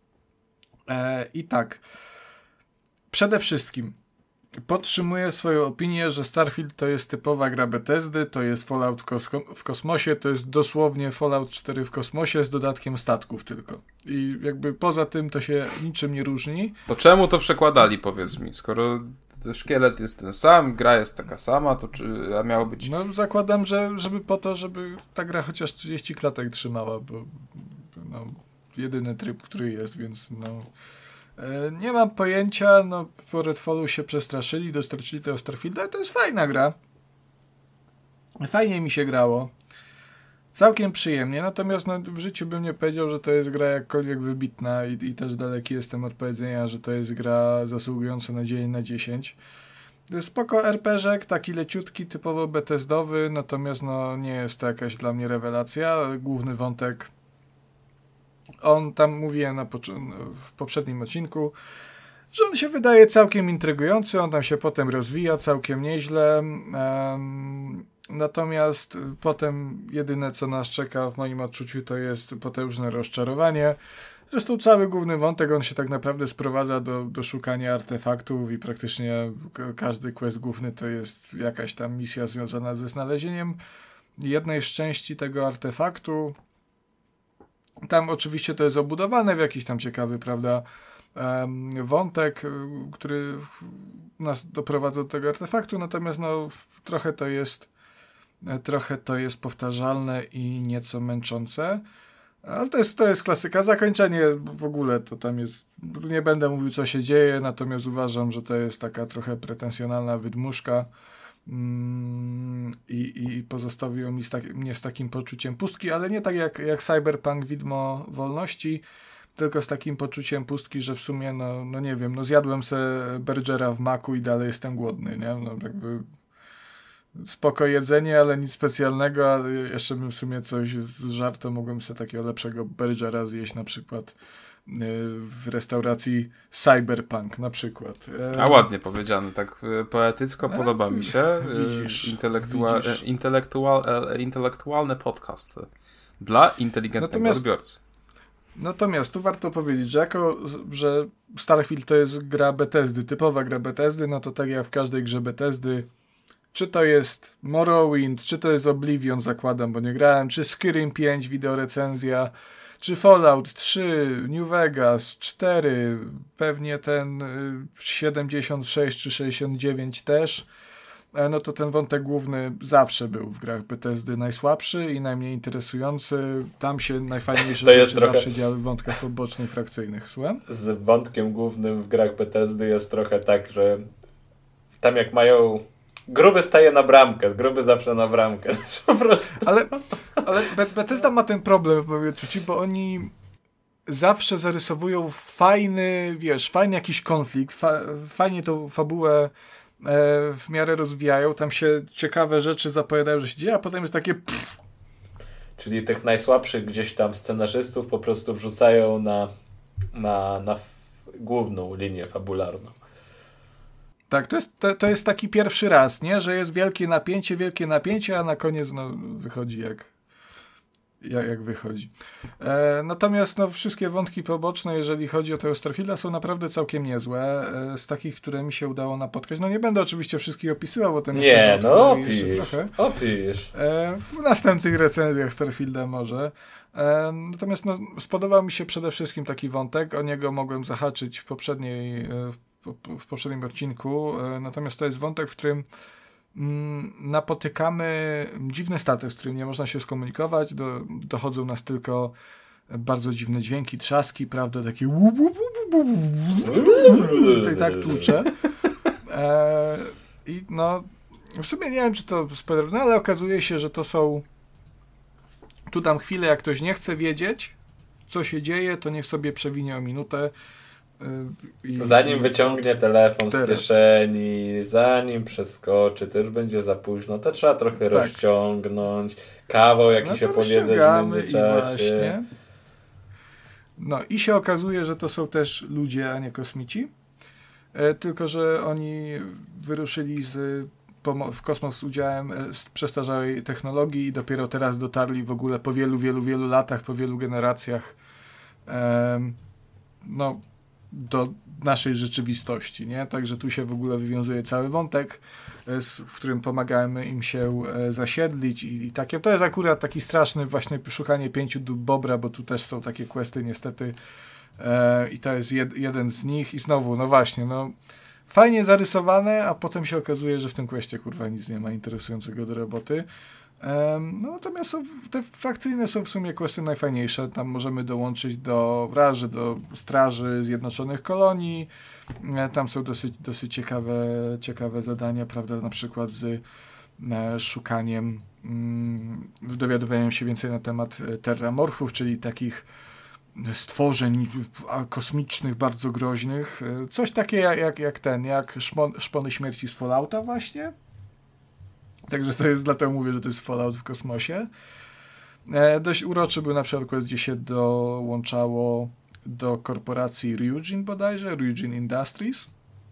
E, I tak, przede wszystkim podtrzymuję swoją opinię, że Starfield to jest typowa gra Bethesdy, to jest Fallout w, kosko- w kosmosie, to jest dosłownie Fallout cztery w kosmosie z dodatkiem statków tylko. I jakby poza tym to się niczym nie różni. To czemu to przekładali, powiedz mi? Skoro szkielet jest ten sam, gra jest taka sama, to czy a miało być... No zakładam, że żeby po to, żeby ta gra chociaż trzydzieści klatek trzymała, bo no, jedyny tryb, który jest, więc no... Nie mam pojęcia, no po Redfallu się przestraszyli, dostarczyli tego Starfielda, to jest fajna gra. Fajnie mi się grało. Całkiem przyjemnie, natomiast no, w życiu bym nie powiedział, że to jest gra jakkolwiek wybitna i, i też daleki jestem od powiedzenia, że to jest gra zasługująca na dziesięć na dziesięć. Spoko er pe gie, taki leciutki, typowo Bethesdowy, natomiast no nie jest to jakaś dla mnie rewelacja. Główny wątek on tam mówiłem na pocz- w poprzednim odcinku, że on się wydaje całkiem intrygujący, on tam się potem rozwija całkiem nieźle. Um, natomiast potem jedyne, co nas czeka w moim odczuciu, to jest potężne rozczarowanie. Zresztą cały główny wątek, on się tak naprawdę sprowadza do, do szukania artefaktów i praktycznie każdy quest główny to jest jakaś tam misja związana ze znalezieniem jednej z części tego artefaktu. Tam oczywiście to jest obudowane w jakiś tam ciekawy, prawda, wątek, który nas doprowadza do tego artefaktu, natomiast no trochę to jest trochę to jest powtarzalne i nieco męczące. Ale to jest, to jest klasyka. Zakończenie w ogóle to tam jest... Nie będę mówił, co się dzieje, natomiast uważam, że to jest taka trochę pretensjonalna wydmuszka mm, i, i pozostawiło mnie z, tak, mnie z takim poczuciem pustki, ale nie tak jak, jak Cyberpunk Widmo Wolności, tylko z takim poczuciem pustki, że w sumie, no, no nie wiem, no zjadłem se burgera w maku i dalej jestem głodny, nie? No jakby... Spoko jedzenie, ale nic specjalnego, ale jeszcze bym w sumie coś z żartem mogłem sobie takiego lepszego burgera zjeść, na przykład w restauracji Cyberpunk na przykład. A ładnie powiedziane, tak poetycko, A, podoba mi się. Widzisz, Intelektua- widzisz. Intelektual, intelektualny podcast dla inteligentnego natomiast, odbiorcy. Natomiast tu warto powiedzieć, że jako, że Starfield to jest gra Bethesdy, typowa gra Bethesdy, no to tak jak w każdej grze Bethesdy, czy to jest Morrowind, czy to jest Oblivion, zakładam, bo nie grałem, czy Skyrim pięć, wideorecenzja, czy Fallout trzy, New Vegas cztery, pewnie ten siedemdziesiąt sześć czy sześćdziesiąt dziewięć też, no to ten wątek główny zawsze był w grach Bethesdy najsłabszy i najmniej interesujący. Tam się najfajniejsze to jest rzeczy trochę... zawsze działy w wątkach pobocznych, frakcyjnych. Słucham? Z wątkiem głównym w grach Bethesdy jest trochę tak, że tam jak mają... Gruby staje na bramkę, gruby zawsze na bramkę. Po prostu. Ale, ale Bethesda ma ten problem w moim odczuciu, bo oni zawsze zarysowują fajny, wiesz, fajny jakiś konflikt, fa- fajnie tą fabułę e, w miarę rozwijają, tam się ciekawe rzeczy zapowiadają, że się dzieje, a potem jest takie pff. Czyli tych najsłabszych gdzieś tam scenarzystów po prostu wrzucają na, na, na f- główną linię fabularną. Tak, to jest, to, to jest taki pierwszy raz, nie? Że jest wielkie napięcie, wielkie napięcie, a na koniec no, wychodzi jak, jak, jak wychodzi. E, natomiast no, wszystkie wątki poboczne, jeżeli chodzi o tego Starfielda, są naprawdę całkiem niezłe. E, z takich, które mi się udało napotkać. No nie będę oczywiście wszystkich opisywał, bo ten Nie, no opisz, opisz. E, w następnych recenzjach Starfielda może. E, natomiast no, spodobał mi się przede wszystkim taki wątek. O niego mogłem zahaczyć w poprzedniej e, w poprzednim odcinku, natomiast to jest wątek, w którym mm, napotykamy dziwny statek, z którym nie można się skomunikować, do, dochodzą nas tylko bardzo dziwne dźwięki, trzaski, prawda, takie i tak tłucze. E, I no, w sumie nie wiem, czy to spoiler, no ale okazuje się, że to są tu tam chwilę, jak ktoś nie chce wiedzieć, co się dzieje, to niech sobie przewinie o minutę. I, zanim i, wyciągnie telefon teraz. z kieszeni, zanim przeskoczy, to już będzie za późno, to trzeba trochę tak. rozciągnąć, kawał jakiś no się opowiedzieć w międzyczasie. No i się okazuje, że to są też ludzie, a nie kosmici, e, tylko że oni wyruszyli z, w kosmos z udziałem z przestarzałej technologii i dopiero teraz dotarli w ogóle po wielu, wielu, wielu latach, po wielu generacjach e, no do naszej rzeczywistości, nie? Także tu się w ogóle wywiązuje cały wątek, w którym pomagamy im się zasiedlić i, i takie. To jest akurat taki straszny właśnie szukanie pięciu dup bobra, bo tu też są takie questy niestety e, i to jest jed, jeden z nich i znowu, no właśnie, no fajnie zarysowane, a potem się okazuje, że w tym questie kurwa nic nie ma interesującego do roboty. No, natomiast są, te frakcyjne są w sumie questy najfajniejsze. Tam możemy dołączyć do wraży, do Straży Zjednoczonych Kolonii. Tam są dosyć, dosyć ciekawe, ciekawe zadania, prawda, na przykład z e, szukaniem, mm, dowiadywaniem się więcej na temat terramorfów, czyli takich stworzeń kosmicznych, bardzo groźnych. Coś takie jak, jak, jak ten, jak szpon, szpony śmierci z Fallouta właśnie. Także to jest, dlatego mówię, że to jest Fallout w kosmosie. E, dość uroczy był na przykład, gdzie się dołączało do korporacji Ryujin bodajże, Ryujin Industries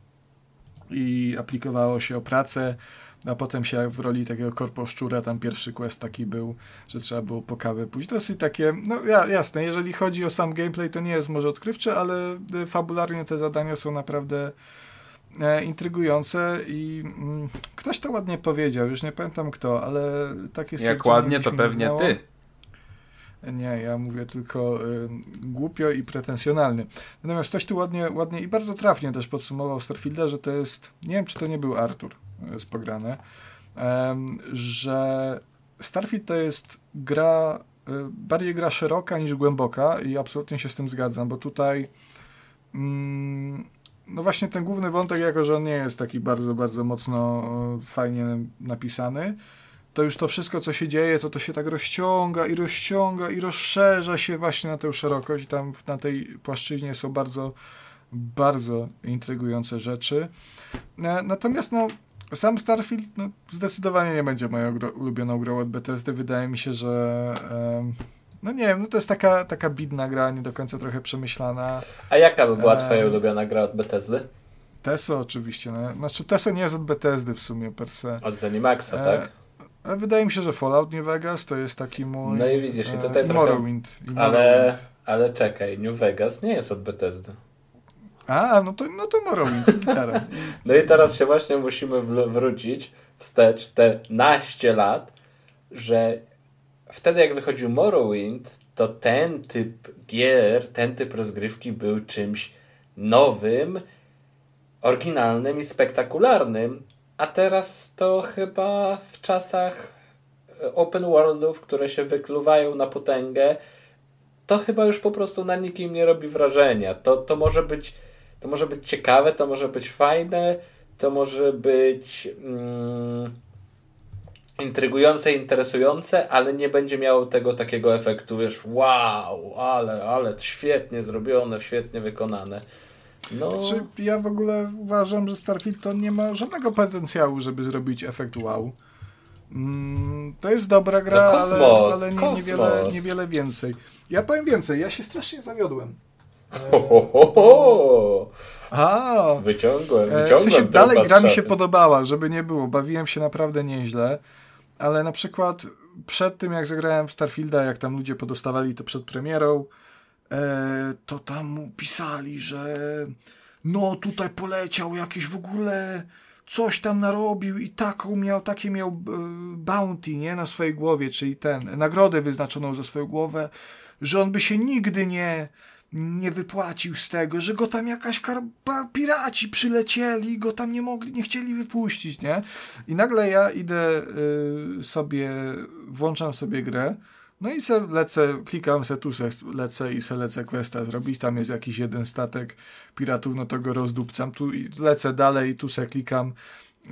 i aplikowało się o pracę, a potem się w roli takiego korposzczura, tam pierwszy quest taki był, że trzeba było po kawę pójść. Dosyć takie, no ja, jasne, jeżeli chodzi o sam gameplay, to nie jest może odkrywcze, ale fabularnie te zadania są naprawdę e, intrygujące i mm, ktoś to ładnie powiedział, już nie pamiętam kto, ale takie Jak ładnie, to pewnie minęło. Ty. Nie, ja mówię tylko y, głupio i pretensjonalnie. Natomiast ktoś tu ładnie, ładnie i bardzo trafnie też podsumował Starfielda, że to jest, nie wiem czy to nie był Artur y, z Pograne, y, że Starfield to jest gra, y, bardziej gra szeroka niż głęboka i absolutnie się z tym zgadzam, bo tutaj y, no właśnie ten główny wątek, jako że on nie jest taki bardzo, bardzo mocno y, fajnie napisany, to już to wszystko, co się dzieje, to to się tak rozciąga i rozciąga i rozszerza się właśnie na tę szerokość i tam na tej płaszczyźnie są bardzo, bardzo intrygujące rzeczy. Natomiast no, sam Starfield no, zdecydowanie nie będzie moją gro- ulubioną grą od Bethesdy. Wydaje mi się, że um, no nie wiem, no to jest taka, taka bidna gra, nie do końca trochę przemyślana. A jaka by była twoja um, ulubiona gra od Bethesdy? Teso oczywiście. No. Znaczy Teso nie jest od Bethesdy w sumie per se. Od Zenimaxa, e- tak? Ale wydaje mi się, że Fallout New Vegas to jest taki mój... No i widzisz, i tutaj e, trochę... Morrowind. I ale, ale czekaj, New Vegas nie jest od Bethesdy. A, no to, no to Morrowind, gitara. No i teraz się właśnie musimy w- wrócić wstecz te naście lat, że wtedy jak wychodził Morrowind, to ten typ gier, ten typ rozgrywki był czymś nowym, oryginalnym i spektakularnym. A teraz to chyba w czasach open worldów, które się wykluwają na potęgę, to chyba już po prostu na nikim nie robi wrażenia. To, to, może być, to może być ciekawe, to może być fajne, to może być mm, intrygujące, interesujące, ale nie będzie miało tego takiego efektu, wiesz, wow, ale, ale świetnie zrobione, świetnie wykonane. No. Znaczy, ja w ogóle uważam, że Starfield to nie ma żadnego potencjału, żeby zrobić efekt wow. Mm, to jest dobra gra, no kosmos, ale, ale nie, kosmos. niewiele, niewiele więcej. Ja powiem więcej, ja się strasznie zawiodłem. Ho, ho, ho, ho. A, wyciągłem, wyciągłem. W sensie dalej gra mi się podobała, żeby nie było. Bawiłem się naprawdę nieźle, ale na przykład przed tym, jak zagrałem w Starfielda, jak tam ludzie podostawali to przed premierą, to tam mu pisali, że no tutaj poleciał jakiś w ogóle coś tam narobił i taką miał, takie miał bounty, nie, na swojej głowie, czyli ten, nagrodę wyznaczoną za swoją głowę, że on by się nigdy nie nie wypłacił z tego, że go tam jakaś karba, piraci przylecieli i go tam nie mogli, nie chcieli wypuścić, nie? I nagle ja idę y, sobie, włączam sobie grę, no i se lecę, klikam se tu se lecę i se lecę questa zrobić, tam jest jakiś jeden statek piratów, no to go rozdupcam, tu i lecę dalej i tu se klikam y,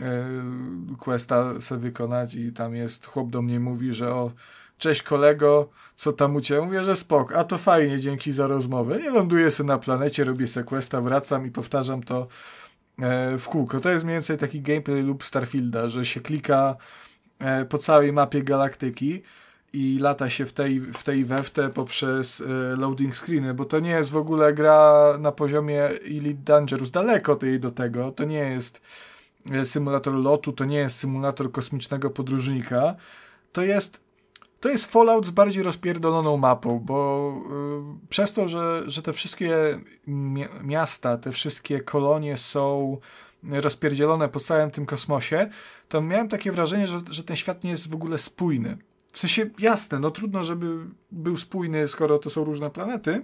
questa se wykonać i tam jest, chłop do mnie mówi, że o, cześć kolego, co tam u ciebie? Mówię, że spok, a to fajnie, dzięki za rozmowę. Nie ląduję sobie na planecie, robię se questa, wracam i powtarzam to e, w kółko. To jest mniej więcej taki gameplay lub Starfielda, że się klika e, po całej mapie galaktyki i lata się w tej, w tej we w te poprzez e, loading screeny, bo to nie jest w ogóle gra na poziomie Elite Dangerous, daleko tej do tego, to nie jest symulator lotu, to nie jest symulator kosmicznego podróżnika, to jest To jest Fallout z bardziej rozpierdoloną mapą, bo y, przez to, że, że te wszystkie mi- miasta, te wszystkie kolonie są rozpierdzielone po całym tym kosmosie, to miałem takie wrażenie, że, że ten świat nie jest w ogóle spójny. W sensie, jasne, no trudno, żeby był spójny, skoro to są różne planety,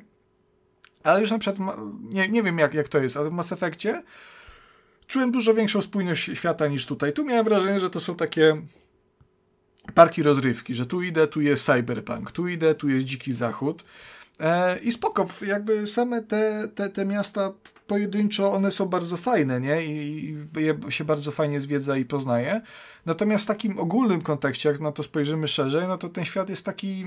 ale już na przykład, ma- nie, nie wiem jak, jak to jest, ale w Mass Effectie czułem dużo większą spójność świata niż tutaj. Tu miałem wrażenie, że to są takie parki rozrywki, że tu idę, tu jest cyberpunk, tu idę, tu jest dziki zachód e, i spoko, jakby same te, te, te miasta pojedynczo, one są bardzo fajne, nie? I, i je się bardzo fajnie zwiedza i poznaje. Natomiast w takim ogólnym kontekście, jak na to spojrzymy szerzej, no to ten świat jest taki,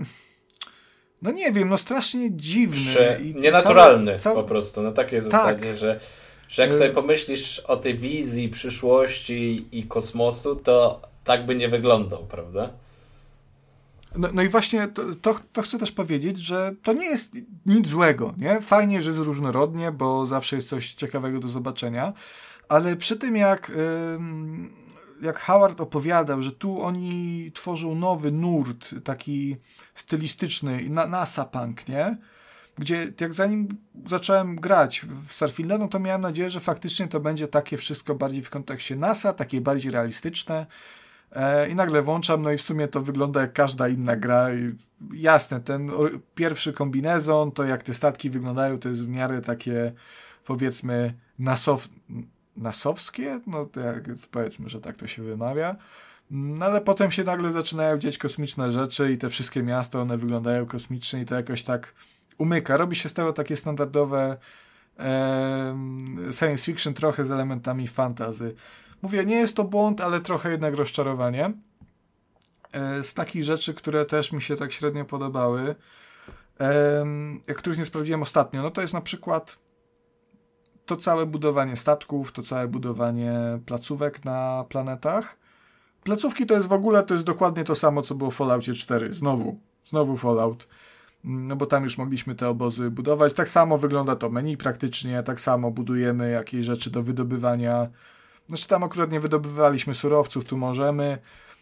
no nie wiem, no strasznie dziwny. Prze- I nienaturalny całe, całe... po prostu, na takiej tak. zasadzie, że, że jak sobie pomyślisz o tej wizji przyszłości i kosmosu, to tak by nie wyglądał, prawda? No, no i właśnie to, to, to chcę też powiedzieć, że to nie jest nic złego, nie? Fajnie, że jest różnorodnie, bo zawsze jest coś ciekawego do zobaczenia, ale przy tym jak, jak Howard opowiadał, że tu oni tworzą nowy nurt, taki stylistyczny, NASA Punk, nie? Gdzie jak zanim zacząłem grać w Starfielda, no to miałem nadzieję, że faktycznie to będzie takie wszystko bardziej w kontekście NASA, takie bardziej realistyczne. I nagle włączam, no i w sumie to wygląda jak każda inna gra. I jasne, ten pierwszy kombinezon, to jak te statki wyglądają, to jest w miarę takie, powiedzmy, nasow... nasowskie? No to jak, powiedzmy, że tak to się wymawia. No ale potem się nagle zaczynają dziać kosmiczne rzeczy i te wszystkie miasta, one wyglądają kosmicznie i to jakoś tak umyka. Robi się z tego takie standardowe e, science fiction trochę z elementami fantasy. Mówię, nie jest to błąd, ale trochę jednak rozczarowanie. E, z takich rzeczy, które też mi się tak średnio podobały, e, których nie sprawdziłem ostatnio, no to jest na przykład to całe budowanie statków, to całe budowanie placówek na planetach. Placówki to jest w ogóle, to jest dokładnie to samo, co było w Falloutie cztery. Znowu, znowu Fallout. No bo tam już mogliśmy te obozy budować. Tak samo wygląda to menu praktycznie, tak samo budujemy jakieś rzeczy do wydobywania. Znaczy tam akurat nie wydobywaliśmy surowców, tu możemy,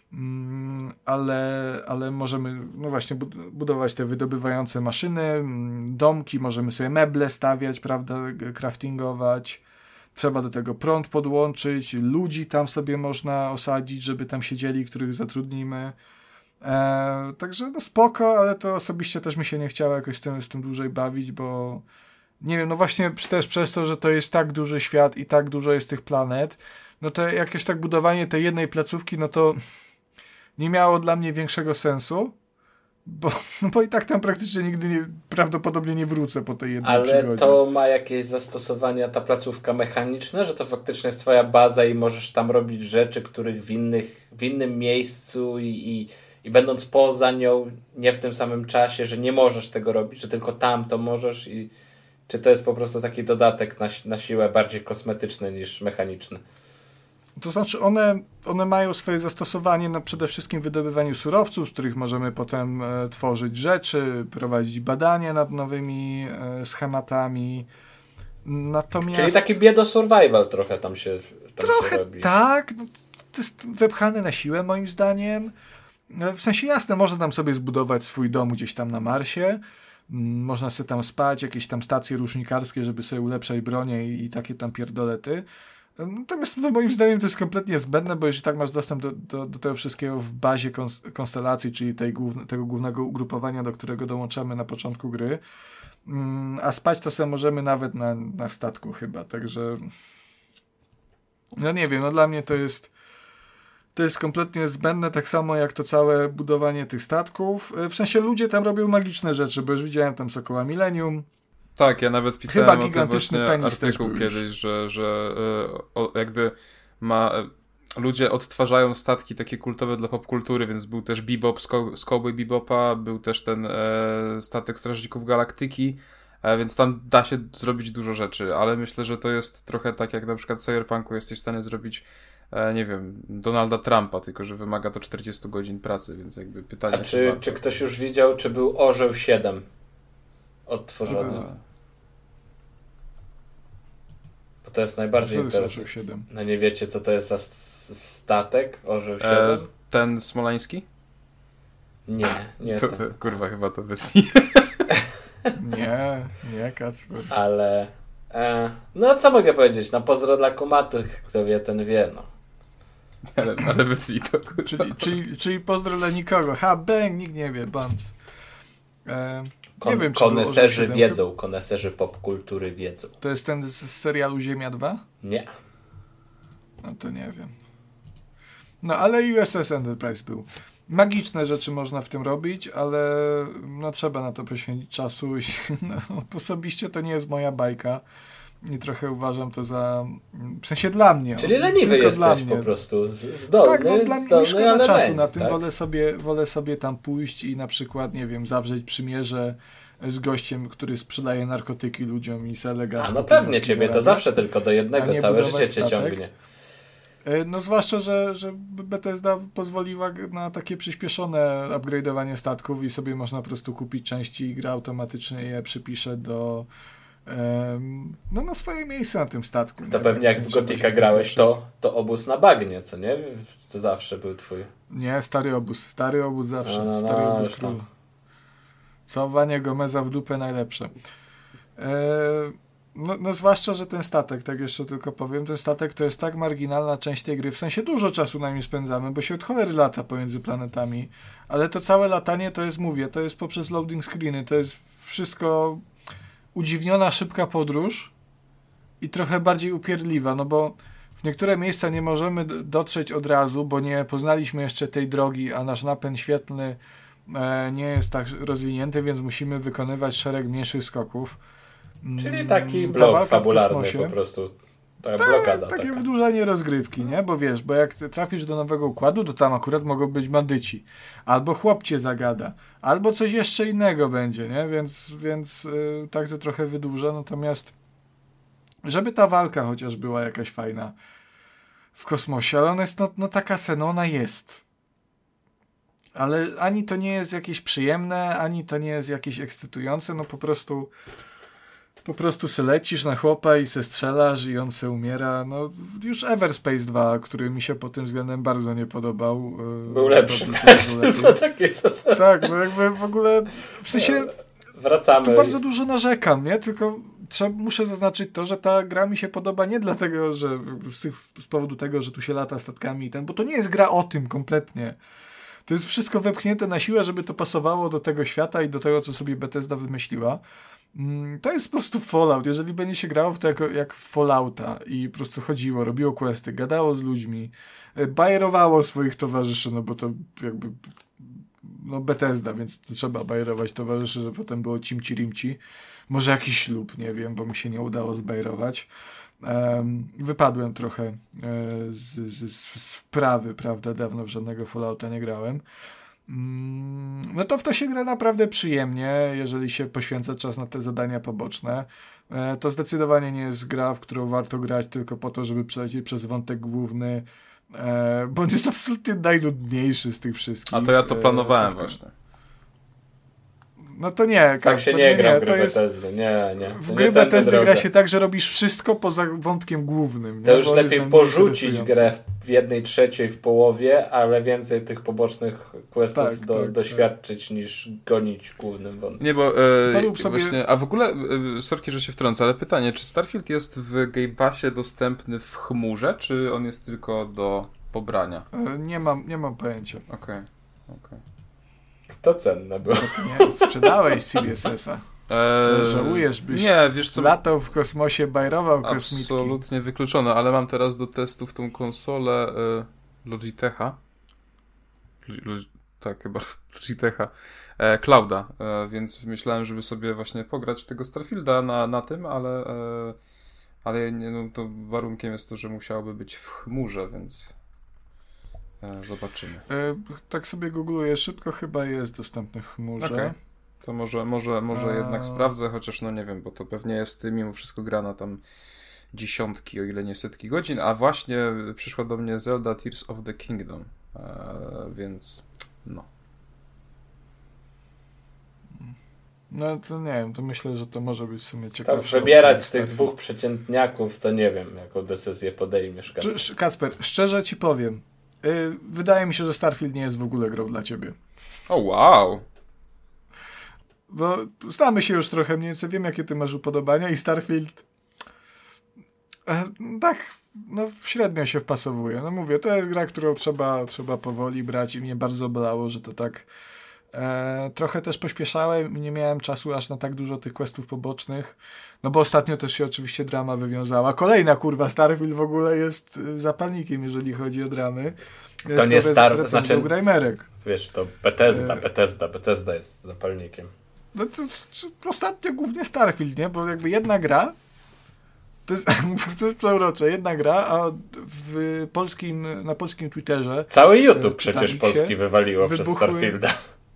ale, ale możemy no właśnie budować te wydobywające maszyny, domki, możemy sobie meble stawiać, prawda, craftingować. Trzeba do tego prąd podłączyć, ludzi tam sobie można osadzić, żeby tam siedzieli, których zatrudnimy. E, także no spoko, ale to osobiście też mi się nie chciało jakoś z tym, z tym dłużej bawić, bo nie wiem, no właśnie też przez to, że to jest tak duży świat i tak dużo jest tych planet, no to jakieś tak budowanie tej jednej placówki, no to nie miało dla mnie większego sensu, bo, no bo i tak tam praktycznie nigdy nie, prawdopodobnie nie wrócę po tej jednej Ale przygodzie. Ale to ma jakieś zastosowania, ta placówka mechaniczna, że to faktycznie jest twoja baza i możesz tam robić rzeczy, których w, innych, w innym miejscu i, i, i będąc poza nią, nie w tym samym czasie, że nie możesz tego robić, że tylko tam to możesz i czy to jest po prostu taki dodatek na, na siłę bardziej kosmetyczny niż mechaniczny? To znaczy one, one mają swoje zastosowanie na przede wszystkim wydobywaniu surowców, z których możemy potem e, tworzyć rzeczy, prowadzić badania nad nowymi e, schematami. Natomiast... Czyli taki biedo-survival trochę tam się, tam trochę się robi. tak. No, to jest wepchane na siłę moim zdaniem. W sensie jasne, można tam sobie zbudować swój dom gdzieś tam na Marsie. Można sobie tam spać, jakieś tam stacje rusznikarskie, żeby sobie ulepszać bronię i, i takie tam pierdolety. Natomiast no, moim zdaniem to jest kompletnie zbędne, bo jeżeli tak masz dostęp do, do, do tego wszystkiego w bazie konstelacji, czyli tej główne, tego głównego ugrupowania, do którego dołączamy na początku gry, a spać to sobie możemy nawet na, na statku chyba, także no nie wiem, no dla mnie to jest to jest kompletnie zbędne, tak samo jak to całe budowanie tych statków. W sensie ludzie tam robią magiczne rzeczy, bo już widziałem tam Sokoła Millennium. Tak, ja nawet pisałem Chyba o tym właśnie artykuł kiedyś, że, że o, jakby ma ludzie odtwarzają statki takie kultowe dla popkultury, więc był też Bebop z Cowboy Bebopa, był też ten e, statek Strażników Galaktyki, e, więc tam da się zrobić dużo rzeczy, ale myślę, że to jest trochę tak jak na przykład w Cyberpunku jesteś w stanie zrobić e, nie wiem, Donalda Trumpa, tylko że wymaga to czterdzieści godzin pracy, więc jakby pytanie... A czy, czy ktoś już widział, czy był Orzeł siedem odtworzony? A, Bo to jest najbardziej interesujące. No nie wiecie, co to jest za statek Orzeł siedem? E, ten smoleński? Nie, nie to, ten. Kurwa, chyba to wytnie. Nie, nie, Kacper. Ale e, no co mogę powiedzieć? No pozdro dla kumatych, kto wie, ten wie, no. Ale, ale wytnij to. Czyli, czyli, czyli pozdro dla nikogo. Ha, bang, nikt nie wie, bans. E, Kon, nie wiem, czy koneserzy wiedzą, koneserzy popkultury wiedzą. To jest ten z serialu Ziemia dwa? Nie. No to nie wiem. No ale U S S Enterprise był. Magiczne rzeczy można w tym robić, ale no trzeba na to poświęcić czasu. I, no, osobiście to nie jest moja bajka. I trochę uważam to za... W sensie dla mnie. Czyli leniwy jesteś po prostu. Zdolny, tak, no, dla zdolny, mnie ale czasu leń, na tym. tak? Wolę sobie, wolę sobie tam pójść i na przykład, nie wiem, zawrzeć przymierze z gościem, który sprzedaje narkotyki ludziom i z elegancją. A no pewnie ciebie to zawsze tylko do jednego, całe życie cię ciągnie. No zwłaszcza, że, że Bethesda pozwoliła na takie przyspieszone upgrade'owanie statków i sobie można po prostu kupić części i gra automatycznie je przypisze do um, no na swoje miejsce na tym statku. To nie? Pewnie jak w Gothica grałeś, to, to obóz na bagnie, co nie? To zawsze był twój. Nie, stary obóz. Stary obóz zawsze. No, no, stary no, obóz król. Całowanie Gomeza w dupę najlepsze. Eee, No, no zwłaszcza, że ten statek, tak jeszcze tylko powiem, ten statek to jest tak marginalna część tej gry, w sensie dużo czasu na nim spędzamy, bo się od cholery lata pomiędzy planetami, ale to całe latanie to jest, mówię, to jest poprzez loading screeny, to jest wszystko udziwniona, szybka podróż i trochę bardziej upierdliwa, no bo w niektóre miejsca nie możemy dotrzeć od razu, bo nie poznaliśmy jeszcze tej drogi, a nasz napęd świetlny e, nie jest tak rozwinięty, więc musimy wykonywać szereg mniejszych skoków. Czyli taki blok fabularny po prostu. Ta tak, blokada takie taka. wydłużanie rozgrywki, nie? Bo wiesz, bo jak trafisz do nowego układu, to tam akurat mogą być bandyci. Albo chłop cię zagada. Albo coś jeszcze innego będzie, nie? Więc, więc yy, tak to trochę wydłuża. Natomiast żeby ta walka chociaż była jakaś fajna w kosmosie, ale ona jest no, no taka se, no ona jest. Ale ani to nie jest jakieś przyjemne, ani to nie jest jakieś ekscytujące, no po prostu Po prostu se lecisz na chłopa i se strzelasz i on se umiera. No już Everspace dwa, który mi się pod tym względem bardzo nie podobał. Był lepszy, to, tak? To są takie zasady. Tak, no jakby w ogóle w sensie wracamy. Tu bardzo dużo narzekam, nie? Tylko trzeba, muszę zaznaczyć to, że ta gra mi się podoba nie dlatego, że z, tych, z powodu tego, że tu się lata statkami i ten, bo to nie jest gra o tym kompletnie. To jest wszystko wepchnięte na siłę, żeby to pasowało do tego świata i do tego, co sobie Bethesda wymyśliła. To jest po prostu Fallout. Jeżeli będzie się grało w to jako, jak w Fallouta i po prostu chodziło, robiło questy, gadało z ludźmi, bajerowało swoich towarzyszy, no bo to jakby no Bethesda, więc to trzeba bajerować towarzyszy, że potem było cimci rimci. Może jakiś ślub, nie wiem, bo mi się nie udało zbajerować. Um, wypadłem trochę e, z, z, z wprawy, prawda, dawno w żadnego Fallouta nie grałem. No to w to się gra naprawdę przyjemnie, jeżeli się poświęca czas na te zadania poboczne. To zdecydowanie nie jest gra, w którą warto grać tylko po to, żeby przelecieć przez wątek główny, bo on jest absolutnie najnudniejszy z tych wszystkich. A to ja to planowałem właśnie. No to nie. Tak się nie gra w gry Bethesdy. Nie, nie. W gry Bethesdy gra się tak, że robisz wszystko poza wątkiem głównym. To nie? już lepiej porzucić grę w jednej trzeciej w połowie, ale więcej tych pobocznych questów tak, do, tak, doświadczyć tak. niż gonić głównym wątkiem. Nie, bo e, sobie... właśnie, a w ogóle, e, sorki, że się wtrącę, ale pytanie, czy Starfield jest w Game Passie dostępny w chmurze, czy on jest tylko do pobrania? E, nie mam, nie mam pojęcia. Okej, okay. okej. Okay. To cenne było. Nie, sprzedałeś C B S S-a. Eee, żałujesz, byś nie, wiesz co, latał w kosmosie, bajerował kosmitki. Absolutnie wykluczone, ale mam teraz do testów tą konsolę e, Logitecha. Log, tak, chyba Logitecha. E, Clouda, e, więc myślałem, żeby sobie właśnie pograć w tego Starfielda na, na tym, ale, e, ale nie, no, to warunkiem jest to, że musiałoby być w chmurze, więc... Zobaczymy. E, tak sobie googluję szybko, chyba jest dostępny w chmurze. Okay. To może, może, może A... jednak sprawdzę, chociaż no nie wiem, bo to pewnie jest mimo wszystko gra na tam dziesiątki, o ile nie setki godzin, a właśnie przyszła do mnie Zelda Tears of the Kingdom, e, więc no. No to nie wiem, to myślę, że to może być w sumie ciekawe. Tak, wybierać z tych dwóch przeciętniaków, to nie wiem, jaką decyzję podejmiesz, Kacper. Kacper, szczerze ci powiem, yy, wydaje mi się, że Starfield nie jest w ogóle grą dla ciebie. O oh, wow! Bo znamy się już trochę, mniej więcej wiem, jakie ty masz upodobania i Starfield e, tak, no średnio się wpasowuje. No mówię, to jest gra, którą trzeba, trzeba powoli brać i mnie bardzo bolało, że to tak e, trochę też pośpieszałem i nie miałem czasu aż na tak dużo tych questów pobocznych, no bo ostatnio też się oczywiście drama wywiązała. Kolejna kurwa, Starfield w ogóle jest zapalnikiem, jeżeli chodzi o dramy. To nie Star, znaczy, Grajmerek. Wiesz, to Bethesda, Bethesda, Bethesda jest zapalnikiem. No to, to ostatnio głównie Starfield, nie? Bo jakby jedna gra to jest, to jest przeurocze, jedna gra, a w polskim, na polskim Twitterze cały YouTube przecież polski wywaliło wybuchły, przez Starfielda.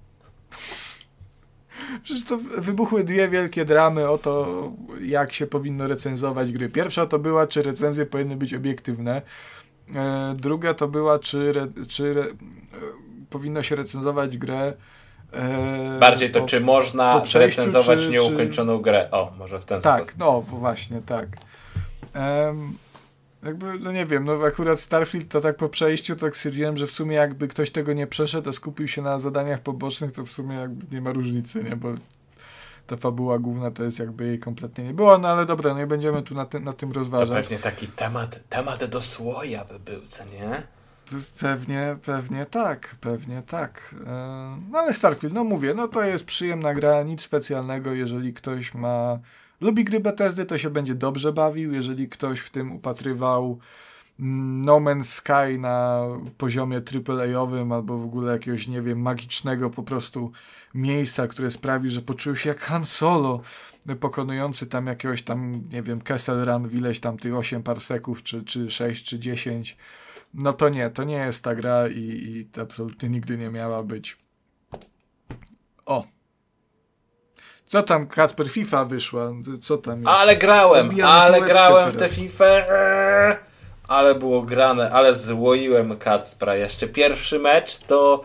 Przecież to wybuchły dwie wielkie dramy o to, jak się powinno recenzować gry. Pierwsza to była, czy recenzje powinny być obiektywne. E, druga to była, czy, re, czy re, e, powinno się recenzować grę. E, Bardziej to, po, czy można po przejściu, zrecenzować czy, nieukończoną czy... grę. O, może w ten tak, sposób. Tak, no właśnie, tak. Um, jakby, no nie wiem, no akurat Starfield to tak po przejściu tak stwierdziłem, że w sumie jakby ktoś tego nie przeszedł, a skupił się na zadaniach pobocznych, to w sumie jakby nie ma różnicy, nie, bo ta fabuła główna to jest jakby jej kompletnie nie było, no ale dobra, nie będziemy tu na, ty, na tym rozważać. To pewnie taki temat, temat do słoja by był, co nie? Pewnie, pewnie tak, pewnie tak. No ale Starfield, no mówię, no to jest przyjemna gra, nic specjalnego, jeżeli ktoś ma, lubi gry Bethesdy, to się będzie dobrze bawił, jeżeli ktoś w tym upatrywał No Man's Sky na poziomie triple A-owym albo w ogóle jakiegoś, nie wiem, magicznego po prostu miejsca, które sprawi, że poczuł się jak Han Solo, pokonujący tam jakiegoś tam, nie wiem, Kessel Run w ileś tam tych osiem parseków, czy, czy sześć, czy dziesięć. No to nie, to nie jest ta gra i, i absolutnie nigdy nie miała być. O! Co tam, Kacper, FIFA wyszła? Co tam jest? Ale grałem, Odbijamy ale piłeczkę grałem w teraz. tę FIFA. Eee, ale było grane, ale złoiłem Kacpra. Jeszcze pierwszy mecz to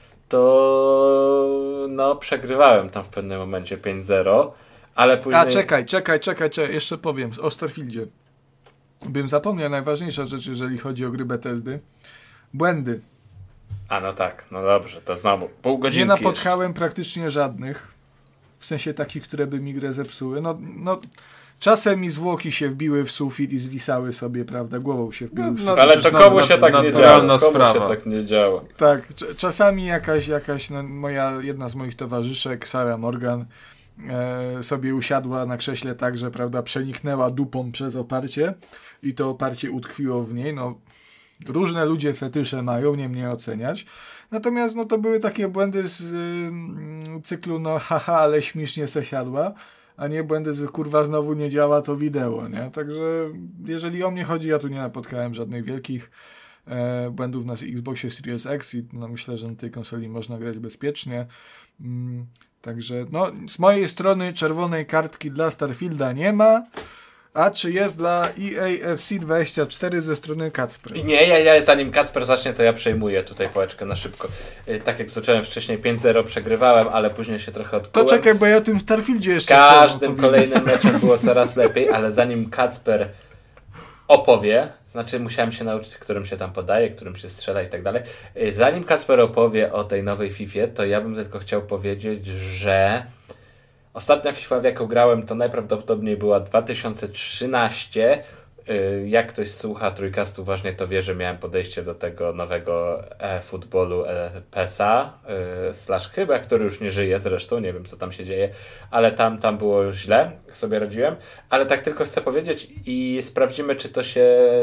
to no przegrywałem tam w pewnym momencie pięć zero, ale później... A czekaj, czekaj, czekaj, czekaj, jeszcze powiem o Starfieldzie. Bym zapomniał najważniejsza rzecz, jeżeli chodzi o gry Bethesdy. Błędy. A no tak, no dobrze, to znowu pół godzinki Nie napotkałem jeszcze. praktycznie żadnych. W sensie takich, które by mi grę zepsuły. No, no czasem mi zwłoki się wbiły w sufit i zwisały sobie, prawda? Głową się wbiły w sufit. Ale to komu się tak nie działo? Komu sprawa. się tak nie działo? Tak, c- czasami jakaś, jakaś no, moja, jedna z moich towarzyszek, Sarah Morgan, e, sobie usiadła na krześle tak, że prawda, przeniknęła dupą przez oparcie i to oparcie utkwiło w niej. No, różne ludzie fetysze mają, nie mnie oceniać. Natomiast no, to były takie błędy z y, cyklu no haha, ale śmiesznie se siadła, a nie błędy z kurwa znowu nie działa to wideo, nie? Także jeżeli o mnie chodzi, ja tu nie napotkałem żadnych wielkich e, błędów na Xboxie Series X i no, myślę, że na tej konsoli można grać bezpiecznie. Mm, także no, z mojej strony czerwonej kartki dla Starfielda nie ma. A czy jest dla E A F C dwadzieścia cztery ze strony Kacpra? Nie, ja, ja zanim Kacper zacznie, to ja przejmuję tutaj pałeczkę na szybko. Yy, tak jak zacząłem wcześniej, pięć zero przegrywałem, ale później się trochę odkułem. To czekaj, bo ja o tym Starfieldzie Z jeszcze każdym kolejnym meczem było coraz lepiej, ale zanim Kacper opowie, znaczy musiałem się nauczyć, którym się tam podaje, którym się strzela i tak dalej. Yy, zanim Kacper opowie o tej nowej Fifie, to ja bym tylko chciał powiedzieć, że ostatnia FIFA, w jaką grałem, to najprawdopodobniej była dwa tysiące trzynaście. Jak ktoś słucha Trójkastu, ważnie to wie, że miałem podejście do tego nowego e-futbolu e, PESA, y, slash chyba, który już nie żyje zresztą, nie wiem co tam się dzieje, ale tam, tam było źle, sobie radziłem. Ale tak tylko chcę powiedzieć i sprawdzimy, czy to się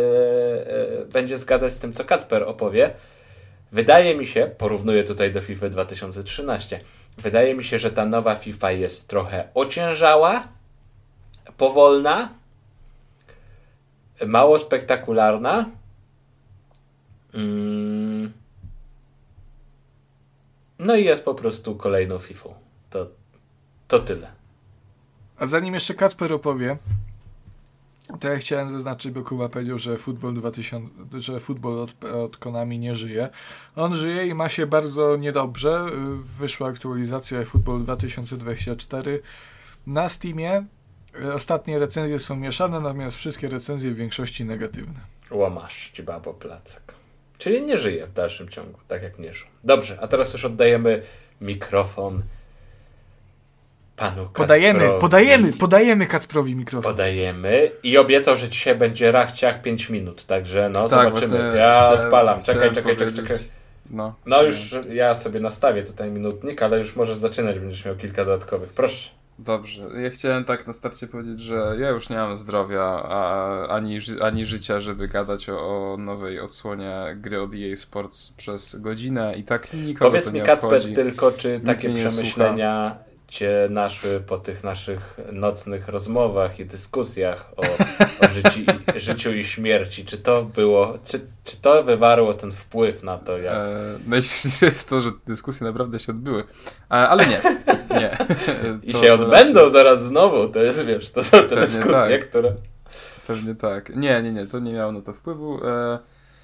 y, będzie zgadzać z tym, co Kacper opowie. Wydaje mi się, porównuję tutaj do FIFA dwa tysiące trzynaście, wydaje mi się, że ta nowa FIFA jest trochę ociężała, powolna, mało spektakularna. Mm. No i jest po prostu kolejną Fifą. To, to tyle. A zanim jeszcze Kacper opowie, to ja chciałem zaznaczyć, bo Kuba powiedział, że futbol dwa tysiące, że futbol od, od Konami nie żyje. On żyje i ma się bardzo niedobrze. Wyszła aktualizacja futbol dwa tysiące dwadzieścia cztery na Steamie. Ostatnie recenzje są mieszane, natomiast wszystkie recenzje w większości negatywne. Łamasz ci babo placek. Czyli nie żyje w dalszym ciągu, tak jak nie żył. Dobrze, a teraz już oddajemy mikrofon panu Kacprowi. Podajemy, podajemy, podajemy Kacprowi mikrofon. Podajemy i obiecał, że dzisiaj będzie rachciach pięć minut, także no tak, zobaczymy. Ja chciałem, odpalam, czekaj, chciałem czekaj, czekaj, czekaj. No, no już ja sobie nastawię tutaj minutnik, ale już możesz zaczynać, będziesz miał kilka dodatkowych. Proszę. Dobrze. Ja chciałem tak na starcie powiedzieć, że ja już nie mam zdrowia a, ani, ży- ani życia, żeby gadać o, o nowej odsłonie gry od E A Sports przez godzinę i tak nikogo Powiedz to mi, nie Kacper, obchodzi. tylko czy Nikt takie mnie nie przemyślenia cię naszły po tych naszych nocnych rozmowach i dyskusjach o, o życiu, i, życiu i śmierci. Czy to było, czy, czy to wywarło ten wpływ na to, jak... E, najśmieszniejsze jest to, że dyskusje naprawdę się odbyły. E, ale nie. nie. I To się odbędą raczej... zaraz znowu. To jest, wiesz, to są te Pewnie dyskusje, tak. które... Pewnie tak. Nie, nie, nie. To nie miało na to wpływu. E,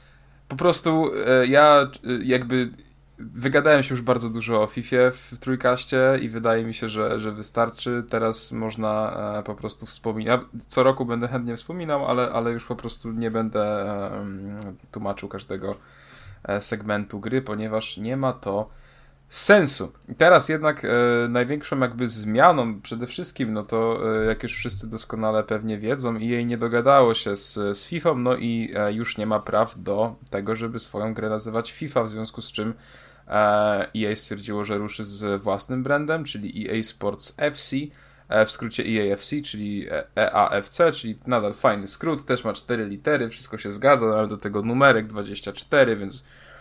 po prostu e, ja e, jakby wygadałem się już bardzo dużo o Fifie w Trójkaście i wydaje mi się, że, że wystarczy. Teraz można e, po prostu wspominać. Co roku będę chętnie wspominał, ale, ale już po prostu nie będę e, tłumaczył każdego e, segmentu gry, ponieważ nie ma to sensu. I teraz jednak e, największą jakby zmianą przede wszystkim, no to e, jak już wszyscy doskonale pewnie wiedzą, E A nie dogadało się z, z FIFA, no i e, już nie ma praw do tego, żeby swoją grę nazywać FIFA, w związku z czym E A stwierdziło, że ruszy z własnym brandem, czyli E A Sports F C, w skrócie E A F C, czyli E A F C, czyli nadal fajny skrót, też ma cztery litery, wszystko się zgadza, ale do tego numerek dwadzieścia cztery, więc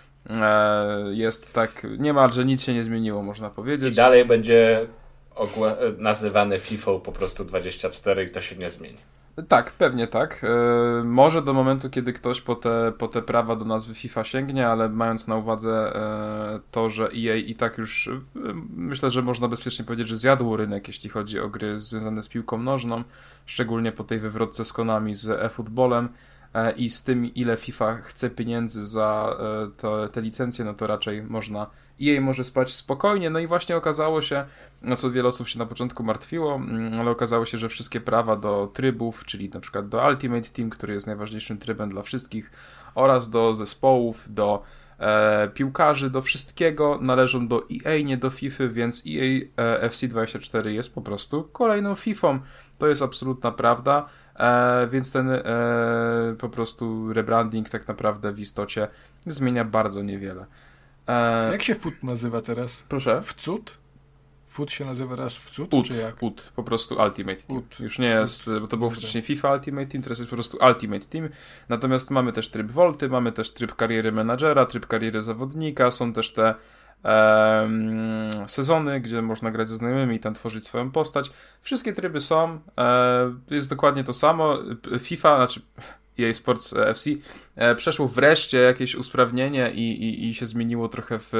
jest tak, niemalże nic się nie zmieniło, można powiedzieć. I dalej będzie ogła- nazywany FIFA po prostu dwadzieścia cztery i to się nie zmieni. Tak, pewnie tak. Yy, może do momentu, kiedy ktoś po te, po te prawa do nazwy FIFA sięgnie, ale mając na uwadze yy, to, że E A i tak już yy, myślę, że można bezpiecznie powiedzieć, że zjadł rynek, jeśli chodzi o gry związane z piłką nożną, szczególnie po tej wywrotce z Konami, z e-footballem yy, i z tym, ile FIFA chce pieniędzy za yy, to, te licencje, no to raczej można E A może spać spokojnie. No i właśnie okazało się, no co wiele osób się na początku martwiło, ale okazało się, że wszystkie prawa do trybów, czyli na przykład do Ultimate Team, który jest najważniejszym trybem dla wszystkich, oraz do zespołów, do e, piłkarzy, do wszystkiego należą do E A, nie do FIFA, więc E A e, F C dwadzieścia cztery jest po prostu kolejną Fifą. To jest absolutna prawda, e, więc ten e, po prostu rebranding tak naprawdę w istocie zmienia bardzo niewiele. E, Jak się F U T nazywa teraz? Proszę? W C U T? F U T się nazywa raz w C U T, U T, czy jak? U T, po prostu Ultimate Team. U T. Już nie jest, bo to było wcześniej FIFA Ultimate Team, teraz jest po prostu Ultimate Team. Natomiast mamy też tryb Volty, mamy też tryb kariery menadżera, tryb kariery zawodnika, są też te um, sezony, gdzie można grać ze znajomymi i tam tworzyć swoją postać. Wszystkie tryby są, e, jest dokładnie to samo. FIFA, znaczy E A Sports F C e, przeszło wreszcie jakieś usprawnienie i, i, i się zmieniło trochę w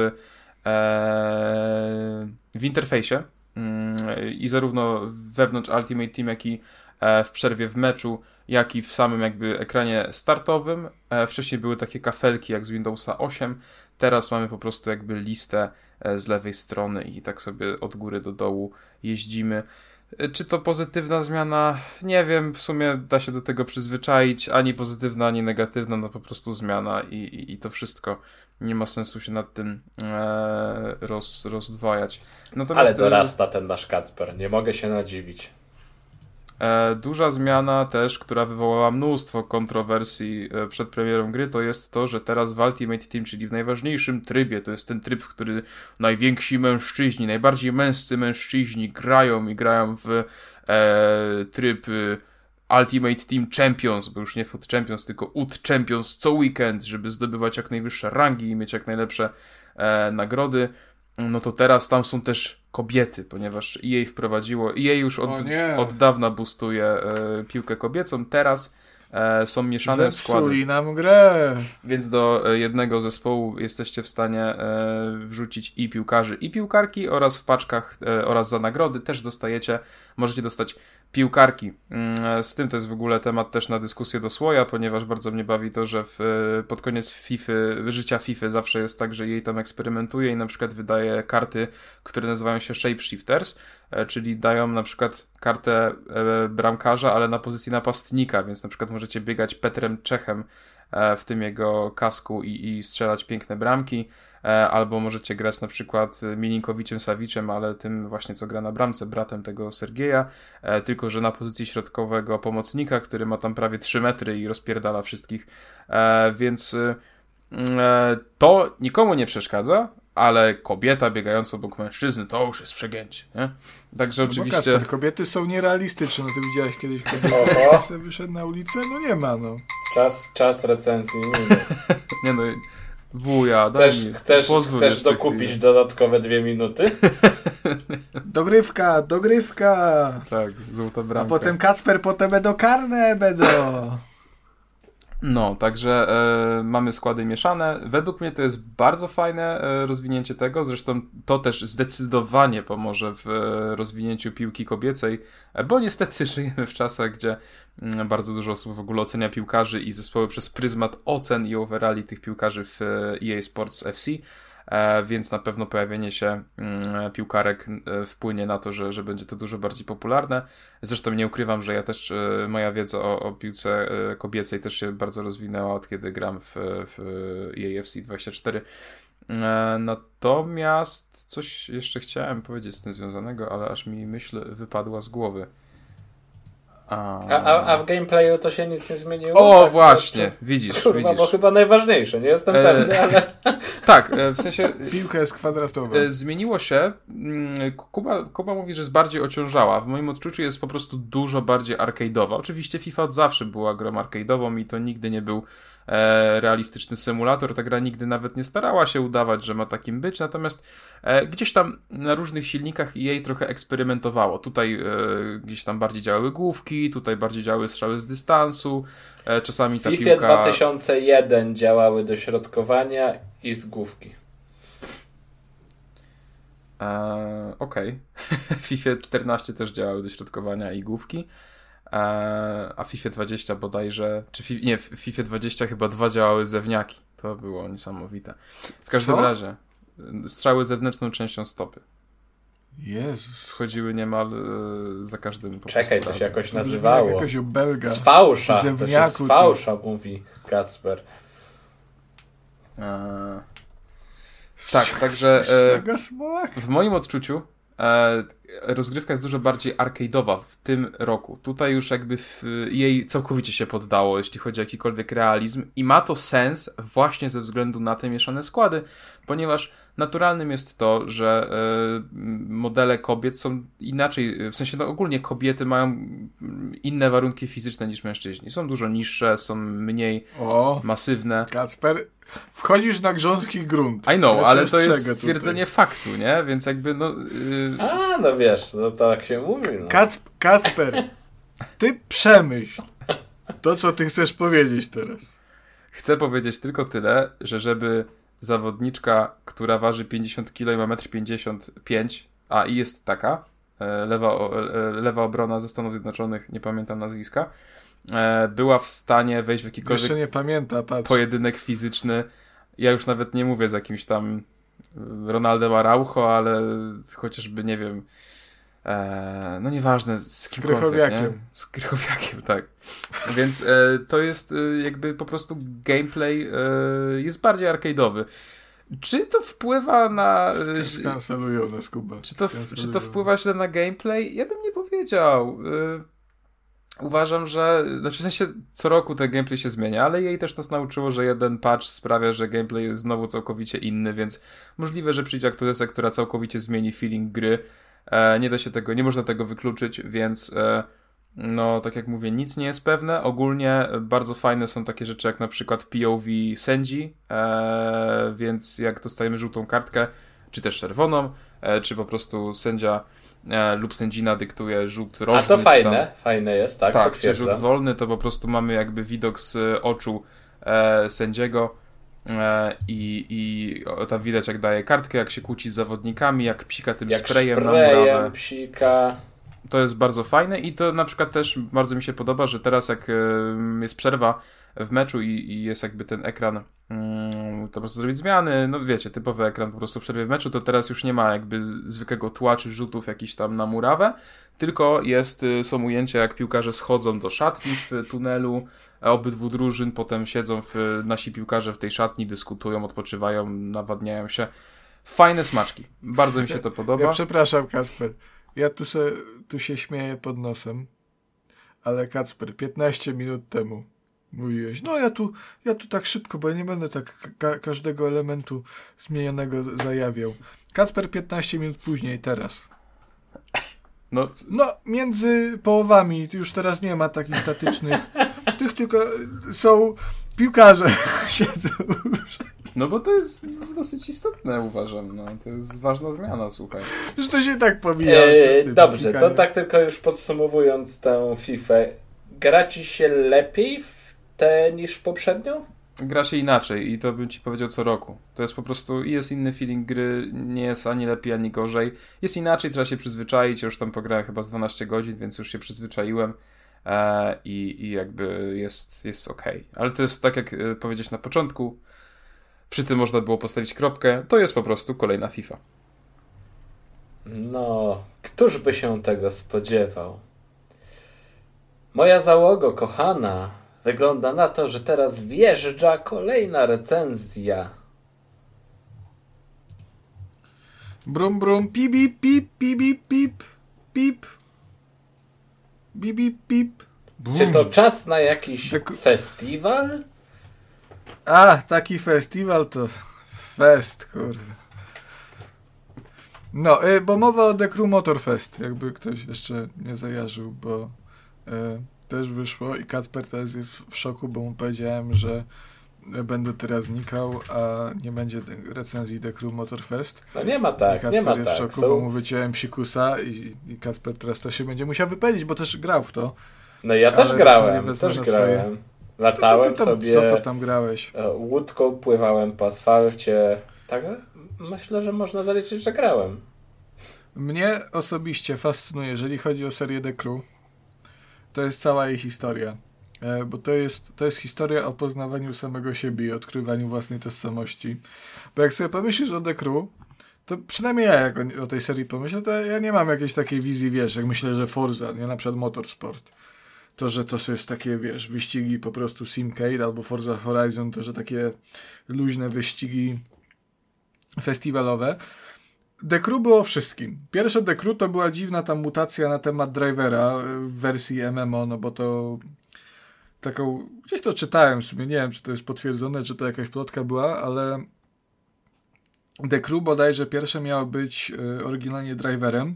w interfejsie i zarówno wewnątrz Ultimate Team, jak i w przerwie w meczu, jak i w samym jakby ekranie startowym. Wcześniej były takie kafelki jak z Windowsa osiem, teraz mamy po prostu jakby listę z lewej strony i tak sobie od góry do dołu jeździmy. Czy to pozytywna zmiana? Nie wiem, w sumie da się do tego przyzwyczaić, ani pozytywna, ani negatywna, no po prostu zmiana i, i, i to wszystko. Nie ma sensu się nad tym e, roz, rozdwajać. Natomiast, ale dorasta ten nasz Kacper, nie mogę się nadziwić. E, duża zmiana też, która wywołała mnóstwo kontrowersji e, przed premierą gry, to jest to, że teraz w Ultimate Team, czyli w najważniejszym trybie, to jest ten tryb, w który najwięksi mężczyźni, najbardziej męscy mężczyźni grają i grają w e, tryb e, Ultimate Team Champions, bo już nie F U T Champions, tylko U T Champions co weekend, żeby zdobywać jak najwyższe rangi i mieć jak najlepsze e, nagrody. No to teraz tam są też kobiety, ponieważ E A wprowadziło, E A już od, od dawna boostuje e, piłkę kobiecą, teraz e, są mieszane Zepsuli składy. Zepsuli nam grę! Więc do jednego zespołu jesteście w stanie e, wrzucić i piłkarzy, i piłkarki oraz w paczkach e, oraz za nagrody też dostajecie, możecie dostać piłkarki. Z tym to jest w ogóle temat też na dyskusję do słoja, ponieważ bardzo mnie bawi to, że w, pod koniec FIFA, życia FIFA zawsze jest tak, że jej tam eksperymentuje i na przykład wydaje karty, które nazywają się Shapeshifters, czyli dają na przykład kartę bramkarza, ale na pozycji napastnika, więc na przykład możecie biegać Petrem Czechem w tym jego kasku i, i strzelać piękne bramki. Albo możecie grać na przykład Milinkowiczem Saviczem, ale tym właśnie co gra na bramce, bratem tego Sergieja, tylko że na pozycji środkowego pomocnika, który ma tam prawie trzy metry i rozpierdala wszystkich, więc to nikomu nie przeszkadza, ale kobieta biegająca obok mężczyzny to już jest przegięcie, nie? Także no oczywiście... Kasper, kobiety są nierealistyczne, no ty widziałeś kiedyś kobietę, sobie wyszedł na ulicę? No nie ma, no. Czas, czas recenzji. nie no... Wuja, chcesz, mi, chcesz, chcesz dokupić chwilę. Dodatkowe dwie minuty? Dogrywka, dogrywka. Tak, złota bramka. A potem Kacper, potem będą karne, będą. No, także e, mamy składy mieszane. Według mnie to jest bardzo fajne e, rozwinięcie tego. Zresztą to też zdecydowanie pomoże w e, rozwinięciu piłki kobiecej, e, bo niestety żyjemy w czasach, gdzie Bardzo dużo osób w ogóle ocenia piłkarzy i zespoły przez pryzmat ocen i overalli tych piłkarzy w E A Sports F C, więc na pewno pojawienie się piłkarek wpłynie na to, że, że będzie to dużo bardziej popularne. Zresztą nie ukrywam, że ja też, moja wiedza o, o piłce kobiecej też się bardzo rozwinęła, od kiedy gram w, w E A F C dwadzieścia cztery. Natomiast coś jeszcze chciałem powiedzieć z tym związanego, ale aż mi myśl wypadła z głowy. A, a, a w gameplayu to się nic nie zmieniło? O, tak, właśnie, to, widzisz, kurwa, widzisz. Bo chyba najważniejsze, nie jestem e... pewny, ale... Tak, w sensie... Piłka jest kwadratowa. Zmieniło się. Kuba, Kuba mówi, że jest bardziej ociążała. W moim odczuciu jest po prostu dużo bardziej arcade'owa. Oczywiście FIFA od zawsze była grą arcade'ową i to nigdy nie był e, realistyczny symulator. Ta gra nigdy nawet nie starała się udawać, że ma takim być. Natomiast e, gdzieś tam na różnych silnikach E A trochę eksperymentowało. Tutaj e, gdzieś tam bardziej działały główki, tutaj bardziej działały strzały z dystansu. E, czasami ta w FIFA piłka... dwa tysiące jeden działały dośrodkowania i z główki. Eee, Okej. Okay. W FIFA czternaście też działały dośrodkowania i główki, eee, a w FIFA dwadzieścia bodajże, czy fi, nie, w FIFA dwadzieścia chyba dwa działały zewniaki. To było niesamowite. W każdym Co? razie strzały zewnętrzną częścią stopy. Jezus. Wchodziły niemal e, za każdym po Czekaj, to razem. się jakoś nazywało. Jakoś u Belga. Z fałsza. To się z tu. fałsza mówi Kacper. Eee, tak, także e, w moim odczuciu e, rozgrywka jest dużo bardziej arcade'owa w tym roku. Tutaj już jakby w, jej całkowicie się poddało, jeśli chodzi o jakikolwiek realizm i ma to sens właśnie ze względu na te mieszane składy, ponieważ naturalnym jest to, że e, modele kobiet są inaczej, w sensie no ogólnie kobiety mają inne warunki fizyczne niż mężczyźni. Są dużo niższe, są mniej o, masywne. Kacper, wchodzisz na grząski grunt. I know, ale to jest stwierdzenie tutaj. Faktu, nie? Więc jakby no... Yy... A, no wiesz, no tak się mówi. No. Kac- Kacper, ty przemyśl to, co ty chcesz powiedzieć teraz. Chcę powiedzieć tylko tyle, że żeby zawodniczka, która waży pięćdziesiąt kilo i ma metr pięćdziesiąt pięć, a i jest taka, lewa, lewa obrona ze Stanów Zjednoczonych, nie pamiętam nazwiska, była w stanie wejść w jakikolwiek Jeszcze nie pamięta, patrz. pojedynek fizyczny. Ja już nawet nie mówię z jakimś tam Ronaldem Araujo, ale chociażby, nie wiem, e, no nieważne, z kimkolwiek, z Krychowiakiem. Nie? Z Krychowiakiem, tak. Więc e, to jest e, jakby po prostu gameplay e, jest bardziej arcade'owy. Czy to wpływa na... Skancelują nas, Kuba. Czy to, czy to wpływa źle na gameplay? Ja bym nie powiedział. E, Uważam, że, znaczy w sensie co roku ten gameplay się zmienia, ale jej też nas nauczyło, że jeden patch sprawia, że gameplay jest znowu całkowicie inny, więc możliwe, że przyjdzie aktualizacja, która całkowicie zmieni feeling gry. E, nie da się tego, nie można tego wykluczyć, więc e, no tak jak mówię, nic nie jest pewne. Ogólnie bardzo fajne są takie rzeczy jak na przykład P O V sędzi, e, więc jak dostajemy żółtą kartkę, czy też czerwoną, e, czy po prostu sędzia E, lub sędzina dyktuje rzut rożny. A to fajne, tam, fajne jest, tak, tak, potwierdzam. rzut wolny, to po prostu mamy jakby widok z oczu e, sędziego e, i, i o, tam widać jak daje kartkę, jak się kłóci z zawodnikami, jak psika tym jak sprayem, sprayem na murawę. Psika. To jest bardzo fajne i to na przykład też bardzo mi się podoba, że teraz jak e, jest przerwa w meczu i, i jest jakby ten ekran, mm, to po prostu zrobić zmiany, no wiecie, typowy ekran po prostu w przerwie w meczu, to teraz już nie ma jakby zwykłego tła czy rzutów jakiś tam na murawę, tylko jest, są ujęcia jak piłkarze schodzą do szatni w tunelu obydwu drużyn, potem siedzą w, nasi piłkarze w tej szatni, dyskutują, odpoczywają, nawadniają się. Fajne smaczki. Bardzo mi się to podoba. Ja przepraszam, Kacper. Ja tu, se, tu się śmieję pod nosem, ale Kacper, piętnaście minut temu mówiłeś, no ja tu, ja tu tak szybko, bo ja nie będę tak ka- każdego elementu zmienionego zajawiał. Kacper piętnaście minut później, teraz. No, c- no, między połowami już teraz nie ma takich statycznych. Tych tylko są piłkarze siedzą. No bo to jest dosyć istotne, uważam. No. To jest ważna zmiana, słuchaj. Już to się tak pomija. Eee, dobrze, to tak tylko już podsumowując tę FIFA. Gra ci się lepiej w tę niż w poprzednią? Gra się inaczej i to bym ci powiedział co roku. To jest po prostu, jest inny feeling gry, nie jest ani lepiej, ani gorzej. Jest inaczej, trzeba się przyzwyczaić. Ja już tam pograłem chyba z dwanaście godzin, więc już się przyzwyczaiłem. e, i, i jakby jest, jest okej. Okay. Ale to jest tak, jak powiedzieć na początku, przy tym można było postawić kropkę, to jest po prostu kolejna FIFA. No, któż by się tego spodziewał? Moja załogo, kochana, wygląda na to, że teraz wjeżdża kolejna recenzja. Brum, brum, pip, pip, pip, pip, pip, pip, pip, pip, pip. Czy to czas na jakiś Tak... festiwal? A, taki festiwal to fest, kurde. No, y, bo mowa o The Crew Motorfest, jakby ktoś jeszcze nie zajarzył, bo y, też wyszło i Kacper teraz jest w szoku, bo mu powiedziałem, że będę teraz znikał, a nie będzie recenzji The Crew Motorfest. No nie ma tak, nie ma tak. Kacper jest w szoku, Są... bo mu wyciąłem psikusa i, i Kacper teraz to się będzie musiał wypowiedzieć, bo też grał w to. No ja też grałem, też grałem. Swoje... Latałem to, to, to tam, sobie... Co to tam grałeś? Łódką pływałem po asfalcie. Tak? Myślę, że można zaliczyć, że grałem. Mnie osobiście fascynuje, jeżeli chodzi o serię The Crew, to jest cała jej historia. Bo to jest, to jest historia o poznawaniu samego siebie i odkrywaniu własnej tożsamości. Bo jak sobie pomyślisz o The Crew, to przynajmniej ja jak o, o tej serii pomyślę, to ja nie mam jakiejś takiej wizji, wiesz, jak myślę, że Forza, nie, na przykład Motorsport. To, że to jest takie, wiesz, wyścigi po prostu Simcade albo Forza Horizon, to, że takie luźne wyścigi festiwalowe. The Crew było wszystkim. Pierwsze The Crew to była dziwna ta mutacja na temat drivera w wersji M M O, no bo to taką, gdzieś to czytałem w sumie, nie wiem, czy to jest potwierdzone, czy to jakaś plotka była, ale The Crew bodajże pierwsze miało być y, oryginalnie driverem.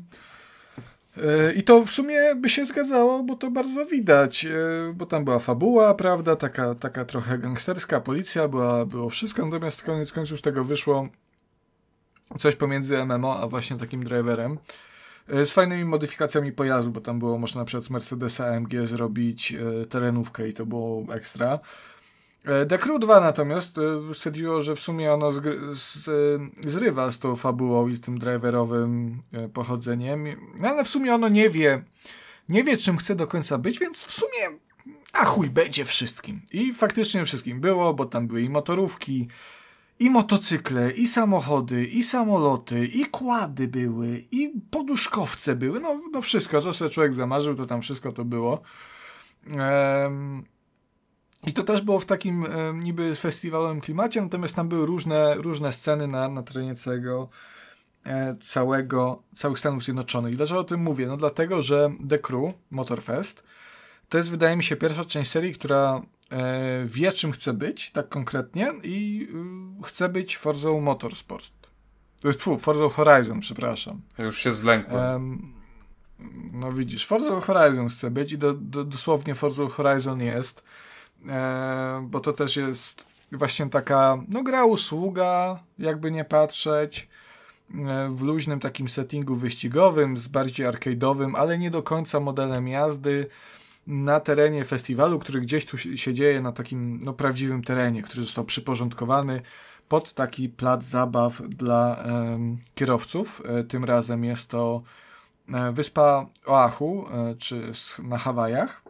Y, I to w sumie by się zgadzało, bo to bardzo widać, y, bo tam była fabuła, prawda, taka, taka trochę gangsterska, policja, była, było wszystko, natomiast koniec końców z tego wyszło coś pomiędzy M M O, a właśnie takim driverem. Z fajnymi modyfikacjami pojazdu, bo tam było można na przykład z Mercedesa A M G zrobić e, terenówkę i to było ekstra. E, The Crew dwa natomiast e, stwierdziło, że w sumie ono zgry- z, e, zrywa z tą fabułą i z tym driverowym e, pochodzeniem, no, ale w sumie ono nie wie, nie wie czym chce do końca być, więc w sumie a chuj, będzie wszystkim. I faktycznie wszystkim było, bo tam były i motorówki, i motocykle, i samochody, i samoloty, i kłady były, i poduszkowce były, no, no wszystko, co sobie człowiek zamarzył, to tam wszystko to było. Ehm, I to też było w takim e, niby festiwalowym klimacie, natomiast tam były różne, różne sceny na, na terenie całego, e, całego, całych Stanów Zjednoczonych. I dlaczego o tym mówię? No dlatego, że The Crew, Motorfest, to jest, wydaje mi się, pierwsza część serii, która e, wie, czym chce być, tak konkretnie, i y, chce być Forzą Motorsport. To jest, fu, Forzą Horizon, przepraszam. Już się zlękłem. Um, no widzisz, Forzą Horizon chce być i do, do, dosłownie Forzą Horizon jest, e, bo to też jest właśnie taka, no gra usługa, jakby nie patrzeć, e, w luźnym takim settingu wyścigowym, z bardziej arcade'owym, ale nie do końca modelem jazdy, na terenie festiwalu, który gdzieś tu się dzieje, na takim no, prawdziwym terenie, który został przyporządkowany pod taki plac zabaw dla um, kierowców. E, tym razem jest to e, wyspa Oahu, e, czy na Hawajach.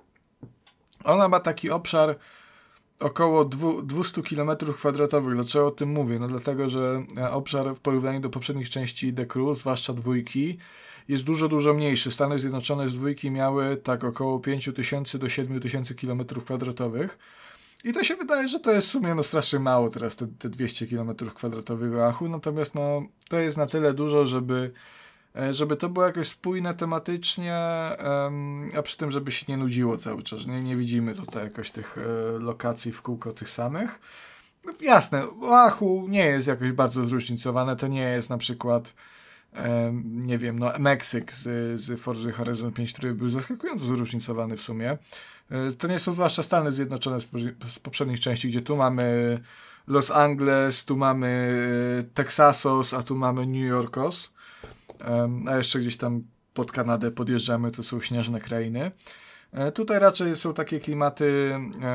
Ona ma taki obszar około dwieście kilometrów kwadratowych. Dlaczego o tym mówię? No dlatego, że obszar w porównaniu do poprzednich części The Crew, zwłaszcza dwójki, jest dużo, dużo mniejszy. Stany Zjednoczone z dwójki miały tak około pięć tysięcy do siedem tysięcy kilometrów kwadratowych. I to się wydaje, że to jest w sumie no strasznie mało teraz, te, te dwieście kilometrów kwadratowych Oahu, natomiast no to jest na tyle dużo, żeby, żeby to było jakoś spójne tematycznie, um, a przy tym, żeby się nie nudziło cały czas. Nie, nie widzimy tutaj jakoś tych e, lokacji w kółko tych samych. No, jasne, Oahu nie jest jakoś bardzo zróżnicowane, to nie jest na przykład nie wiem, no Meksyk z, z Forzy Horizon pięć, który był zaskakująco zróżnicowany w sumie. To nie są zwłaszcza Stany Zjednoczone z, z poprzednich części, gdzie tu mamy Los Angeles, tu mamy Texasos, a tu mamy New Yorkos. A jeszcze gdzieś tam pod Kanadę podjeżdżamy, to są śnieżne krainy. Tutaj raczej są takie klimaty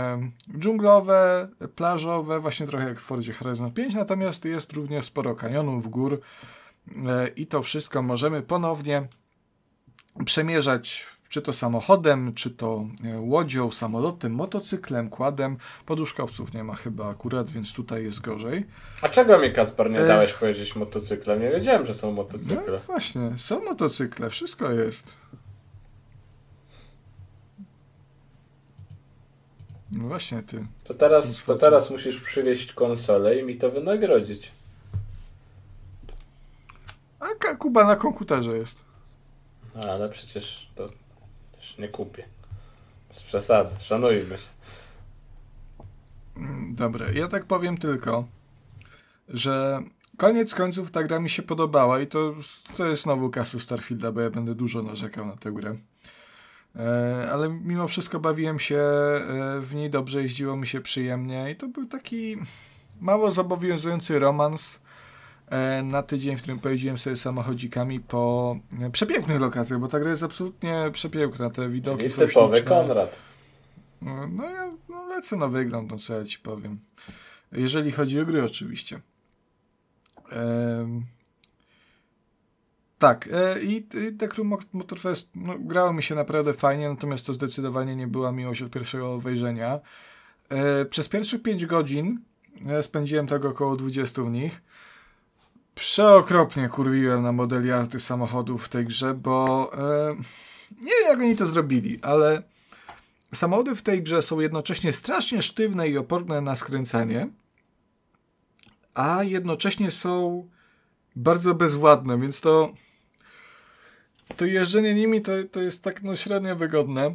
dżunglowe, plażowe, właśnie trochę jak w Forzie Horizon pięć, natomiast jest również sporo kanionów, gór, i to wszystko możemy ponownie przemierzać czy to samochodem, czy to łodzią, samolotem, motocyklem, quadem. Poduszkowców nie ma chyba akurat, więc tutaj jest gorzej. A czego mi, Kacper, nie dałeś e... powiedzieć motocyklem? Nie wiedziałem, że są motocykle. No właśnie, są motocykle, wszystko jest. No właśnie, ty. To teraz, to teraz musisz przywieźć konsolę i mi to wynagrodzić. A Kuba na komputerze jest. No, ale przecież to też nie kupię. Bez przesady, szanujmy się. Dobra, ja tak powiem tylko, że koniec końców ta gra mi się podobała i to, to jest znowu kasu Starfielda, bo ja będę dużo narzekał na tę grę. E, ale mimo wszystko bawiłem się w niej dobrze, jeździło mi się przyjemnie i to był taki mało zobowiązujący romans e, na tydzień, w którym pojeździłem sobie samochodzikami po przepięknych lokacjach, bo ta gra jest absolutnie przepiękna, te widoki czyli są typowy śliczne. Konrad. No ja no, lecę na wygląd, no co ja ci powiem. Jeżeli chodzi o gry oczywiście. Ehm, tak, e, i, i The Crew Motorfest no, grało mi się naprawdę fajnie, natomiast to zdecydowanie nie była miłość od pierwszego wejrzenia. E, przez pierwszych pięć godzin ja spędziłem tego około dwadzieścia w nich. Przeokropnie kurwiłem na model jazdy samochodów w tej grze, bo e, nie wiem jak oni to zrobili, ale samochody w tej grze są jednocześnie strasznie sztywne i oporne na skręcenie, a jednocześnie są bardzo bezwładne, więc to to jeżdżenie nimi to, to jest tak no średnio wygodne.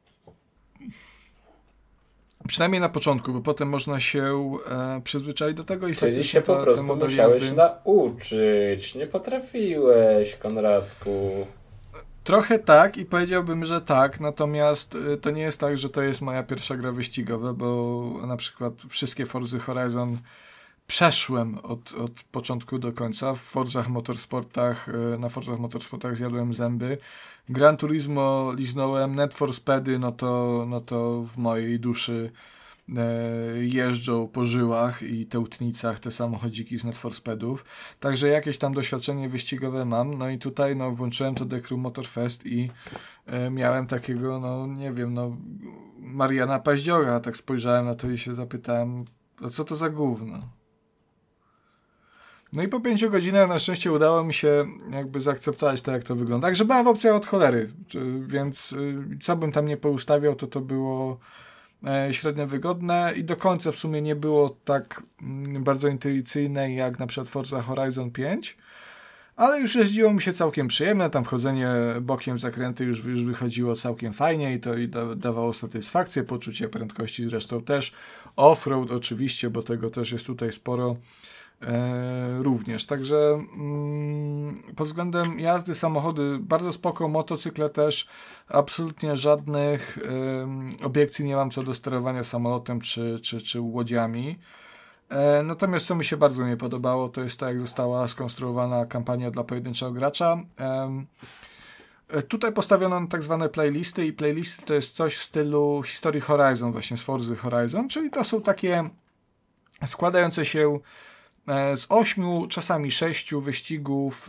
Przynajmniej na początku, bo potem można się e, przyzwyczaić do tego i czyli się po ta, prostu musiałeś jazdy... nauczyć. Nie potrafiłeś, Konradku. Trochę tak i powiedziałbym, że tak, natomiast y, to nie jest tak, że to jest moja pierwsza gra wyścigowa, bo na przykład wszystkie Forzy Horizon przeszłem od, od początku do końca. W Forzach Motorsportach, y, na Forzach Motorsportach zjadłem zęby. Gran Turismo liznąłem, Need for Speedy, no to, no to w mojej duszy e, jeżdżą po żyłach i tełtnicach te samochodziki z Need for Speedów. Także jakieś tam doświadczenie wyścigowe mam. No i tutaj no, włączyłem to The Crew Motorfest i e, miałem takiego, no nie wiem, no Mariana Paździora. Tak spojrzałem na to i się zapytałem, a co to za gówno? No i po pięciu godzinach na szczęście udało mi się jakby zaakceptować to, jak to wygląda. Także była opcja od cholery, więc co bym tam nie poustawiał, to to było średnio wygodne i do końca w sumie nie było tak bardzo intuicyjne jak na przykład Forza Horizon pięć, ale już jeździło mi się całkiem przyjemne, tam wchodzenie bokiem w zakręty już, już wychodziło całkiem fajnie i to i da, dawało satysfakcję, poczucie prędkości zresztą też, off-road oczywiście, bo tego też jest tutaj sporo. E, również, także mm, pod względem jazdy samochody bardzo spoko, motocykle też absolutnie żadnych e, obiekcji nie mam co do sterowania samolotem czy, czy, czy łodziami. E, natomiast co mi się bardzo nie podobało, to jest to, jak została skonstruowana kampania dla pojedynczego gracza. E, tutaj postawiono na tak zwane playlisty i playlisty to jest coś w stylu historii Horizon, właśnie z Forzy Horizon, czyli to są takie składające się z ośmiu, czasami sześciu wyścigów,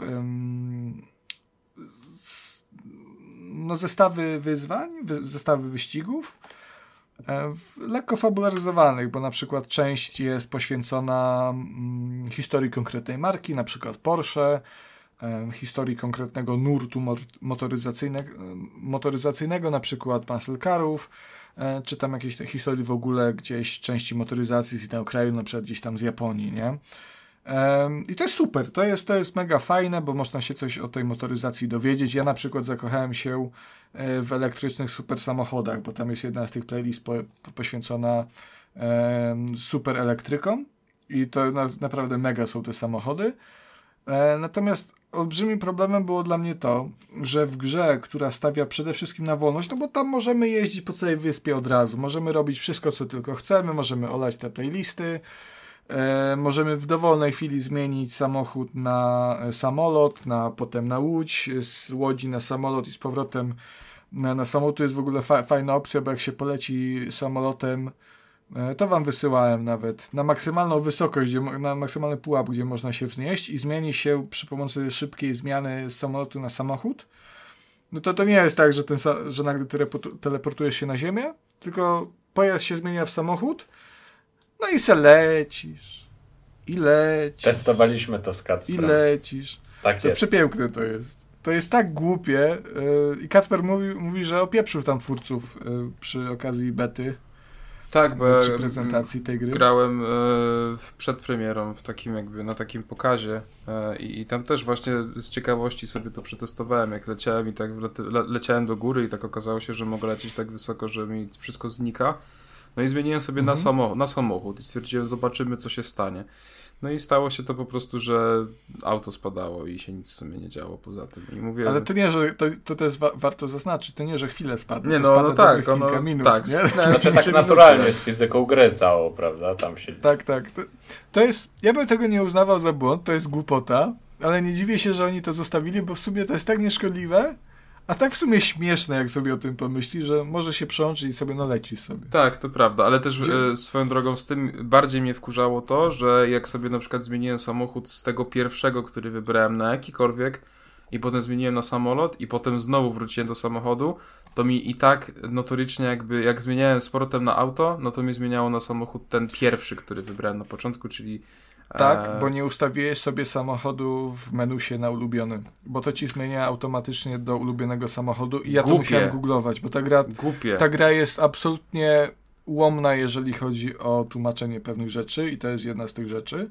no zestawy wyzwań, zestawy wyścigów, lekko fabularyzowanych, bo na przykład część jest poświęcona historii konkretnej marki, na przykład Porsche, historii konkretnego nurtu motoryzacyjnego, motoryzacyjnego na przykład muscle carów, czy tam jakieś te historii w ogóle gdzieś części motoryzacji z innego kraju, na przykład gdzieś tam z Japonii, nie? Um, I to jest super, to jest, to jest mega fajne, bo można się coś o tej motoryzacji dowiedzieć. Ja na przykład zakochałem się w elektrycznych super samochodach, bo tam jest jedna z tych playlist po, poświęcona um, super elektrykom i to na, naprawdę mega są te samochody. E, natomiast olbrzymim problemem było dla mnie to, że w grze, która stawia przede wszystkim na wolność, no bo tam możemy jeździć po całej wyspie od razu, możemy robić wszystko, co tylko chcemy, możemy olać te playlisty, e, możemy w dowolnej chwili zmienić samochód na samolot, na, potem na łódź, z łodzi na samolot i z powrotem na, na samolot. To jest w ogóle fa- fajna opcja, bo jak się poleci samolotem, to wam wysyłałem nawet na maksymalną wysokość, gdzie, na maksymalny pułap, gdzie można się wznieść i zmieni się przy pomocy szybkiej zmiany z samolotu na samochód. no to to nie jest tak, że, ten, że nagle ty teleportujesz się na ziemię, tylko pojazd się zmienia w samochód, no i se lecisz. I lecisz. Testowaliśmy to z Kacprem. I lecisz. Tak to jest. Przepiękne to jest. To jest tak głupie. Yy, I Kacper mówi, mówi, że opieprzył tam twórców yy, przy okazji bety. Tak, bo Czy prezentacji tej gry. Grałem yy, przed premierą w takim jakby, na takim pokazie yy, i tam też właśnie z ciekawości sobie to przetestowałem, jak leciałem i tak wlety, le, leciałem do góry i tak okazało się, że mogę lecieć tak wysoko, że mi wszystko znika. No i zmieniłem sobie mhm. na, samochód, na samochód i stwierdziłem, zobaczymy, co się stanie. No i stało się to po prostu, że auto spadało i się nic w sumie nie działo poza tym. I mówię, ale to nie, że to, to też wa- warto zaznaczyć, to nie, że chwilę spadło, nie, to no, spada no tak, kilka ono, minut. tak, nie? Znaczy tak naturalnie z fizyką gry całą, prawda? Tam się... Tak, tak. To, to jest, ja bym tego nie uznawał za błąd, to jest głupota, ale nie dziwię się, że oni to zostawili, bo w sumie to jest tak nieszkodliwe, a tak w sumie śmieszne, jak sobie o tym pomyśli, że może się przełączyć i sobie naleci sobie. Tak, to prawda, ale też Gdzie... e, swoją drogą z tym bardziej mnie wkurzało to, że jak sobie na przykład zmieniłem samochód z tego pierwszego, który wybrałem na jakikolwiek i potem zmieniłem na samolot i potem znowu wróciłem do samochodu, to mi i tak notorycznie jakby, jak zmieniałem z powrotem na auto, no to mi zmieniało na samochód ten pierwszy, który wybrałem na początku, czyli tak, bo nie ustawiłeś sobie samochodu w menusie na ulubiony, bo to ci zmienia automatycznie do ulubionego samochodu i ja Głupie. to musiałem googlować, bo ta gra, Głupie. ta gra jest absolutnie ułomna, jeżeli chodzi o tłumaczenie pewnych rzeczy i to jest jedna z tych rzeczy.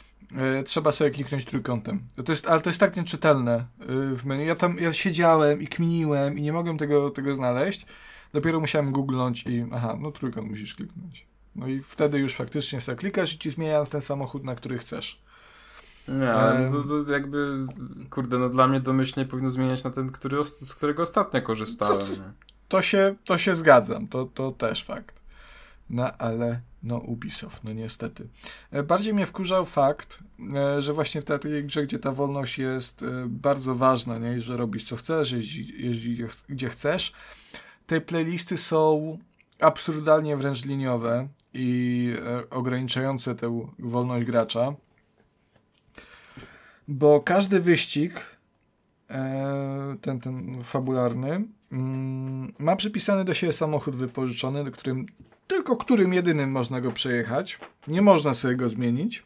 Yy, trzeba sobie kliknąć trójkątem. To jest, ale to jest tak nieczytelne yy, w menu. Ja tam ja siedziałem i kminiłem i nie mogłem tego, tego znaleźć. Dopiero musiałem googlnąć i aha, no trójkąt musisz kliknąć. No i wtedy już faktycznie sobie klikasz i ci zmienia ten samochód, na który chcesz. Nie, ale to, to jakby, kurde, no dla mnie domyślnie powinno zmieniać na ten, który, z którego ostatnio korzystałem. To, to, się, to się zgadzam, to, to też fakt. No ale, no Ubisoft, no niestety. Bardziej mnie wkurzał fakt, że właśnie w takiej grze, gdzie ta wolność jest bardzo ważna, nie? Że robisz co chcesz, jeździ, jeździ gdzie chcesz, te playlisty są absurdalnie wręcz liniowe i e, ograniczające tę wolność gracza, bo każdy wyścig e, ten, ten fabularny mm, ma przypisany do siebie samochód wypożyczony, do którym, tylko którym jedynym można go przejechać, nie można sobie go zmienić.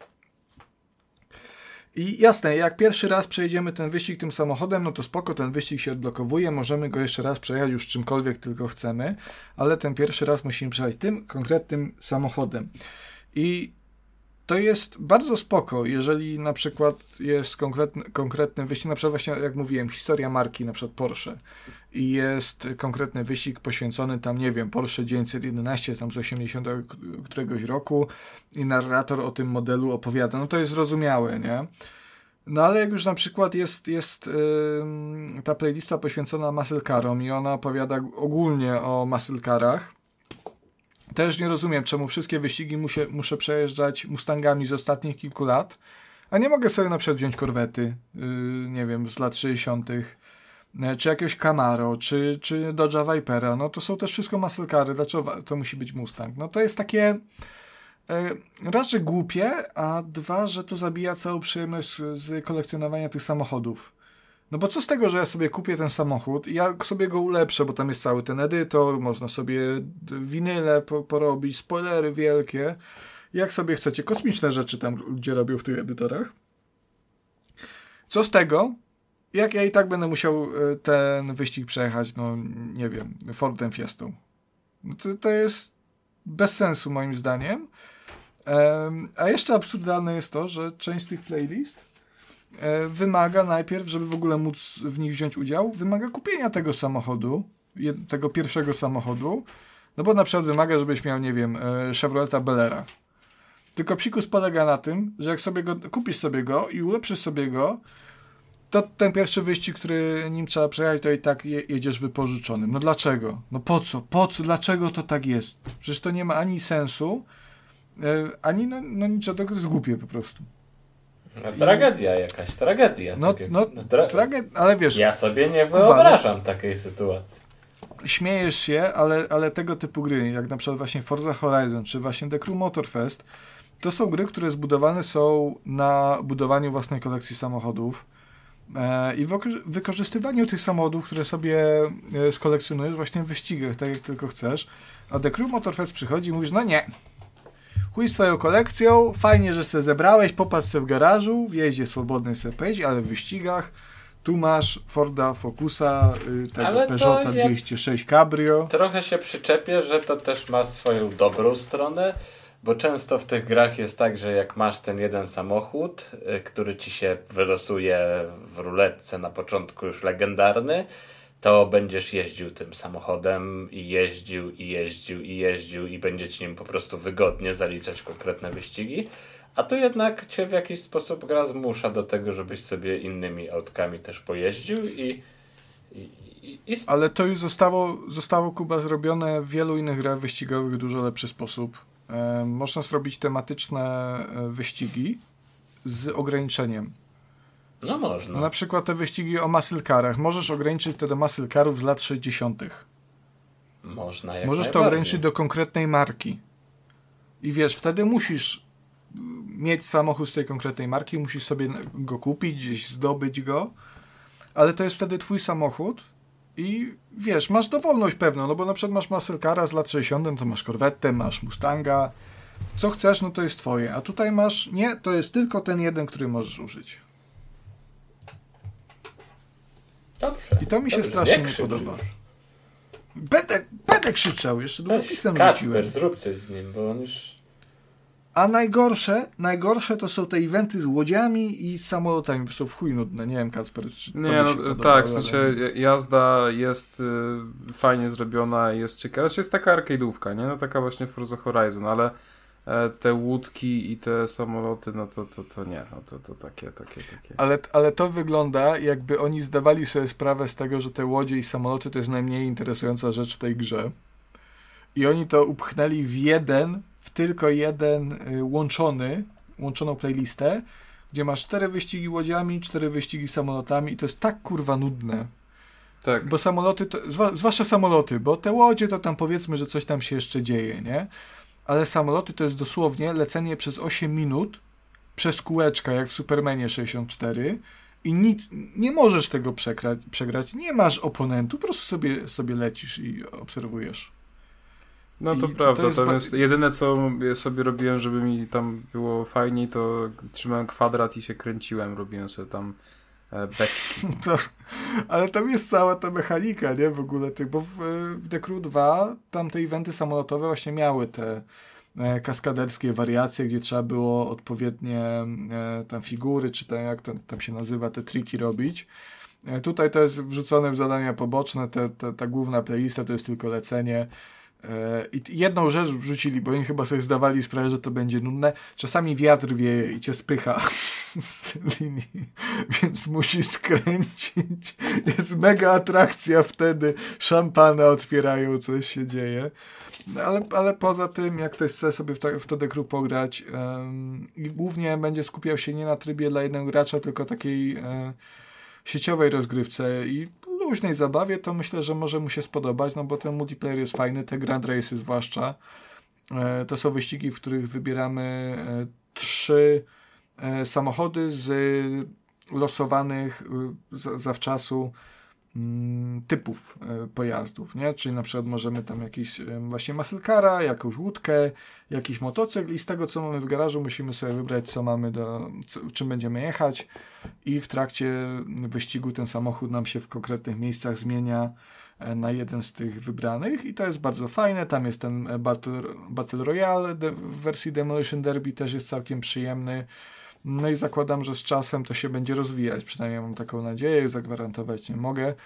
I jasne, jak pierwszy raz przejedziemy ten wyścig tym samochodem, no to spoko, ten wyścig się odblokowuje, możemy go jeszcze raz przejechać już czymkolwiek tylko chcemy, ale ten pierwszy raz musimy przejechać tym konkretnym samochodem. I to jest bardzo spoko, jeżeli na przykład jest konkretny, konkretny wyścig, na przykład właśnie jak mówiłem, historia marki, na przykład Porsche i jest konkretny wyścig poświęcony tam, nie wiem, Porsche dziewięćset jedenaście tam z osiemdziesiątego któregoś roku i narrator o tym modelu opowiada, no to jest zrozumiałe, nie? No ale jak już na przykład jest, jest yy, ta playlista poświęcona muscle carom i ona opowiada ogólnie o muscle carach, też nie rozumiem, czemu wszystkie wyścigi muszę, muszę przejeżdżać Mustangami z ostatnich kilku lat, a nie mogę sobie na przykład wziąć korwety, yy, nie wiem, z lat sześćdziesiątych, czy jakiegoś Camaro, czy, czy Dodge'a Vipera, no to są też wszystko muscle cary, dlaczego to musi być Mustang? No to jest takie yy, raz, że głupie, a dwa, że to zabija całą przyjemność z, z kolekcjonowania tych samochodów. No bo co z tego, że ja sobie kupię ten samochód i ja sobie go ulepszę, bo tam jest cały ten edytor, można sobie winyle po, porobić, spoilery wielkie, jak sobie chcecie, kosmiczne rzeczy tam ludzie robią w tych edytorach. Co z tego, jak ja i tak będę musiał ten wyścig przejechać, no nie wiem, Fordem Fiestą. No to, to jest bez sensu moim zdaniem. Um, a jeszcze absurdalne jest to, że część z tych playlist wymaga najpierw, żeby w ogóle móc w nich wziąć udział, wymaga kupienia tego samochodu, tego pierwszego samochodu, no bo na przykład wymaga, żebyś miał, nie wiem, Chevroleta Bel Aira. Tylko psikus polega na tym, że jak sobie go, kupisz sobie go i ulepszysz sobie go, to ten pierwszy wyścig, który nim trzeba przejechać, to i tak je, jedziesz wypożyczonym. No dlaczego? No po co? Po co? Dlaczego to tak jest? Przecież to nie ma ani sensu, ani no, no niczego, to jest głupie po prostu. No, tragedia jakaś, tragedia. No, tak jak, no tra- traged... ale wiesz... Ja sobie nie wyobrażam takiej sytuacji. Śmiejesz się, ale, ale tego typu gry, jak na przykład właśnie Forza Horizon, czy właśnie The Crew to są gry, które zbudowane są na budowaniu własnej kolekcji samochodów. E, I w oko- wykorzystywaniu tych samochodów, które sobie e, skolekcjonujesz właśnie w wyścigach, tak jak tylko chcesz, a The Crew Motorfest przychodzi i mówisz, no nie, chuj z twoją kolekcją, fajnie, że se zebrałeś, popatrz se w garażu, w jeździe swobodny se pojedź, ale w wyścigach tu masz Forda Focusa, y, tego Ale to Peugeota jak- dwieście sześć Cabrio. Trochę się przyczepię, że to też ma swoją dobrą stronę, bo często w tych grach jest tak, że jak masz ten jeden samochód, y, który ci się wylosuje w ruletce na początku już legendarny, to będziesz jeździł tym samochodem i jeździł, i jeździł, i jeździł i będzie ci nim po prostu wygodnie zaliczać konkretne wyścigi. A tu jednak cię w jakiś sposób gra zmusza do tego, żebyś sobie innymi autkami też pojeździł i... i, i, i sp- Ale to już zostało, zostało Kuba zrobione w wielu innych grach wyścigowych w dużo lepszy sposób. E, można zrobić tematyczne e, wyścigi z ograniczeniem. no można. No, na przykład te wyścigi o muscle carach. Możesz ograniczyć te do muscle carów z lat sześćdziesiątych. Można jak Możesz to najbardziej. ograniczyć do konkretnej marki. I wiesz, wtedy musisz mieć samochód z tej konkretnej marki, musisz sobie go kupić, gdzieś zdobyć go, ale to jest wtedy twój samochód i wiesz, masz dowolność pewną, no bo na przykład masz muscle cara z lat sześćdziesiątych, to masz Corvette, masz Mustanga, co chcesz, no to jest twoje, a tutaj masz, nie, to jest tylko ten jeden, który możesz użyć. Dobrze. I to mi się Dobrze, strasznie nie nie krzycz podoba. już. Będę, będę krzyczał, jeszcze długopisem Kacper, rzuciłem. zrób coś z nim, bo on już... A najgorsze, najgorsze to są te eventy z łodziami i z samolotami, bo są w chuj nudne. Nie wiem, Kacper, czy to Nie, mi no się podoba, tak, w ale- sensie jazda jest y, fajnie zrobiona, jest ciekawa. Znaczy jest taka arcade'ówka, nie? No taka właśnie Forza Horizon, ale e, te łódki i te samoloty, no to, to, to nie, no to, to takie, takie, takie. Ale, ale to wygląda, jakby oni zdawali sobie sprawę z tego, że te łodzie i samoloty to jest najmniej interesująca rzecz w tej grze. I oni to upchnęli w jeden, w tylko jeden y, łączony, łączoną playlistę, gdzie masz cztery wyścigi łodziami, cztery wyścigi samolotami i to jest tak kurwa nudne. Tak, Bo samoloty, to, zwa, zwłaszcza samoloty, bo te łodzie to tam powiedzmy, że coś tam się jeszcze dzieje, nie? Ale samoloty to jest dosłownie lecenie przez osiem minut przez kółeczka, jak w Supermanie sześćdziesiąt cztery i nic, nie możesz tego przegrać, przegrać, nie masz oponentu, po prostu sobie, sobie lecisz i obserwujesz. no to i prawda. to jest To ba- jest jedyne, co ja sobie robiłem, żeby mi tam było fajniej, to trzymałem kwadrat i się kręciłem, robiłem sobie tam e, beczki. To, ale tam jest cała ta mechanika, nie? W ogóle tych, bo w, w The Crew dwa tam te eventy samolotowe właśnie miały te e, kaskaderskie wariacje, gdzie trzeba było odpowiednie e, tam figury, czy te, jak to tam się nazywa, te triki robić. E, tutaj to jest wrzucone w zadania poboczne, te, te, ta główna playlista to jest tylko lecenie. E, I t- jedną rzecz wrzucili, bo oni chyba sobie zdawali sprawę, że to będzie nudne. Czasami wiatr wieje i cię spycha z linii, więc musisz skręcić. Jest mega atrakcja wtedy. Szampana otwierają, coś się dzieje. No, ale, ale poza tym, jak ktoś chce sobie w, ta, w to The Crew pograć um, i głównie będzie skupiał się nie na trybie dla jednego gracza, tylko takiej e, sieciowej rozgrywce i luźnej zabawie, to myślę, że może mu się spodobać, no bo ten multiplayer jest fajny, te Grand Race'y zwłaszcza. E, to są wyścigi, w których wybieramy e, trzy e, samochody z losowanych e, z, zawczasu mm, typów e, pojazdów, nie? Czyli na przykład możemy tam jakiś e, właśnie muscle cara, jakąś łódkę, jakiś motocykl i z tego, co mamy w garażu, musimy sobie wybrać, co mamy do, co, czym będziemy jechać i w trakcie wyścigu ten samochód nam się w konkretnych miejscach zmienia e, na jeden z tych wybranych i to jest bardzo fajne. Tam jest ten e, Battle, Battle Royale de, w wersji Demolition Derby, też jest całkiem przyjemny. No i zakładam, że z czasem to się będzie rozwijać. Przynajmniej mam taką nadzieję, zagwarantować nie mogę.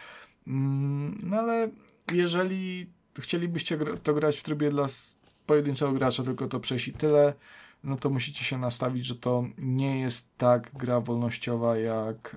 Mm, No ale jeżeli chcielibyście gr- to grać w trybie dla s- pojedynczego gracza, tylko to przejść i tyle, no to musicie się nastawić, że to nie jest tak gra wolnościowa jak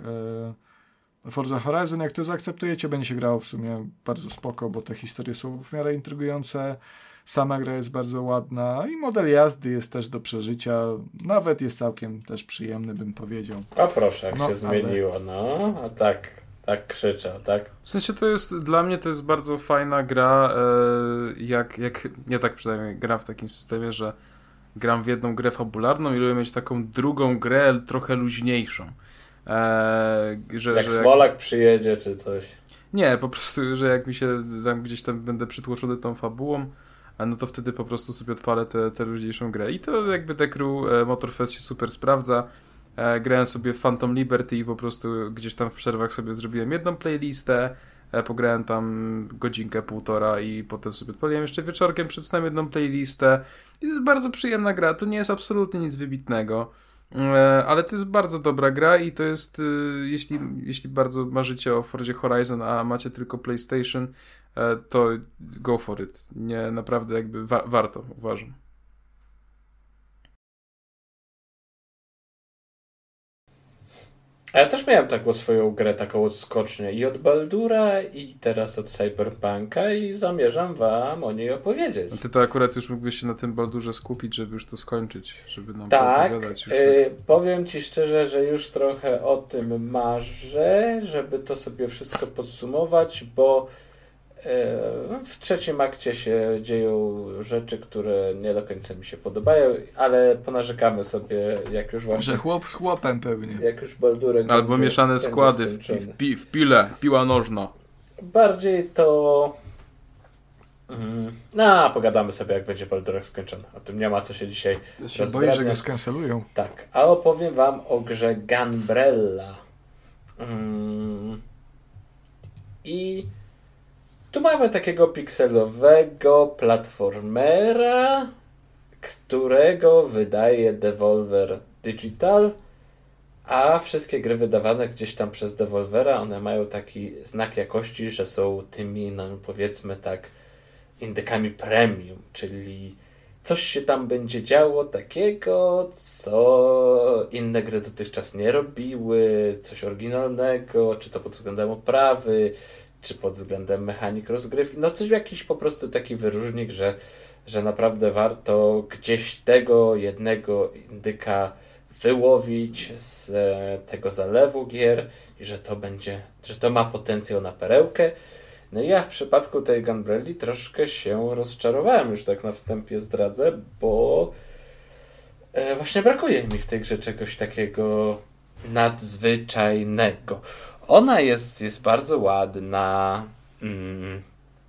e, Forza Horizon. Jak to zaakceptujecie, będzie się grało w sumie bardzo spoko, bo te historie są w miarę intrygujące. Sama gra jest bardzo ładna i model jazdy jest też do przeżycia. Nawet jest całkiem też przyjemny, bym powiedział. O proszę, jak No, się ale- zmieniło, no. A tak, tak krzyczał, tak? W sensie to jest, dla mnie to jest bardzo fajna gra, e, jak, jak ja tak przynajmniej gram w takim systemie, że gram w jedną grę fabularną i lubię mieć taką drugą grę trochę luźniejszą. E, że, jak że Smolak jak... przyjedzie czy coś. Nie, po prostu, że jak mi się tam gdzieś tam będę przytłoczony tą fabułą, no to wtedy po prostu sobie odpalę tę te, luźniejszą grę. I to jakby The Crew e, Motorfest się super sprawdza. E, grałem sobie w Phantom Liberty i po prostu gdzieś tam w przerwach sobie zrobiłem jedną playlistę, e, pograłem tam godzinkę, półtora i potem sobie odpaliłem jeszcze wieczorkiem, przeczytałem jedną playlistę. I to jest bardzo przyjemna gra, to nie jest absolutnie nic wybitnego. Ale to jest bardzo dobra gra i to jest, jeśli, jeśli bardzo marzycie o Forzie Horizon, a macie tylko PlayStation, to go for it. Nie, naprawdę jakby wa- warto, uważam. A ja też miałem taką swoją grę, taką odskocznię i od Baldura, i teraz od Cyberpunka i zamierzam wam o niej opowiedzieć. A ty to akurat już mógłbyś się na tym Baldurze skupić, żeby już to skończyć, żeby nam tak, opowiadać. Już yy, tak, powiem ci szczerze, że już trochę o tym marzę, żeby to sobie wszystko podsumować, bo w trzecim akcie się dzieją rzeczy, które nie do końca mi się podobają, ale ponarzekamy sobie, jak już właśnie... Że chłop z chłopem pewnie. Jak już Baldurek albo będzie, mieszane będzie składy w, skończony. w, pi, w pile, piła nożna. Bardziej to... Mm, no, pogadamy sobie, jak będzie Baldurek skończony. O tym nie ma co się dzisiaj Ja się boję, że go skancelują. Tak, a opowiem wam o grze Gunbrella. Mm. I tu mamy takiego pikselowego platformera, którego wydaje Devolver Digital, a wszystkie gry wydawane gdzieś tam przez Devolvera, one mają taki znak jakości, że są tymi, no powiedzmy tak, indykami premium, czyli coś się tam będzie działo takiego, co inne gry dotychczas nie robiły, coś oryginalnego, czy to pod względem oprawy, czy pod względem mechanik rozgrywki, no coś jakiś po prostu taki wyróżnik, że, że naprawdę warto gdzieś tego jednego indyka wyłowić z tego zalewu gier i że to będzie, że to ma potencjał na perełkę. No i ja w przypadku tej Gunbrelli troszkę się rozczarowałem, już tak na wstępie zdradzę, bo e, właśnie brakuje mi w tej grze czegoś takiego nadzwyczajnego. Ona jest, jest bardzo ładna, mm,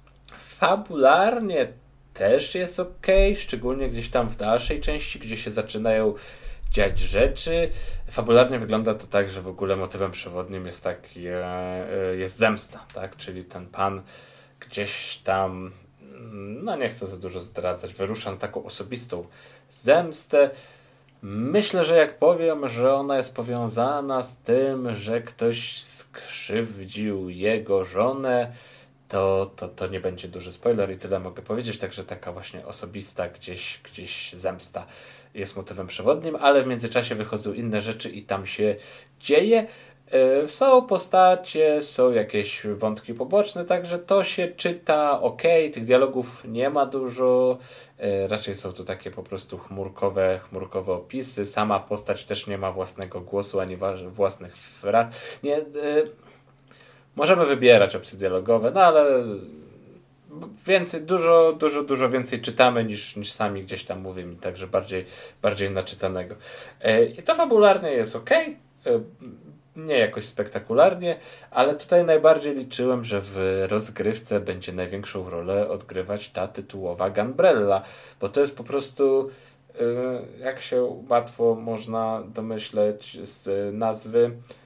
fabularnie też jest ok, szczególnie gdzieś tam w dalszej części, gdzie się zaczynają dziać rzeczy. Fabularnie wygląda to tak, że w ogóle motywem przewodnim jest taki, jest zemsta, tak? Czyli ten pan gdzieś tam, no nie chcę za dużo zdradzać, wyrusza na taką osobistą zemstę. Myślę, że jak powiem, że ona jest powiązana z tym, że ktoś skrzywdził jego żonę, to, to, to nie będzie duży spoiler i tyle mogę powiedzieć, także taka właśnie osobista gdzieś, gdzieś zemsta jest motywem przewodnim, ale w międzyczasie wychodzą inne rzeczy i tam się dzieje. Yy, są postacie, są jakieś wątki poboczne, także to się czyta ok, tych dialogów nie ma dużo, yy, raczej są to takie po prostu chmurkowe, chmurkowe opisy, sama postać też nie ma własnego głosu, ani wa- własnych fraz. Nie, yy, możemy wybierać opcje dialogowe, no ale więcej, dużo, dużo, dużo więcej czytamy niż, niż sami gdzieś tam mówimy, także bardziej, bardziej naczytanego. I to fabularnie jest ok, nie jakoś spektakularnie, ale tutaj najbardziej liczyłem, że w rozgrywce będzie największą rolę odgrywać ta tytułowa Gunbrella, bo to jest po prostu, jak się łatwo można domyśleć z nazwy,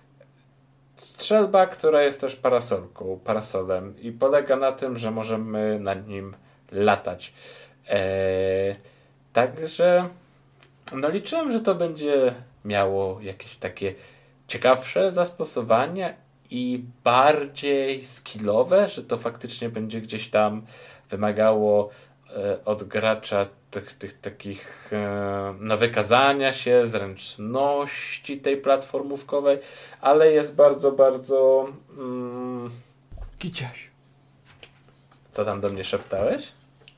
strzelba, która jest też parasolką, parasolem i polega na tym, że możemy na nim latać. Eee, także no liczyłem, że to będzie miało jakieś takie ciekawsze zastosowania i bardziej skillowe, że to faktycznie będzie gdzieś tam wymagało e, od gracza tych, tych takich e, no, wykazania się, zręczności tej platformówkowej, ale jest bardzo, bardzo mm, Kiciaś. co tam do mnie szeptałeś?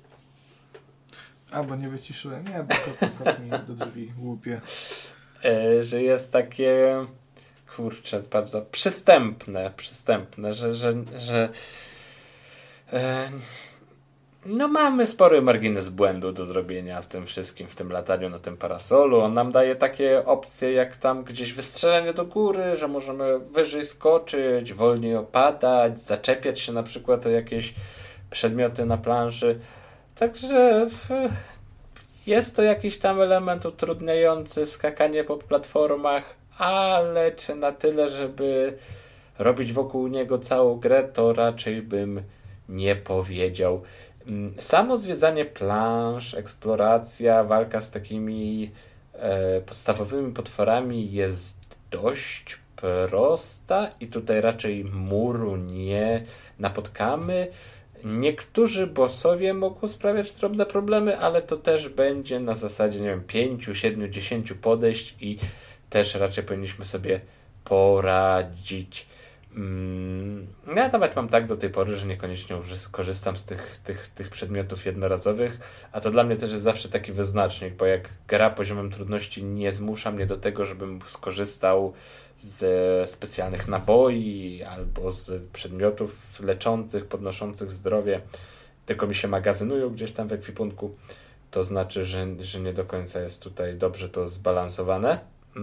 A, bo nie wyciszyłem. Nie, bo kot, kot mi do drzwi łupie. E, że jest takie kurczę, bardzo przystępne, przystępne, że, że, że e, no mamy spory margines błędu do zrobienia w tym wszystkim, w tym lataniu na tym parasolu. On nam daje takie opcje jak tam gdzieś wystrzelanie do góry, że możemy wyżej skoczyć, wolniej opadać, zaczepiać się na przykład o jakieś przedmioty na planszy. Także jest to jakiś tam element utrudniający skakanie po platformach, ale czy na tyle, żeby robić wokół niego całą grę, to raczej bym nie powiedział. Samo zwiedzanie plansz, eksploracja, walka z takimi e, podstawowymi potworami jest dość prosta i tutaj raczej muru nie napotkamy. Niektórzy bossowie mogą sprawiać drobne problemy, ale to też będzie na zasadzie, nie wiem, pięciu, siedmiu, dziesięciu podejść i też raczej powinniśmy sobie poradzić. Ja nawet mam tak do tej pory, że niekoniecznie już korzystam z tych, tych, tych przedmiotów jednorazowych, a to dla mnie też jest zawsze taki wyznacznik, bo jak gra poziomem trudności nie zmusza mnie do tego, żebym skorzystał ze specjalnych naboi albo z przedmiotów leczących, podnoszących zdrowie, tylko mi się magazynują gdzieś tam w ekwipunku, to znaczy, że, że nie do końca jest tutaj dobrze to zbalansowane.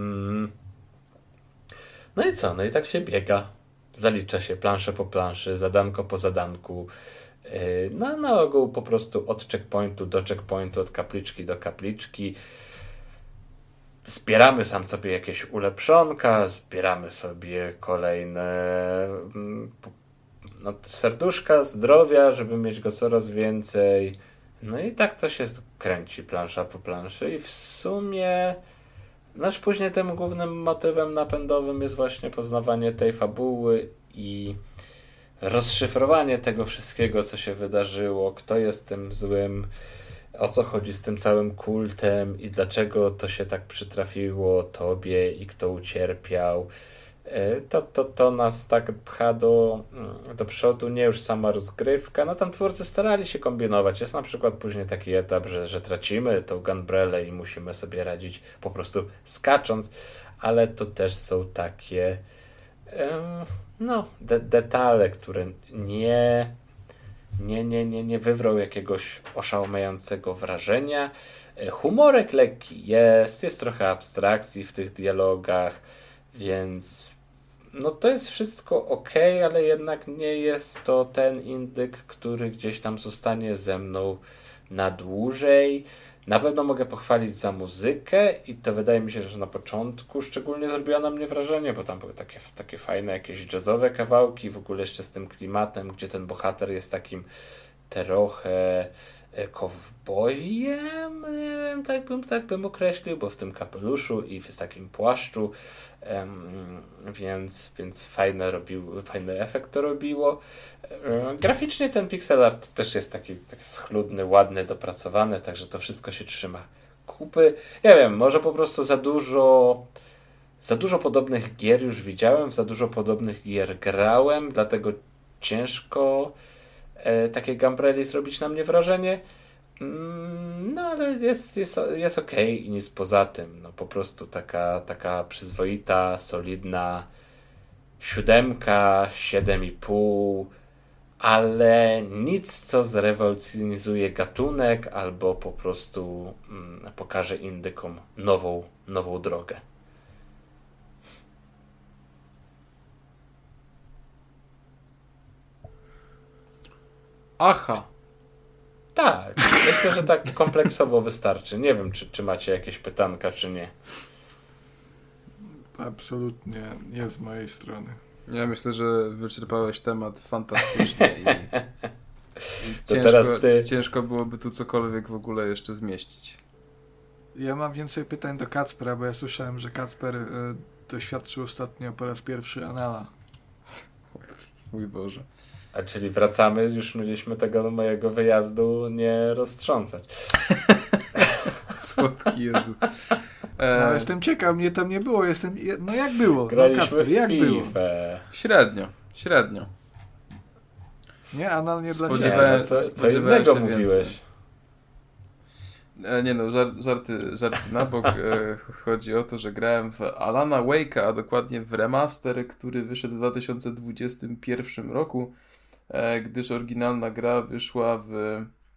No i co? No i tak się biega. Zalicza się planszę po planszy, zadanko po zadanku. No na ogół po prostu od checkpointu do checkpointu, od kapliczki do kapliczki. Zbieramy sam sobie jakieś ulepszonka, zbieramy sobie kolejne no, serduszka, zdrowia, żeby mieć go coraz więcej. No i tak to się kręci plansza po planszy i w sumie... Znaczy później tym głównym motywem napędowym jest właśnie poznawanie tej fabuły i rozszyfrowanie tego wszystkiego, co się wydarzyło, kto jest tym złym, o co chodzi z tym całym kultem i dlaczego to się tak przytrafiło tobie i kto ucierpiał. To, to, to nas tak pcha do, do przodu, nie już sama rozgrywka. No tam twórcy starali się kombinować. Jest na przykład później taki etap, że, że tracimy tą gunbrellę i musimy sobie radzić po prostu skacząc, ale to też są takie no, de- detale, które nie, nie, nie, nie, nie wywrą jakiegoś oszałamiającego wrażenia. Humorek lekki jest, jest trochę abstrakcji w tych dialogach, więc no to jest wszystko ok, ale jednak nie jest to ten indyk, który gdzieś tam zostanie ze mną na dłużej. Na pewno mogę pochwalić za muzykę i to wydaje mi się, że na początku szczególnie zrobiła na mnie wrażenie, bo tam były takie, takie fajne jakieś jazzowe kawałki, w ogóle jeszcze z tym klimatem, gdzie ten bohater jest takim trochę kowbojem, nie wiem, tak bym, tak bym określił, bo w tym kapeluszu i w takim płaszczu, um, więc, więc fajne robił, fajny efekt to robiło. Um, graficznie ten pixel art też jest taki tak schludny, ładny, dopracowany, także to wszystko się trzyma kupy. Ja wiem, może po prostu za dużo za dużo podobnych gier już widziałem, za dużo podobnych gier grałem, dlatego ciężko takie Gunbrelli zrobić na mnie wrażenie. No ale jest, jest, jest okej okay i nic poza tym. No po prostu taka, taka przyzwoita, solidna siódemka, siedem i pół, ale nic, co zrewolucjonizuje gatunek albo po prostu mm, pokaże indykom nową, nową drogę. Aha. Tak, myślę, że tak kompleksowo wystarczy. Nie wiem, czy, czy macie jakieś pytanka, czy nie. Absolutnie nie z mojej strony. Ja myślę, że wyczerpałeś temat fantastycznie i, i to ciężko, teraz ty... ciężko byłoby tu cokolwiek w ogóle jeszcze zmieścić. Ja mam więcej pytań do Kacpera, bo ja słyszałem, że Kacper y, doświadczył ostatnio po raz pierwszy Anala. Mój Boże. A czyli wracamy, już mieliśmy tego mojego wyjazdu nie roztrząsać. Słodki Jezu. E... No, jestem ciekaw, mnie tam nie było. Jestem... No jak było? Graliśmy no, Kacper, jak w było? Średnio, średnio. Nie, Anal nie dla Spodziewałem, ciebie. Co, co spodziewałem innego się mówiłeś? E, nie no, żart, żarty, żarty na bok. E, chodzi o to, że grałem w Alana Wake'a, a dokładnie w remaster, który wyszedł w dwa tysiące dwudziestym pierwszym roku, e, gdyż oryginalna gra wyszła w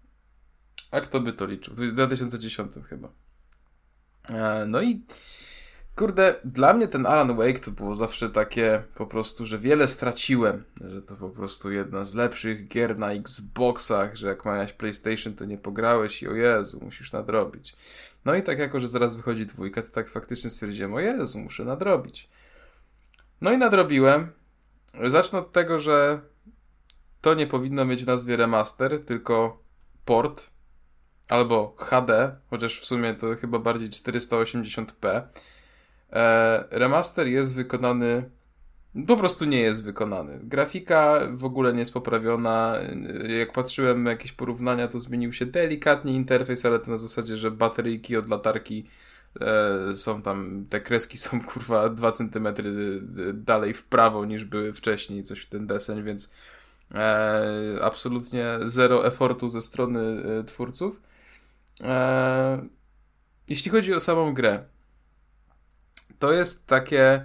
A kto by to liczył? W dwa tysiące dziesiątym chyba. E, no i kurde, dla mnie ten Alan Wake to było zawsze takie po prostu, że wiele straciłem, że to po prostu jedna z lepszych gier na Xboxach, że jak miałeś PlayStation, to nie pograłeś i o Jezu, musisz nadrobić. No i tak jako, że zaraz wychodzi dwójka, to tak faktycznie stwierdziłem, o Jezu, muszę nadrobić. No i nadrobiłem. Zacznę od tego, że to nie powinno mieć w nazwie remaster, tylko port albo H D, chociaż w sumie to chyba bardziej czterysta osiemdziesiąt p. E, remaster jest wykonany, po prostu nie jest wykonany. Grafika w ogóle nie jest poprawiona. Jak patrzyłem na jakieś porównania, to zmienił się delikatnie interfejs, ale to na zasadzie, że bateryjki od latarki e, są tam, te kreski są kurwa dwa centymetry dalej w prawo niż były wcześniej, coś w ten deseń, więc e, absolutnie zero efortu ze strony e, twórców. E, jeśli chodzi o samą grę, to jest takie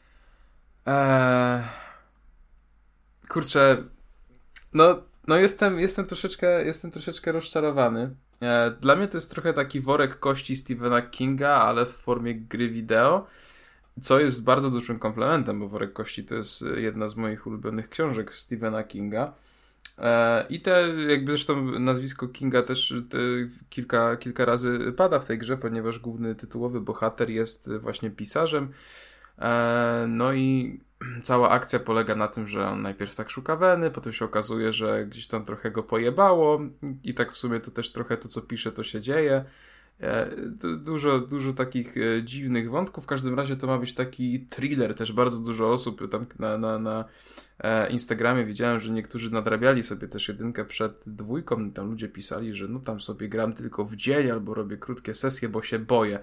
e, kurczę no, no jestem, jestem troszeczkę jestem troszeczkę rozczarowany. E, dla mnie to jest trochę taki worek kości Stephena Kinga, ale w formie gry wideo, co jest bardzo dużym komplementem, bo Worek Kości to jest jedna z moich ulubionych książek Stephena Kinga. I te, jakby zresztą nazwisko Kinga też kilka, kilka razy pada w tej grze, ponieważ główny tytułowy bohater jest właśnie pisarzem. No i cała akcja polega na tym, że on najpierw tak szuka weny, potem się okazuje, że gdzieś tam trochę go pojebało i tak w sumie to też trochę to, co pisze, to się dzieje. Dużo, dużo takich dziwnych wątków. W każdym razie to ma być taki thriller. Też bardzo dużo osób tam na, na, na Instagramie widziałem, że niektórzy nadrabiali sobie też jedynkę przed dwójką. Tam ludzie pisali, że no tam sobie gram tylko w dzień albo robię krótkie sesje, bo się boję.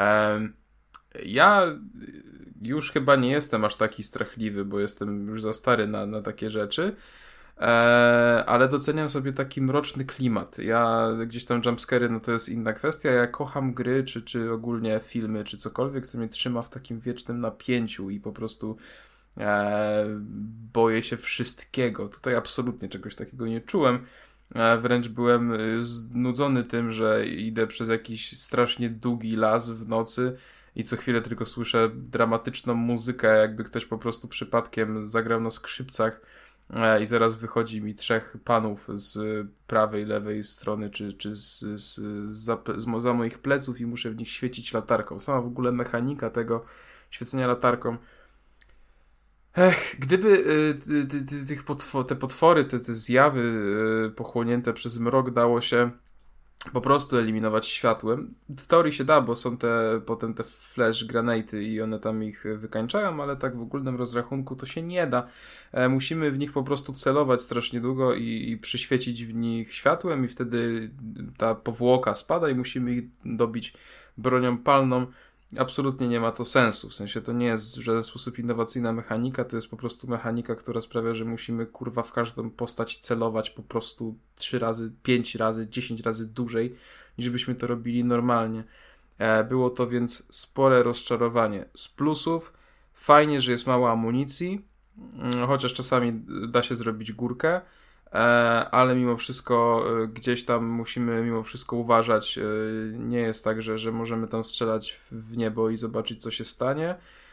Ja już chyba nie jestem aż taki strachliwy, bo jestem już za stary na, na takie rzeczy. Eee, ale doceniam sobie taki mroczny klimat. Ja gdzieś tam jumpscary, no to jest inna kwestia. Ja kocham gry, czy, czy ogólnie filmy, czy cokolwiek, co mnie trzyma w takim wiecznym napięciu i po prostu eee, boję się wszystkiego. Tutaj absolutnie czegoś takiego nie czułem. Eee, wręcz byłem znudzony tym, że idę przez jakiś strasznie długi las w nocy i co chwilę tylko słyszę dramatyczną muzykę, jakby ktoś po prostu przypadkiem zagrał na skrzypcach. I zaraz wychodzi mi trzech panów z prawej, lewej strony, czy, czy z, z, z, za, z, za moich pleców i muszę w nich świecić latarką. Sama w ogóle mechanika tego świecenia latarką. Ech, gdyby y, ty, ty, tych potwo- te potwory, te, te zjawy y, pochłonięte przez mrok dało się po prostu eliminować światłem. W teorii się da, bo są te potem te flash granaty i one tam ich wykańczają, ale tak w ogólnym rozrachunku to się nie da. E, musimy w nich po prostu celować strasznie długo i, i przyświecić w nich światłem i wtedy ta powłoka spada i musimy ich dobić bronią palną. Absolutnie nie ma to sensu, w sensie to nie jest w żaden sposób innowacyjna mechanika, to jest po prostu mechanika, która sprawia, że musimy kurwa w każdą postać celować po prostu trzy razy, pięć razy, dziesięć razy dłużej, niż byśmy to robili normalnie. E, było to więc spore rozczarowanie. Z plusów fajnie, że jest mało amunicji, chociaż czasami da się zrobić górkę, ale mimo wszystko gdzieś tam musimy mimo wszystko uważać. Nie jest tak, że, że możemy tam strzelać w niebo i zobaczyć, co się stanie.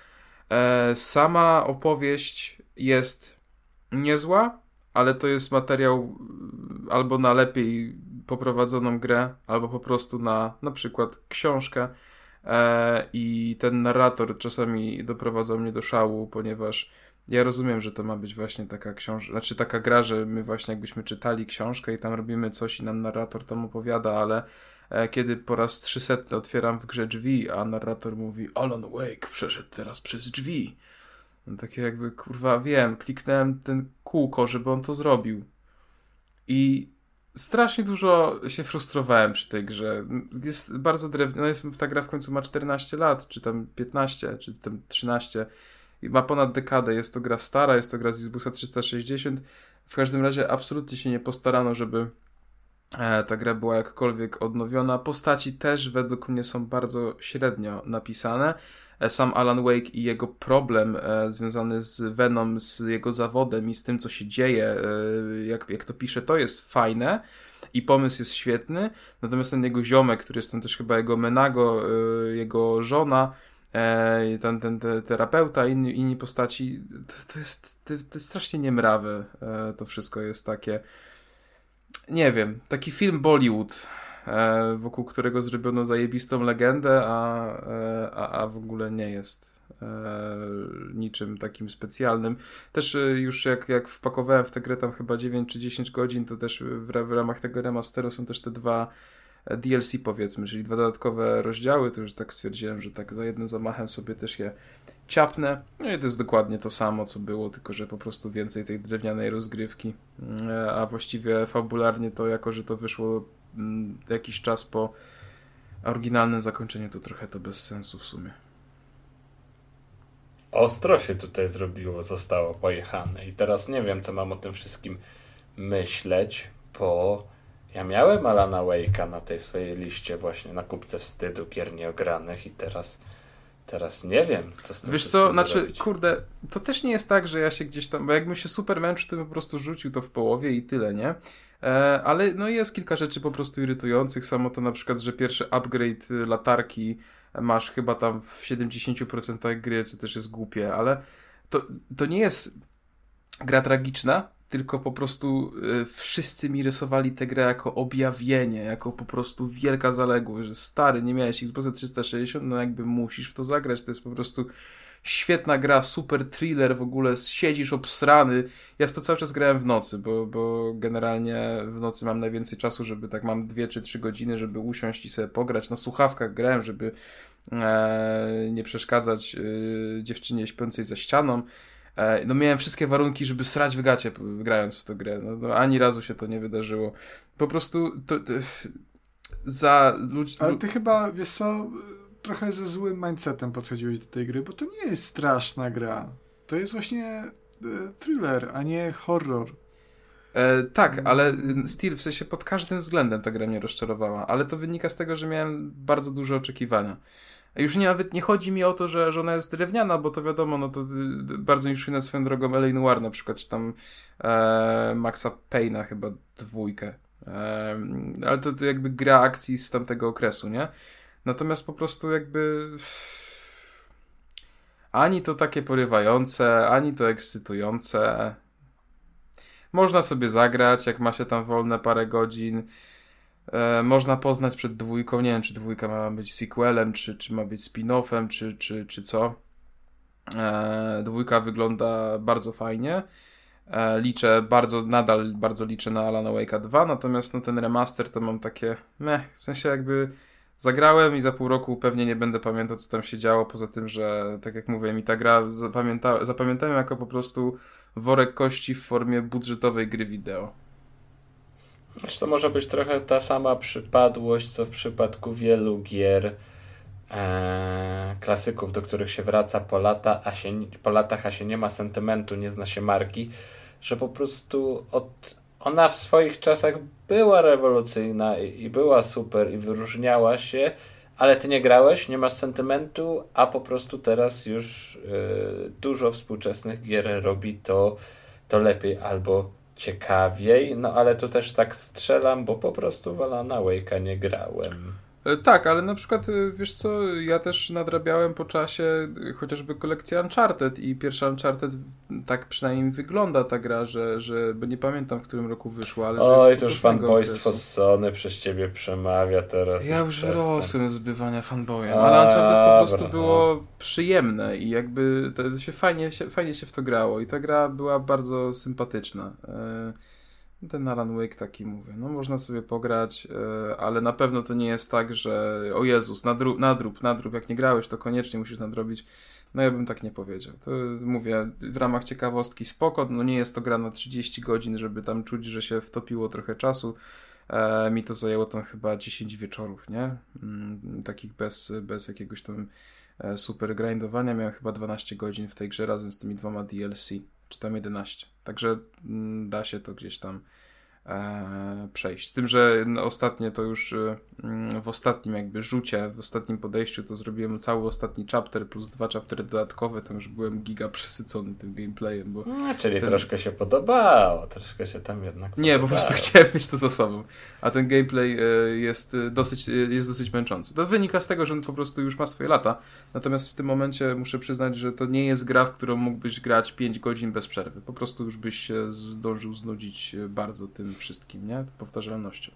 Sama opowieść jest niezła, ale to jest materiał albo na lepiej poprowadzoną grę, albo po prostu na na przykład książkę. I ten narrator czasami doprowadzał mnie do szału, ponieważ ja rozumiem, że to ma być właśnie taka książka, znaczy taka gra, że my właśnie jakbyśmy czytali książkę i tam robimy coś i nam narrator tam opowiada, ale e, kiedy po raz trzysetny otwieram w grze drzwi, a narrator mówi Alan Wake przeszedł teraz przez drzwi. No, takie jakby, kurwa, wiem, kliknąłem ten kółko, żeby on to zrobił. I strasznie dużo się frustrowałem przy tej grze. Jest bardzo drewniana, no jest, ta gra w końcu ma czternaście lat, czy tam piętnaście, czy tam trzynaście. I ma ponad dekadę. Jest to gra stara, jest to gra z Xboxa trzysta sześćdziesiąt. W każdym razie absolutnie się nie postarano, żeby e, ta gra była jakkolwiek odnowiona. Postaci też według mnie są bardzo średnio napisane. E, sam Alan Wake i jego problem e, związany z Venom, z jego zawodem i z tym, co się dzieje, e, jak, jak to pisze, to jest fajne. i pomysł jest świetny, natomiast ten jego ziomek, który jest tam też chyba jego menago, jego żona, ten, ten, ten terapeuta, inni, inni postaci, to, to, jest, to, to jest strasznie niemrawe, to wszystko jest takie, nie wiem, taki film Bollywood, wokół którego zrobiono zajebistą legendę, a, a, a w ogóle nie jest niczym takim specjalnym. Też już jak, jak wpakowałem w tę grę tam chyba dziewięć czy dziesięć godzin, to też w, w ramach tego remasteru są też te dwa D L C powiedzmy, czyli dwa dodatkowe rozdziały, to już tak stwierdziłem, że tak za jednym zamachem sobie też je ciapnę. No i to jest dokładnie to samo, co było, tylko że po prostu więcej tej drewnianej rozgrywki, a właściwie fabularnie to, jako że to wyszło jakiś czas po oryginalnym zakończeniu, to trochę to bez sensu w sumie. Ostro się tutaj zrobiło, zostało pojechane i teraz nie wiem, co mam o tym wszystkim myśleć, bo ja miałem Alana Wake'a na tej swojej liście właśnie na kupce wstydu gier nieogranych i teraz teraz nie wiem, co z tym Wiesz co, znaczy, zrobić. Kurde, to też nie jest tak, że ja się gdzieś tam, bo jakbym się super męczył, to bym po prostu rzucił to w połowie i tyle, nie? E, ale no jest kilka rzeczy po prostu irytujących, samo to na przykład, że pierwszy upgrade latarki masz chyba tam w siedemdziesiąt procent gry, co też jest głupie, ale to, to nie jest gra tragiczna, tylko po prostu y, wszyscy mi rysowali tę grę jako objawienie, jako po prostu wielka zaległość, że stary, nie miałeś Xboxa trzysta sześćdziesiąt, no jakby musisz w to zagrać, to jest po prostu świetna gra, super thriller w ogóle, siedzisz obsrany. Ja to cały czas grałem w nocy, bo, bo generalnie w nocy mam najwięcej czasu, żeby tak mam dwie czy trzy godziny, żeby usiąść i sobie pograć. Na słuchawkach grałem, żeby e, nie przeszkadzać e, dziewczynie śpiącej za ścianą. E, no miałem wszystkie warunki, żeby srać w gacie grając w tę grę. No, no, ani razu się to nie wydarzyło. Po prostu to, to, za ludzi... Ale ty chyba, wiesz co, trochę ze złym mindsetem podchodziłeś do tej gry, bo to nie jest straszna gra. To jest właśnie e, thriller, a nie horror. E, tak, ale still, w sensie pod każdym względem ta gra mnie rozczarowała, ale to wynika z tego, że miałem bardzo duże oczekiwania. Już nie, nawet nie chodzi mi o to, że, że ona jest drewniana, bo to wiadomo, no to y, bardzo mi przypomina swoją drogą L A. Noire na przykład, czy tam e, Maxa Payne'a chyba dwójkę. E, ale to, to jakby gra akcji z tamtego okresu, nie? Natomiast po prostu jakby ani to takie porywające, ani to ekscytujące. Można sobie zagrać, jak ma się tam wolne parę godzin. E, można poznać przed dwójką. Nie wiem, czy dwójka ma być sequelem, czy, czy ma być spin-offem, czy, czy, czy co. E, dwójka wygląda bardzo fajnie. E, liczę bardzo, nadal bardzo liczę na Alana Wake'a dwa, natomiast no, ten remaster to mam takie meh, w sensie jakby zagrałem i za pół roku pewnie nie będę pamiętał, co tam się działo, poza tym, że tak jak mówię, mi ta gra zapamięta, zapamiętałem jako po prostu worek kości w formie budżetowej gry wideo. To może być trochę ta sama przypadłość, co w przypadku wielu gier e, klasyków, do których się wraca po, lata, a się, po latach, a się nie ma sentymentu, nie zna się marki, że po prostu od, ona w swoich czasach była rewolucyjna i, i była super i wyróżniała się, ale ty nie grałeś, nie masz sentymentu, a po prostu teraz już y, dużo współczesnych gier robi to, to lepiej albo ciekawiej, no ale tu też tak strzelam, bo po prostu w Alana Wake'a nie grałem. Tak, ale na przykład, wiesz co, ja też nadrabiałem po czasie chociażby kolekcję Uncharted i pierwsza Uncharted, tak przynajmniej wygląda ta gra, że, że bo nie pamiętam, w którym roku wyszła, ale Oj, jest to już fanboystwo z Sony przez ciebie przemawia teraz. Ja już już rosłem z bywania fanboyem, A, ale Uncharted po prostu dobra. było przyjemne i jakby to się fajnie, się fajnie się w to grało i ta gra była bardzo sympatyczna. Ten Alan Wake taki, mówię, no można sobie pograć, yy, ale na pewno to nie jest tak, że o Jezus, nadrób, nadrób, nadrób, jak nie grałeś, to koniecznie musisz nadrobić. No ja bym tak nie powiedział. To mówię, w ramach ciekawostki spoko, no nie jest to gra na trzydzieści godzin, żeby tam czuć, że się wtopiło trochę czasu. E, mi to zajęło tam chyba dziesięć wieczorów, nie? Mm, takich bez, bez jakiegoś tam e, super grindowania. Miałem chyba dwanaście godzin w tej grze razem z tymi dwoma D L C, czy tam jedenaście. Także mm, da się to gdzieś tam e, przejść. Z tym, że no, ostatnie to już e, w ostatnim jakby rzucie, w ostatnim podejściu to zrobiłem cały ostatni chapter plus dwa chaptery dodatkowe, tam już byłem giga przesycony tym gameplayem. Bo no, czyli ten... troszkę się podobało, troszkę się tam jednak podobało. Nie, po prostu chciałem mieć to za sobą. A ten gameplay e, jest, dosyć, jest dosyć męczący. To wynika z tego, że on po prostu już ma swoje lata. Natomiast w tym momencie muszę przyznać, że to nie jest gra, w którą mógłbyś grać pięć godzin bez przerwy. Po prostu już byś się zdążył znudzić bardzo tym wszystkim, nie? Powtarzalnością.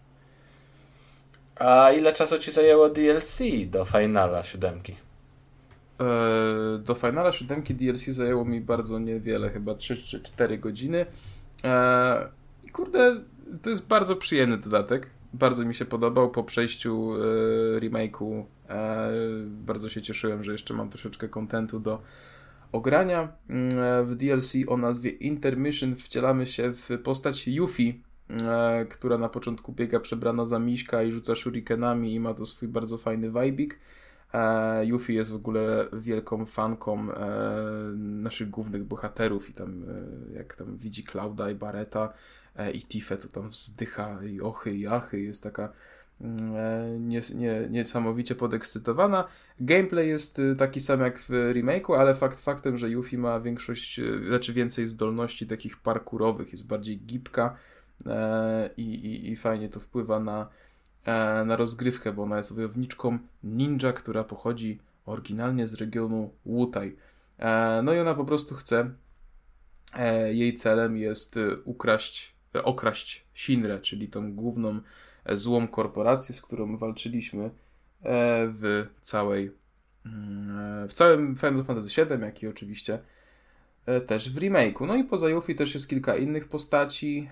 A ile czasu ci zajęło D L C do Finala siódemki? Eee, do Finala siódemki D L C zajęło mi bardzo niewiele, chyba trzy czy cztery godziny. Eee, kurde, to jest bardzo przyjemny dodatek. Bardzo mi się podobał po przejściu e, remake'u. E, bardzo się cieszyłem, że jeszcze mam troszeczkę kontentu do ogrania. E, w D L C o nazwie Intermission wcielamy się w postać Yuffie, e, która na początku biega przebrana za miśka i rzuca shurikenami i ma to swój bardzo fajny vibik. E, Yuffie jest w ogóle wielką fanką e, naszych głównych bohaterów i tam e, jak tam widzi Clouda i Barretta e, i Tiffę, to tam wzdycha i ochy i achy, jest taka e, nie, nie, niesamowicie podekscytowana. Gameplay jest taki sam jak w remake'u, ale fakt faktem, że Yuffie ma większość, znaczy więcej zdolności takich parkurowych, jest bardziej gibka e, i, i, i fajnie to wpływa na na rozgrywkę, bo ona jest wojowniczką ninja, która pochodzi oryginalnie z regionu Wutai. No i ona po prostu chce, jej celem jest ukraść, okraść Shinrę, czyli tą główną złą korporację, z którą walczyliśmy w całej w całym Final Fantasy siedem, jak i oczywiście też w remake'u. No i poza Yuffie też jest kilka innych postaci.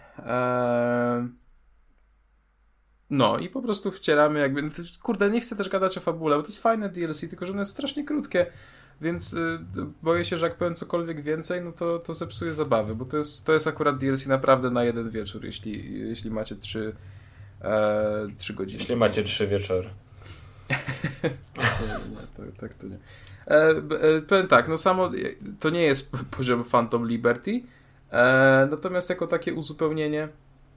No i po prostu wcielamy jakby... Kurde, nie chcę też gadać o fabule, bo to jest fajne D L C, tylko że ono jest strasznie krótkie, więc y, boję się, że jak powiem cokolwiek więcej, no to, to zepsuje zabawy, bo to jest, to jest akurat D L C naprawdę na jeden wieczór, jeśli, jeśli macie trzy, e, trzy godziny. Jeśli macie trzy wieczory. nie, nie, to, tak to nie. E, e, powiem tak, no samo to nie jest poziom Phantom Liberty, e, natomiast jako takie uzupełnienie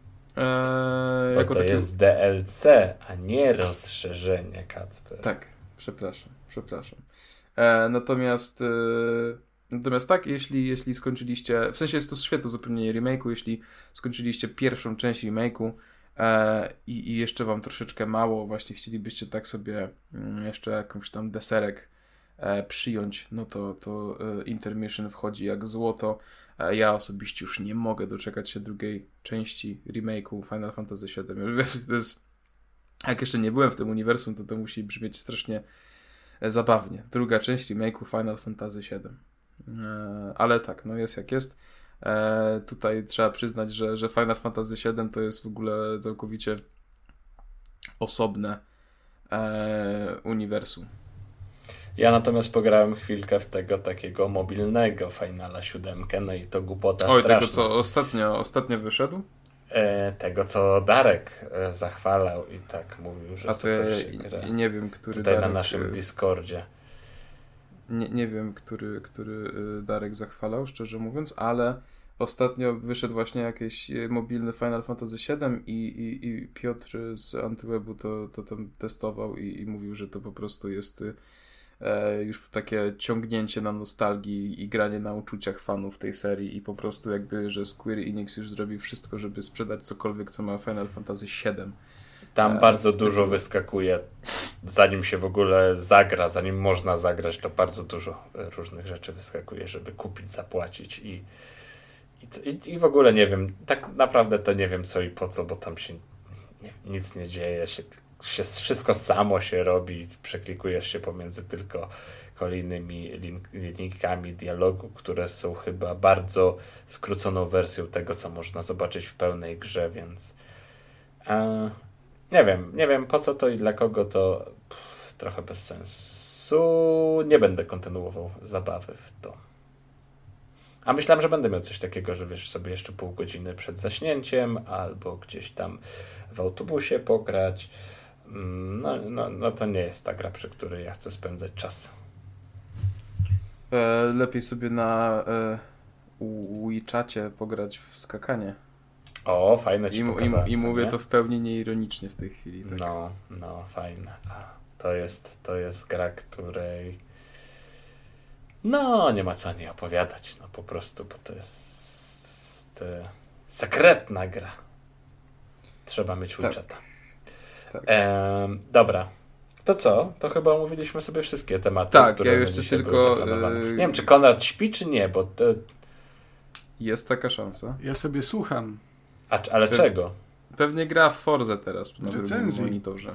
Eee, Bo jako to takie... jest D L C, a nie rozszerzenie, Kacper. Tak, przepraszam, przepraszam. Eee, natomiast e, natomiast tak, jeśli, jeśli skończyliście, w sensie jest to świetne uzupełnienie remake'u, jeśli skończyliście pierwszą część remake'u e, i, i jeszcze wam troszeczkę mało, właśnie chcielibyście tak sobie mm, jeszcze jakąś tam deserek e, przyjąć, no to, to e, Intermission wchodzi jak złoto. Ja osobiście już nie mogę doczekać się drugiej części remake'u Final Fantasy siedem. To jest, jak jeszcze nie byłem w tym uniwersum, to to musi brzmieć strasznie zabawnie. Druga część remake'u Final Fantasy siedem. Ale tak, no jest jak jest. Tutaj trzeba przyznać, że, że Final Fantasy siedem to jest w ogóle całkowicie osobne uniwersum. Ja natomiast pograłem chwilkę w tego takiego mobilnego Finala siódemkę, no i to głupota Oj, straszna. tego co ostatnio, ostatnio wyszedł? E, tego co Darek e, zachwalał i tak mówił, że A to super ja, się gra. Nie wiem, który Tutaj Darek, na naszym Discordzie. Nie, nie wiem, który, który Darek zachwalał, szczerze mówiąc, ale ostatnio wyszedł właśnie jakiś mobilny Final Fantasy siedem i, i, i Piotr z Antywebu to, to tam testował i, i mówił, że to po prostu jest e, już takie ciągnięcie na nostalgii i granie na uczuciach fanów tej serii i po prostu jakby, że Square Enix już zrobi wszystko, żeby sprzedać cokolwiek, co ma Final Fantasy siedem. Tam e, bardzo dużo tego... wyskakuje, zanim się w ogóle zagra, zanim można zagrać, to bardzo dużo różnych rzeczy wyskakuje, żeby kupić, zapłacić i I, I w ogóle nie wiem, tak naprawdę to nie wiem co i po co, bo tam się nie, nic nie dzieje, się, się, wszystko samo się robi, przeklikujesz się pomiędzy tylko kolejnymi link, linijkami dialogu, które są chyba bardzo skróconą wersją tego, co można zobaczyć w pełnej grze, więc e, nie wiem, nie wiem po co to i dla kogo to pff, trochę bez sensu, nie będę kontynuował zabawy w to. A myślałem, że będę miał coś takiego, że wiesz, sobie jeszcze pół godziny przed zaśnięciem albo gdzieś tam w autobusie pograć. No, no, no to nie jest ta gra, przy której ja chcę spędzać czas. E, lepiej sobie na e, WeChacie pograć w skakanie. O, fajne ci I, pokazałem, i, i mówię nie? to w pełni nieironicznie w tej chwili. Tak. No, no, fajne. A, to jest, to jest gra, której no, nie ma co o niej opowiadać, no po prostu, bo to jest e, sekretna gra. Trzeba mieć Tak. widgeta. Tak. E, dobra. To co? To chyba omówiliśmy sobie wszystkie tematy, Tak, które ja na jeszcze dzisiaj tylko, były zaplanowane. yy, Nie wiem, czy Konrad śpi, czy nie, bo to, Jest taka szansa. Ja sobie słucham. a, ale Pe- czego? Pewnie gra w Forzę teraz na drugim Recenzji. monitorze.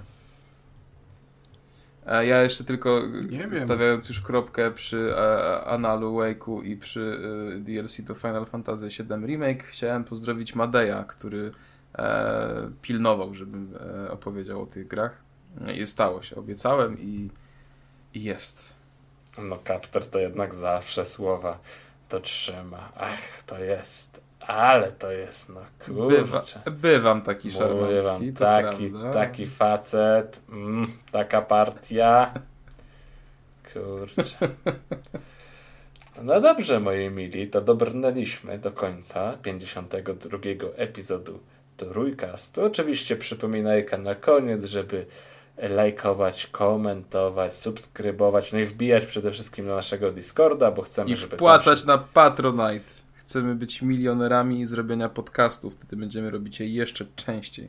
A ja jeszcze tylko, Nie wiem. stawiając już kropkę przy e, Analu, Wake'u i przy e, D L C do Final Fantasy siedem Remake, chciałem pozdrowić Madeja, który e, pilnował, żebym e, opowiedział o tych grach. I stało się. Obiecałem i, i jest. No Kacper to jednak zawsze słowa to trzyma. Ach, to jest. Ale to jest, no Bywa, kurczę. bywam taki Mówię szarmancki, wam, to taki, prawda. taki facet, mm, taka partia. Kurczę. No dobrze, moi mili, to dobrnęliśmy do końca pięćdziesiątego drugiego epizodu Trójkastu. Oczywiście przypominajka na koniec, żeby lajkować, komentować, subskrybować, no i wbijać przede wszystkim na naszego Discorda, bo chcemy, I żeby wpłacać tam... na Patronite. Chcemy być milionerami i zrobienia podcastów. Wtedy będziemy robić je jeszcze częściej.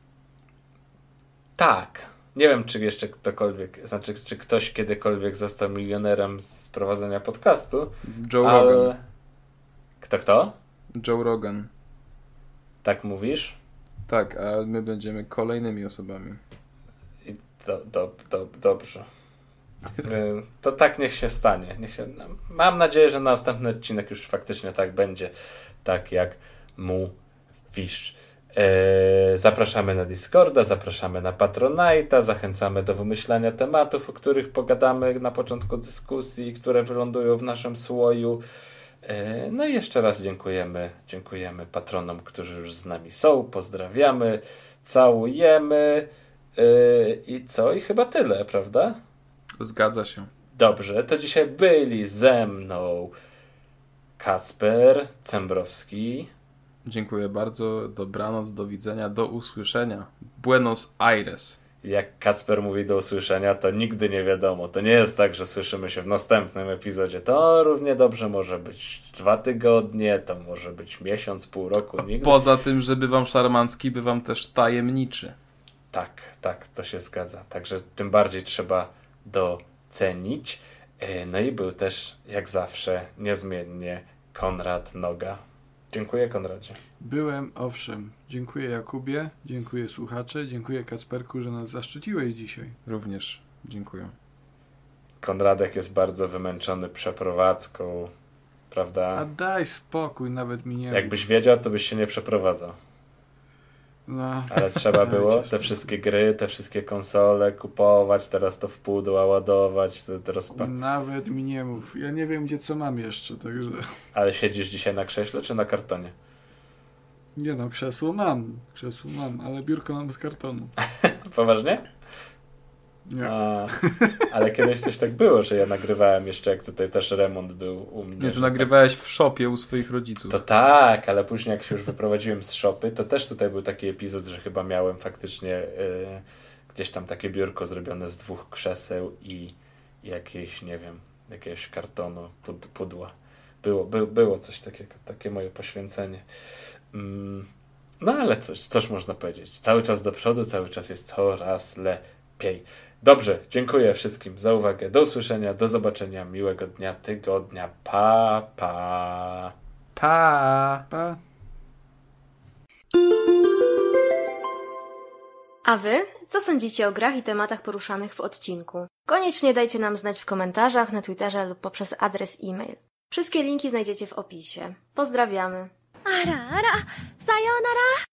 Tak. Nie wiem, czy jeszcze ktokolwiek, znaczy, czy ktoś kiedykolwiek został milionerem z prowadzenia podcastu. Joe ale... Rogan. Kto, kto? Joe Rogan. Tak mówisz? Tak, a my będziemy kolejnymi osobami. I do, do, do, dobrze. Y, To tak niech się stanie. Niech się, no, mam nadzieję, że następny odcinek już faktycznie tak będzie, tak jak mówisz. E, zapraszamy na Discorda, zapraszamy na Patronite'a, zachęcamy do wymyślania tematów, o których pogadamy na początku dyskusji, które wylądują w naszym słoju. E, no i jeszcze raz dziękujemy, dziękujemy patronom, którzy już z nami są. Pozdrawiamy, całujemy e, i co? I chyba tyle, prawda? Zgadza się. Dobrze, to dzisiaj byli ze mną Kacper Cembrowski. Dziękuję bardzo. Dobranoc, do widzenia, do usłyszenia. Buenos Aires. Jak Kacper mówi do usłyszenia, to nigdy nie wiadomo. To nie jest tak, że słyszymy się w następnym epizodzie. To równie dobrze może być dwa tygodnie, to może być miesiąc, pół roku. Nigdy... Poza tym, że bywam szarmancki, bywam też tajemniczy. Tak, tak, to się zgadza. Także tym bardziej trzeba docenić. No i był też, jak zawsze, niezmiennie Konrad Noga. Dziękuję, Konradzie. Byłem, owszem. Dziękuję Jakubie, dziękuję słuchacze, dziękuję Kacperku, że nas zaszczyciłeś dzisiaj. Również dziękuję. Konradek jest bardzo wymęczony przeprowadzką, prawda? A daj spokój, nawet mi nie... Jakbyś wiedział, to byś się nie przeprowadzał. No. Ale trzeba Dajcie było te spokój. wszystkie gry, te wszystkie konsole kupować, teraz to w pudła ładować, to teraz... Pa... Nawet mi nie mów. Ja nie wiem, gdzie co mam jeszcze, także... Ale siedzisz dzisiaj na krześle czy na kartonie? Nie no, krzesło mam. Krzesło mam, ale biurko mam z kartonu. Poważnie? Nie. A, ale kiedyś coś tak było, że ja nagrywałem jeszcze, jak tutaj też remont był u mnie. Nie, że to nagrywałeś w szopie u swoich rodziców. To tak, ale później jak się już wyprowadziłem z szopy, to też tutaj był taki epizod, że chyba miałem faktycznie y, gdzieś tam takie biurko zrobione z dwóch krzeseł i jakieś, nie wiem, jakiegoś kartonu, pud, pudła. Było, by, było coś takiego, takie moje poświęcenie. Mm, no ale coś, coś można powiedzieć. Cały czas do przodu, cały czas jest coraz lepiej. Dobrze, dziękuję wszystkim za uwagę. Do usłyszenia, do zobaczenia, miłego dnia, tygodnia. Pa, pa. Pa! Pa. A wy? Co sądzicie o grach i tematach poruszanych w odcinku? Koniecznie dajcie nam znać w komentarzach, na Twitterze lub poprzez adres e-mail. Wszystkie linki znajdziecie w opisie. Pozdrawiamy! Ara, ara, sayonara!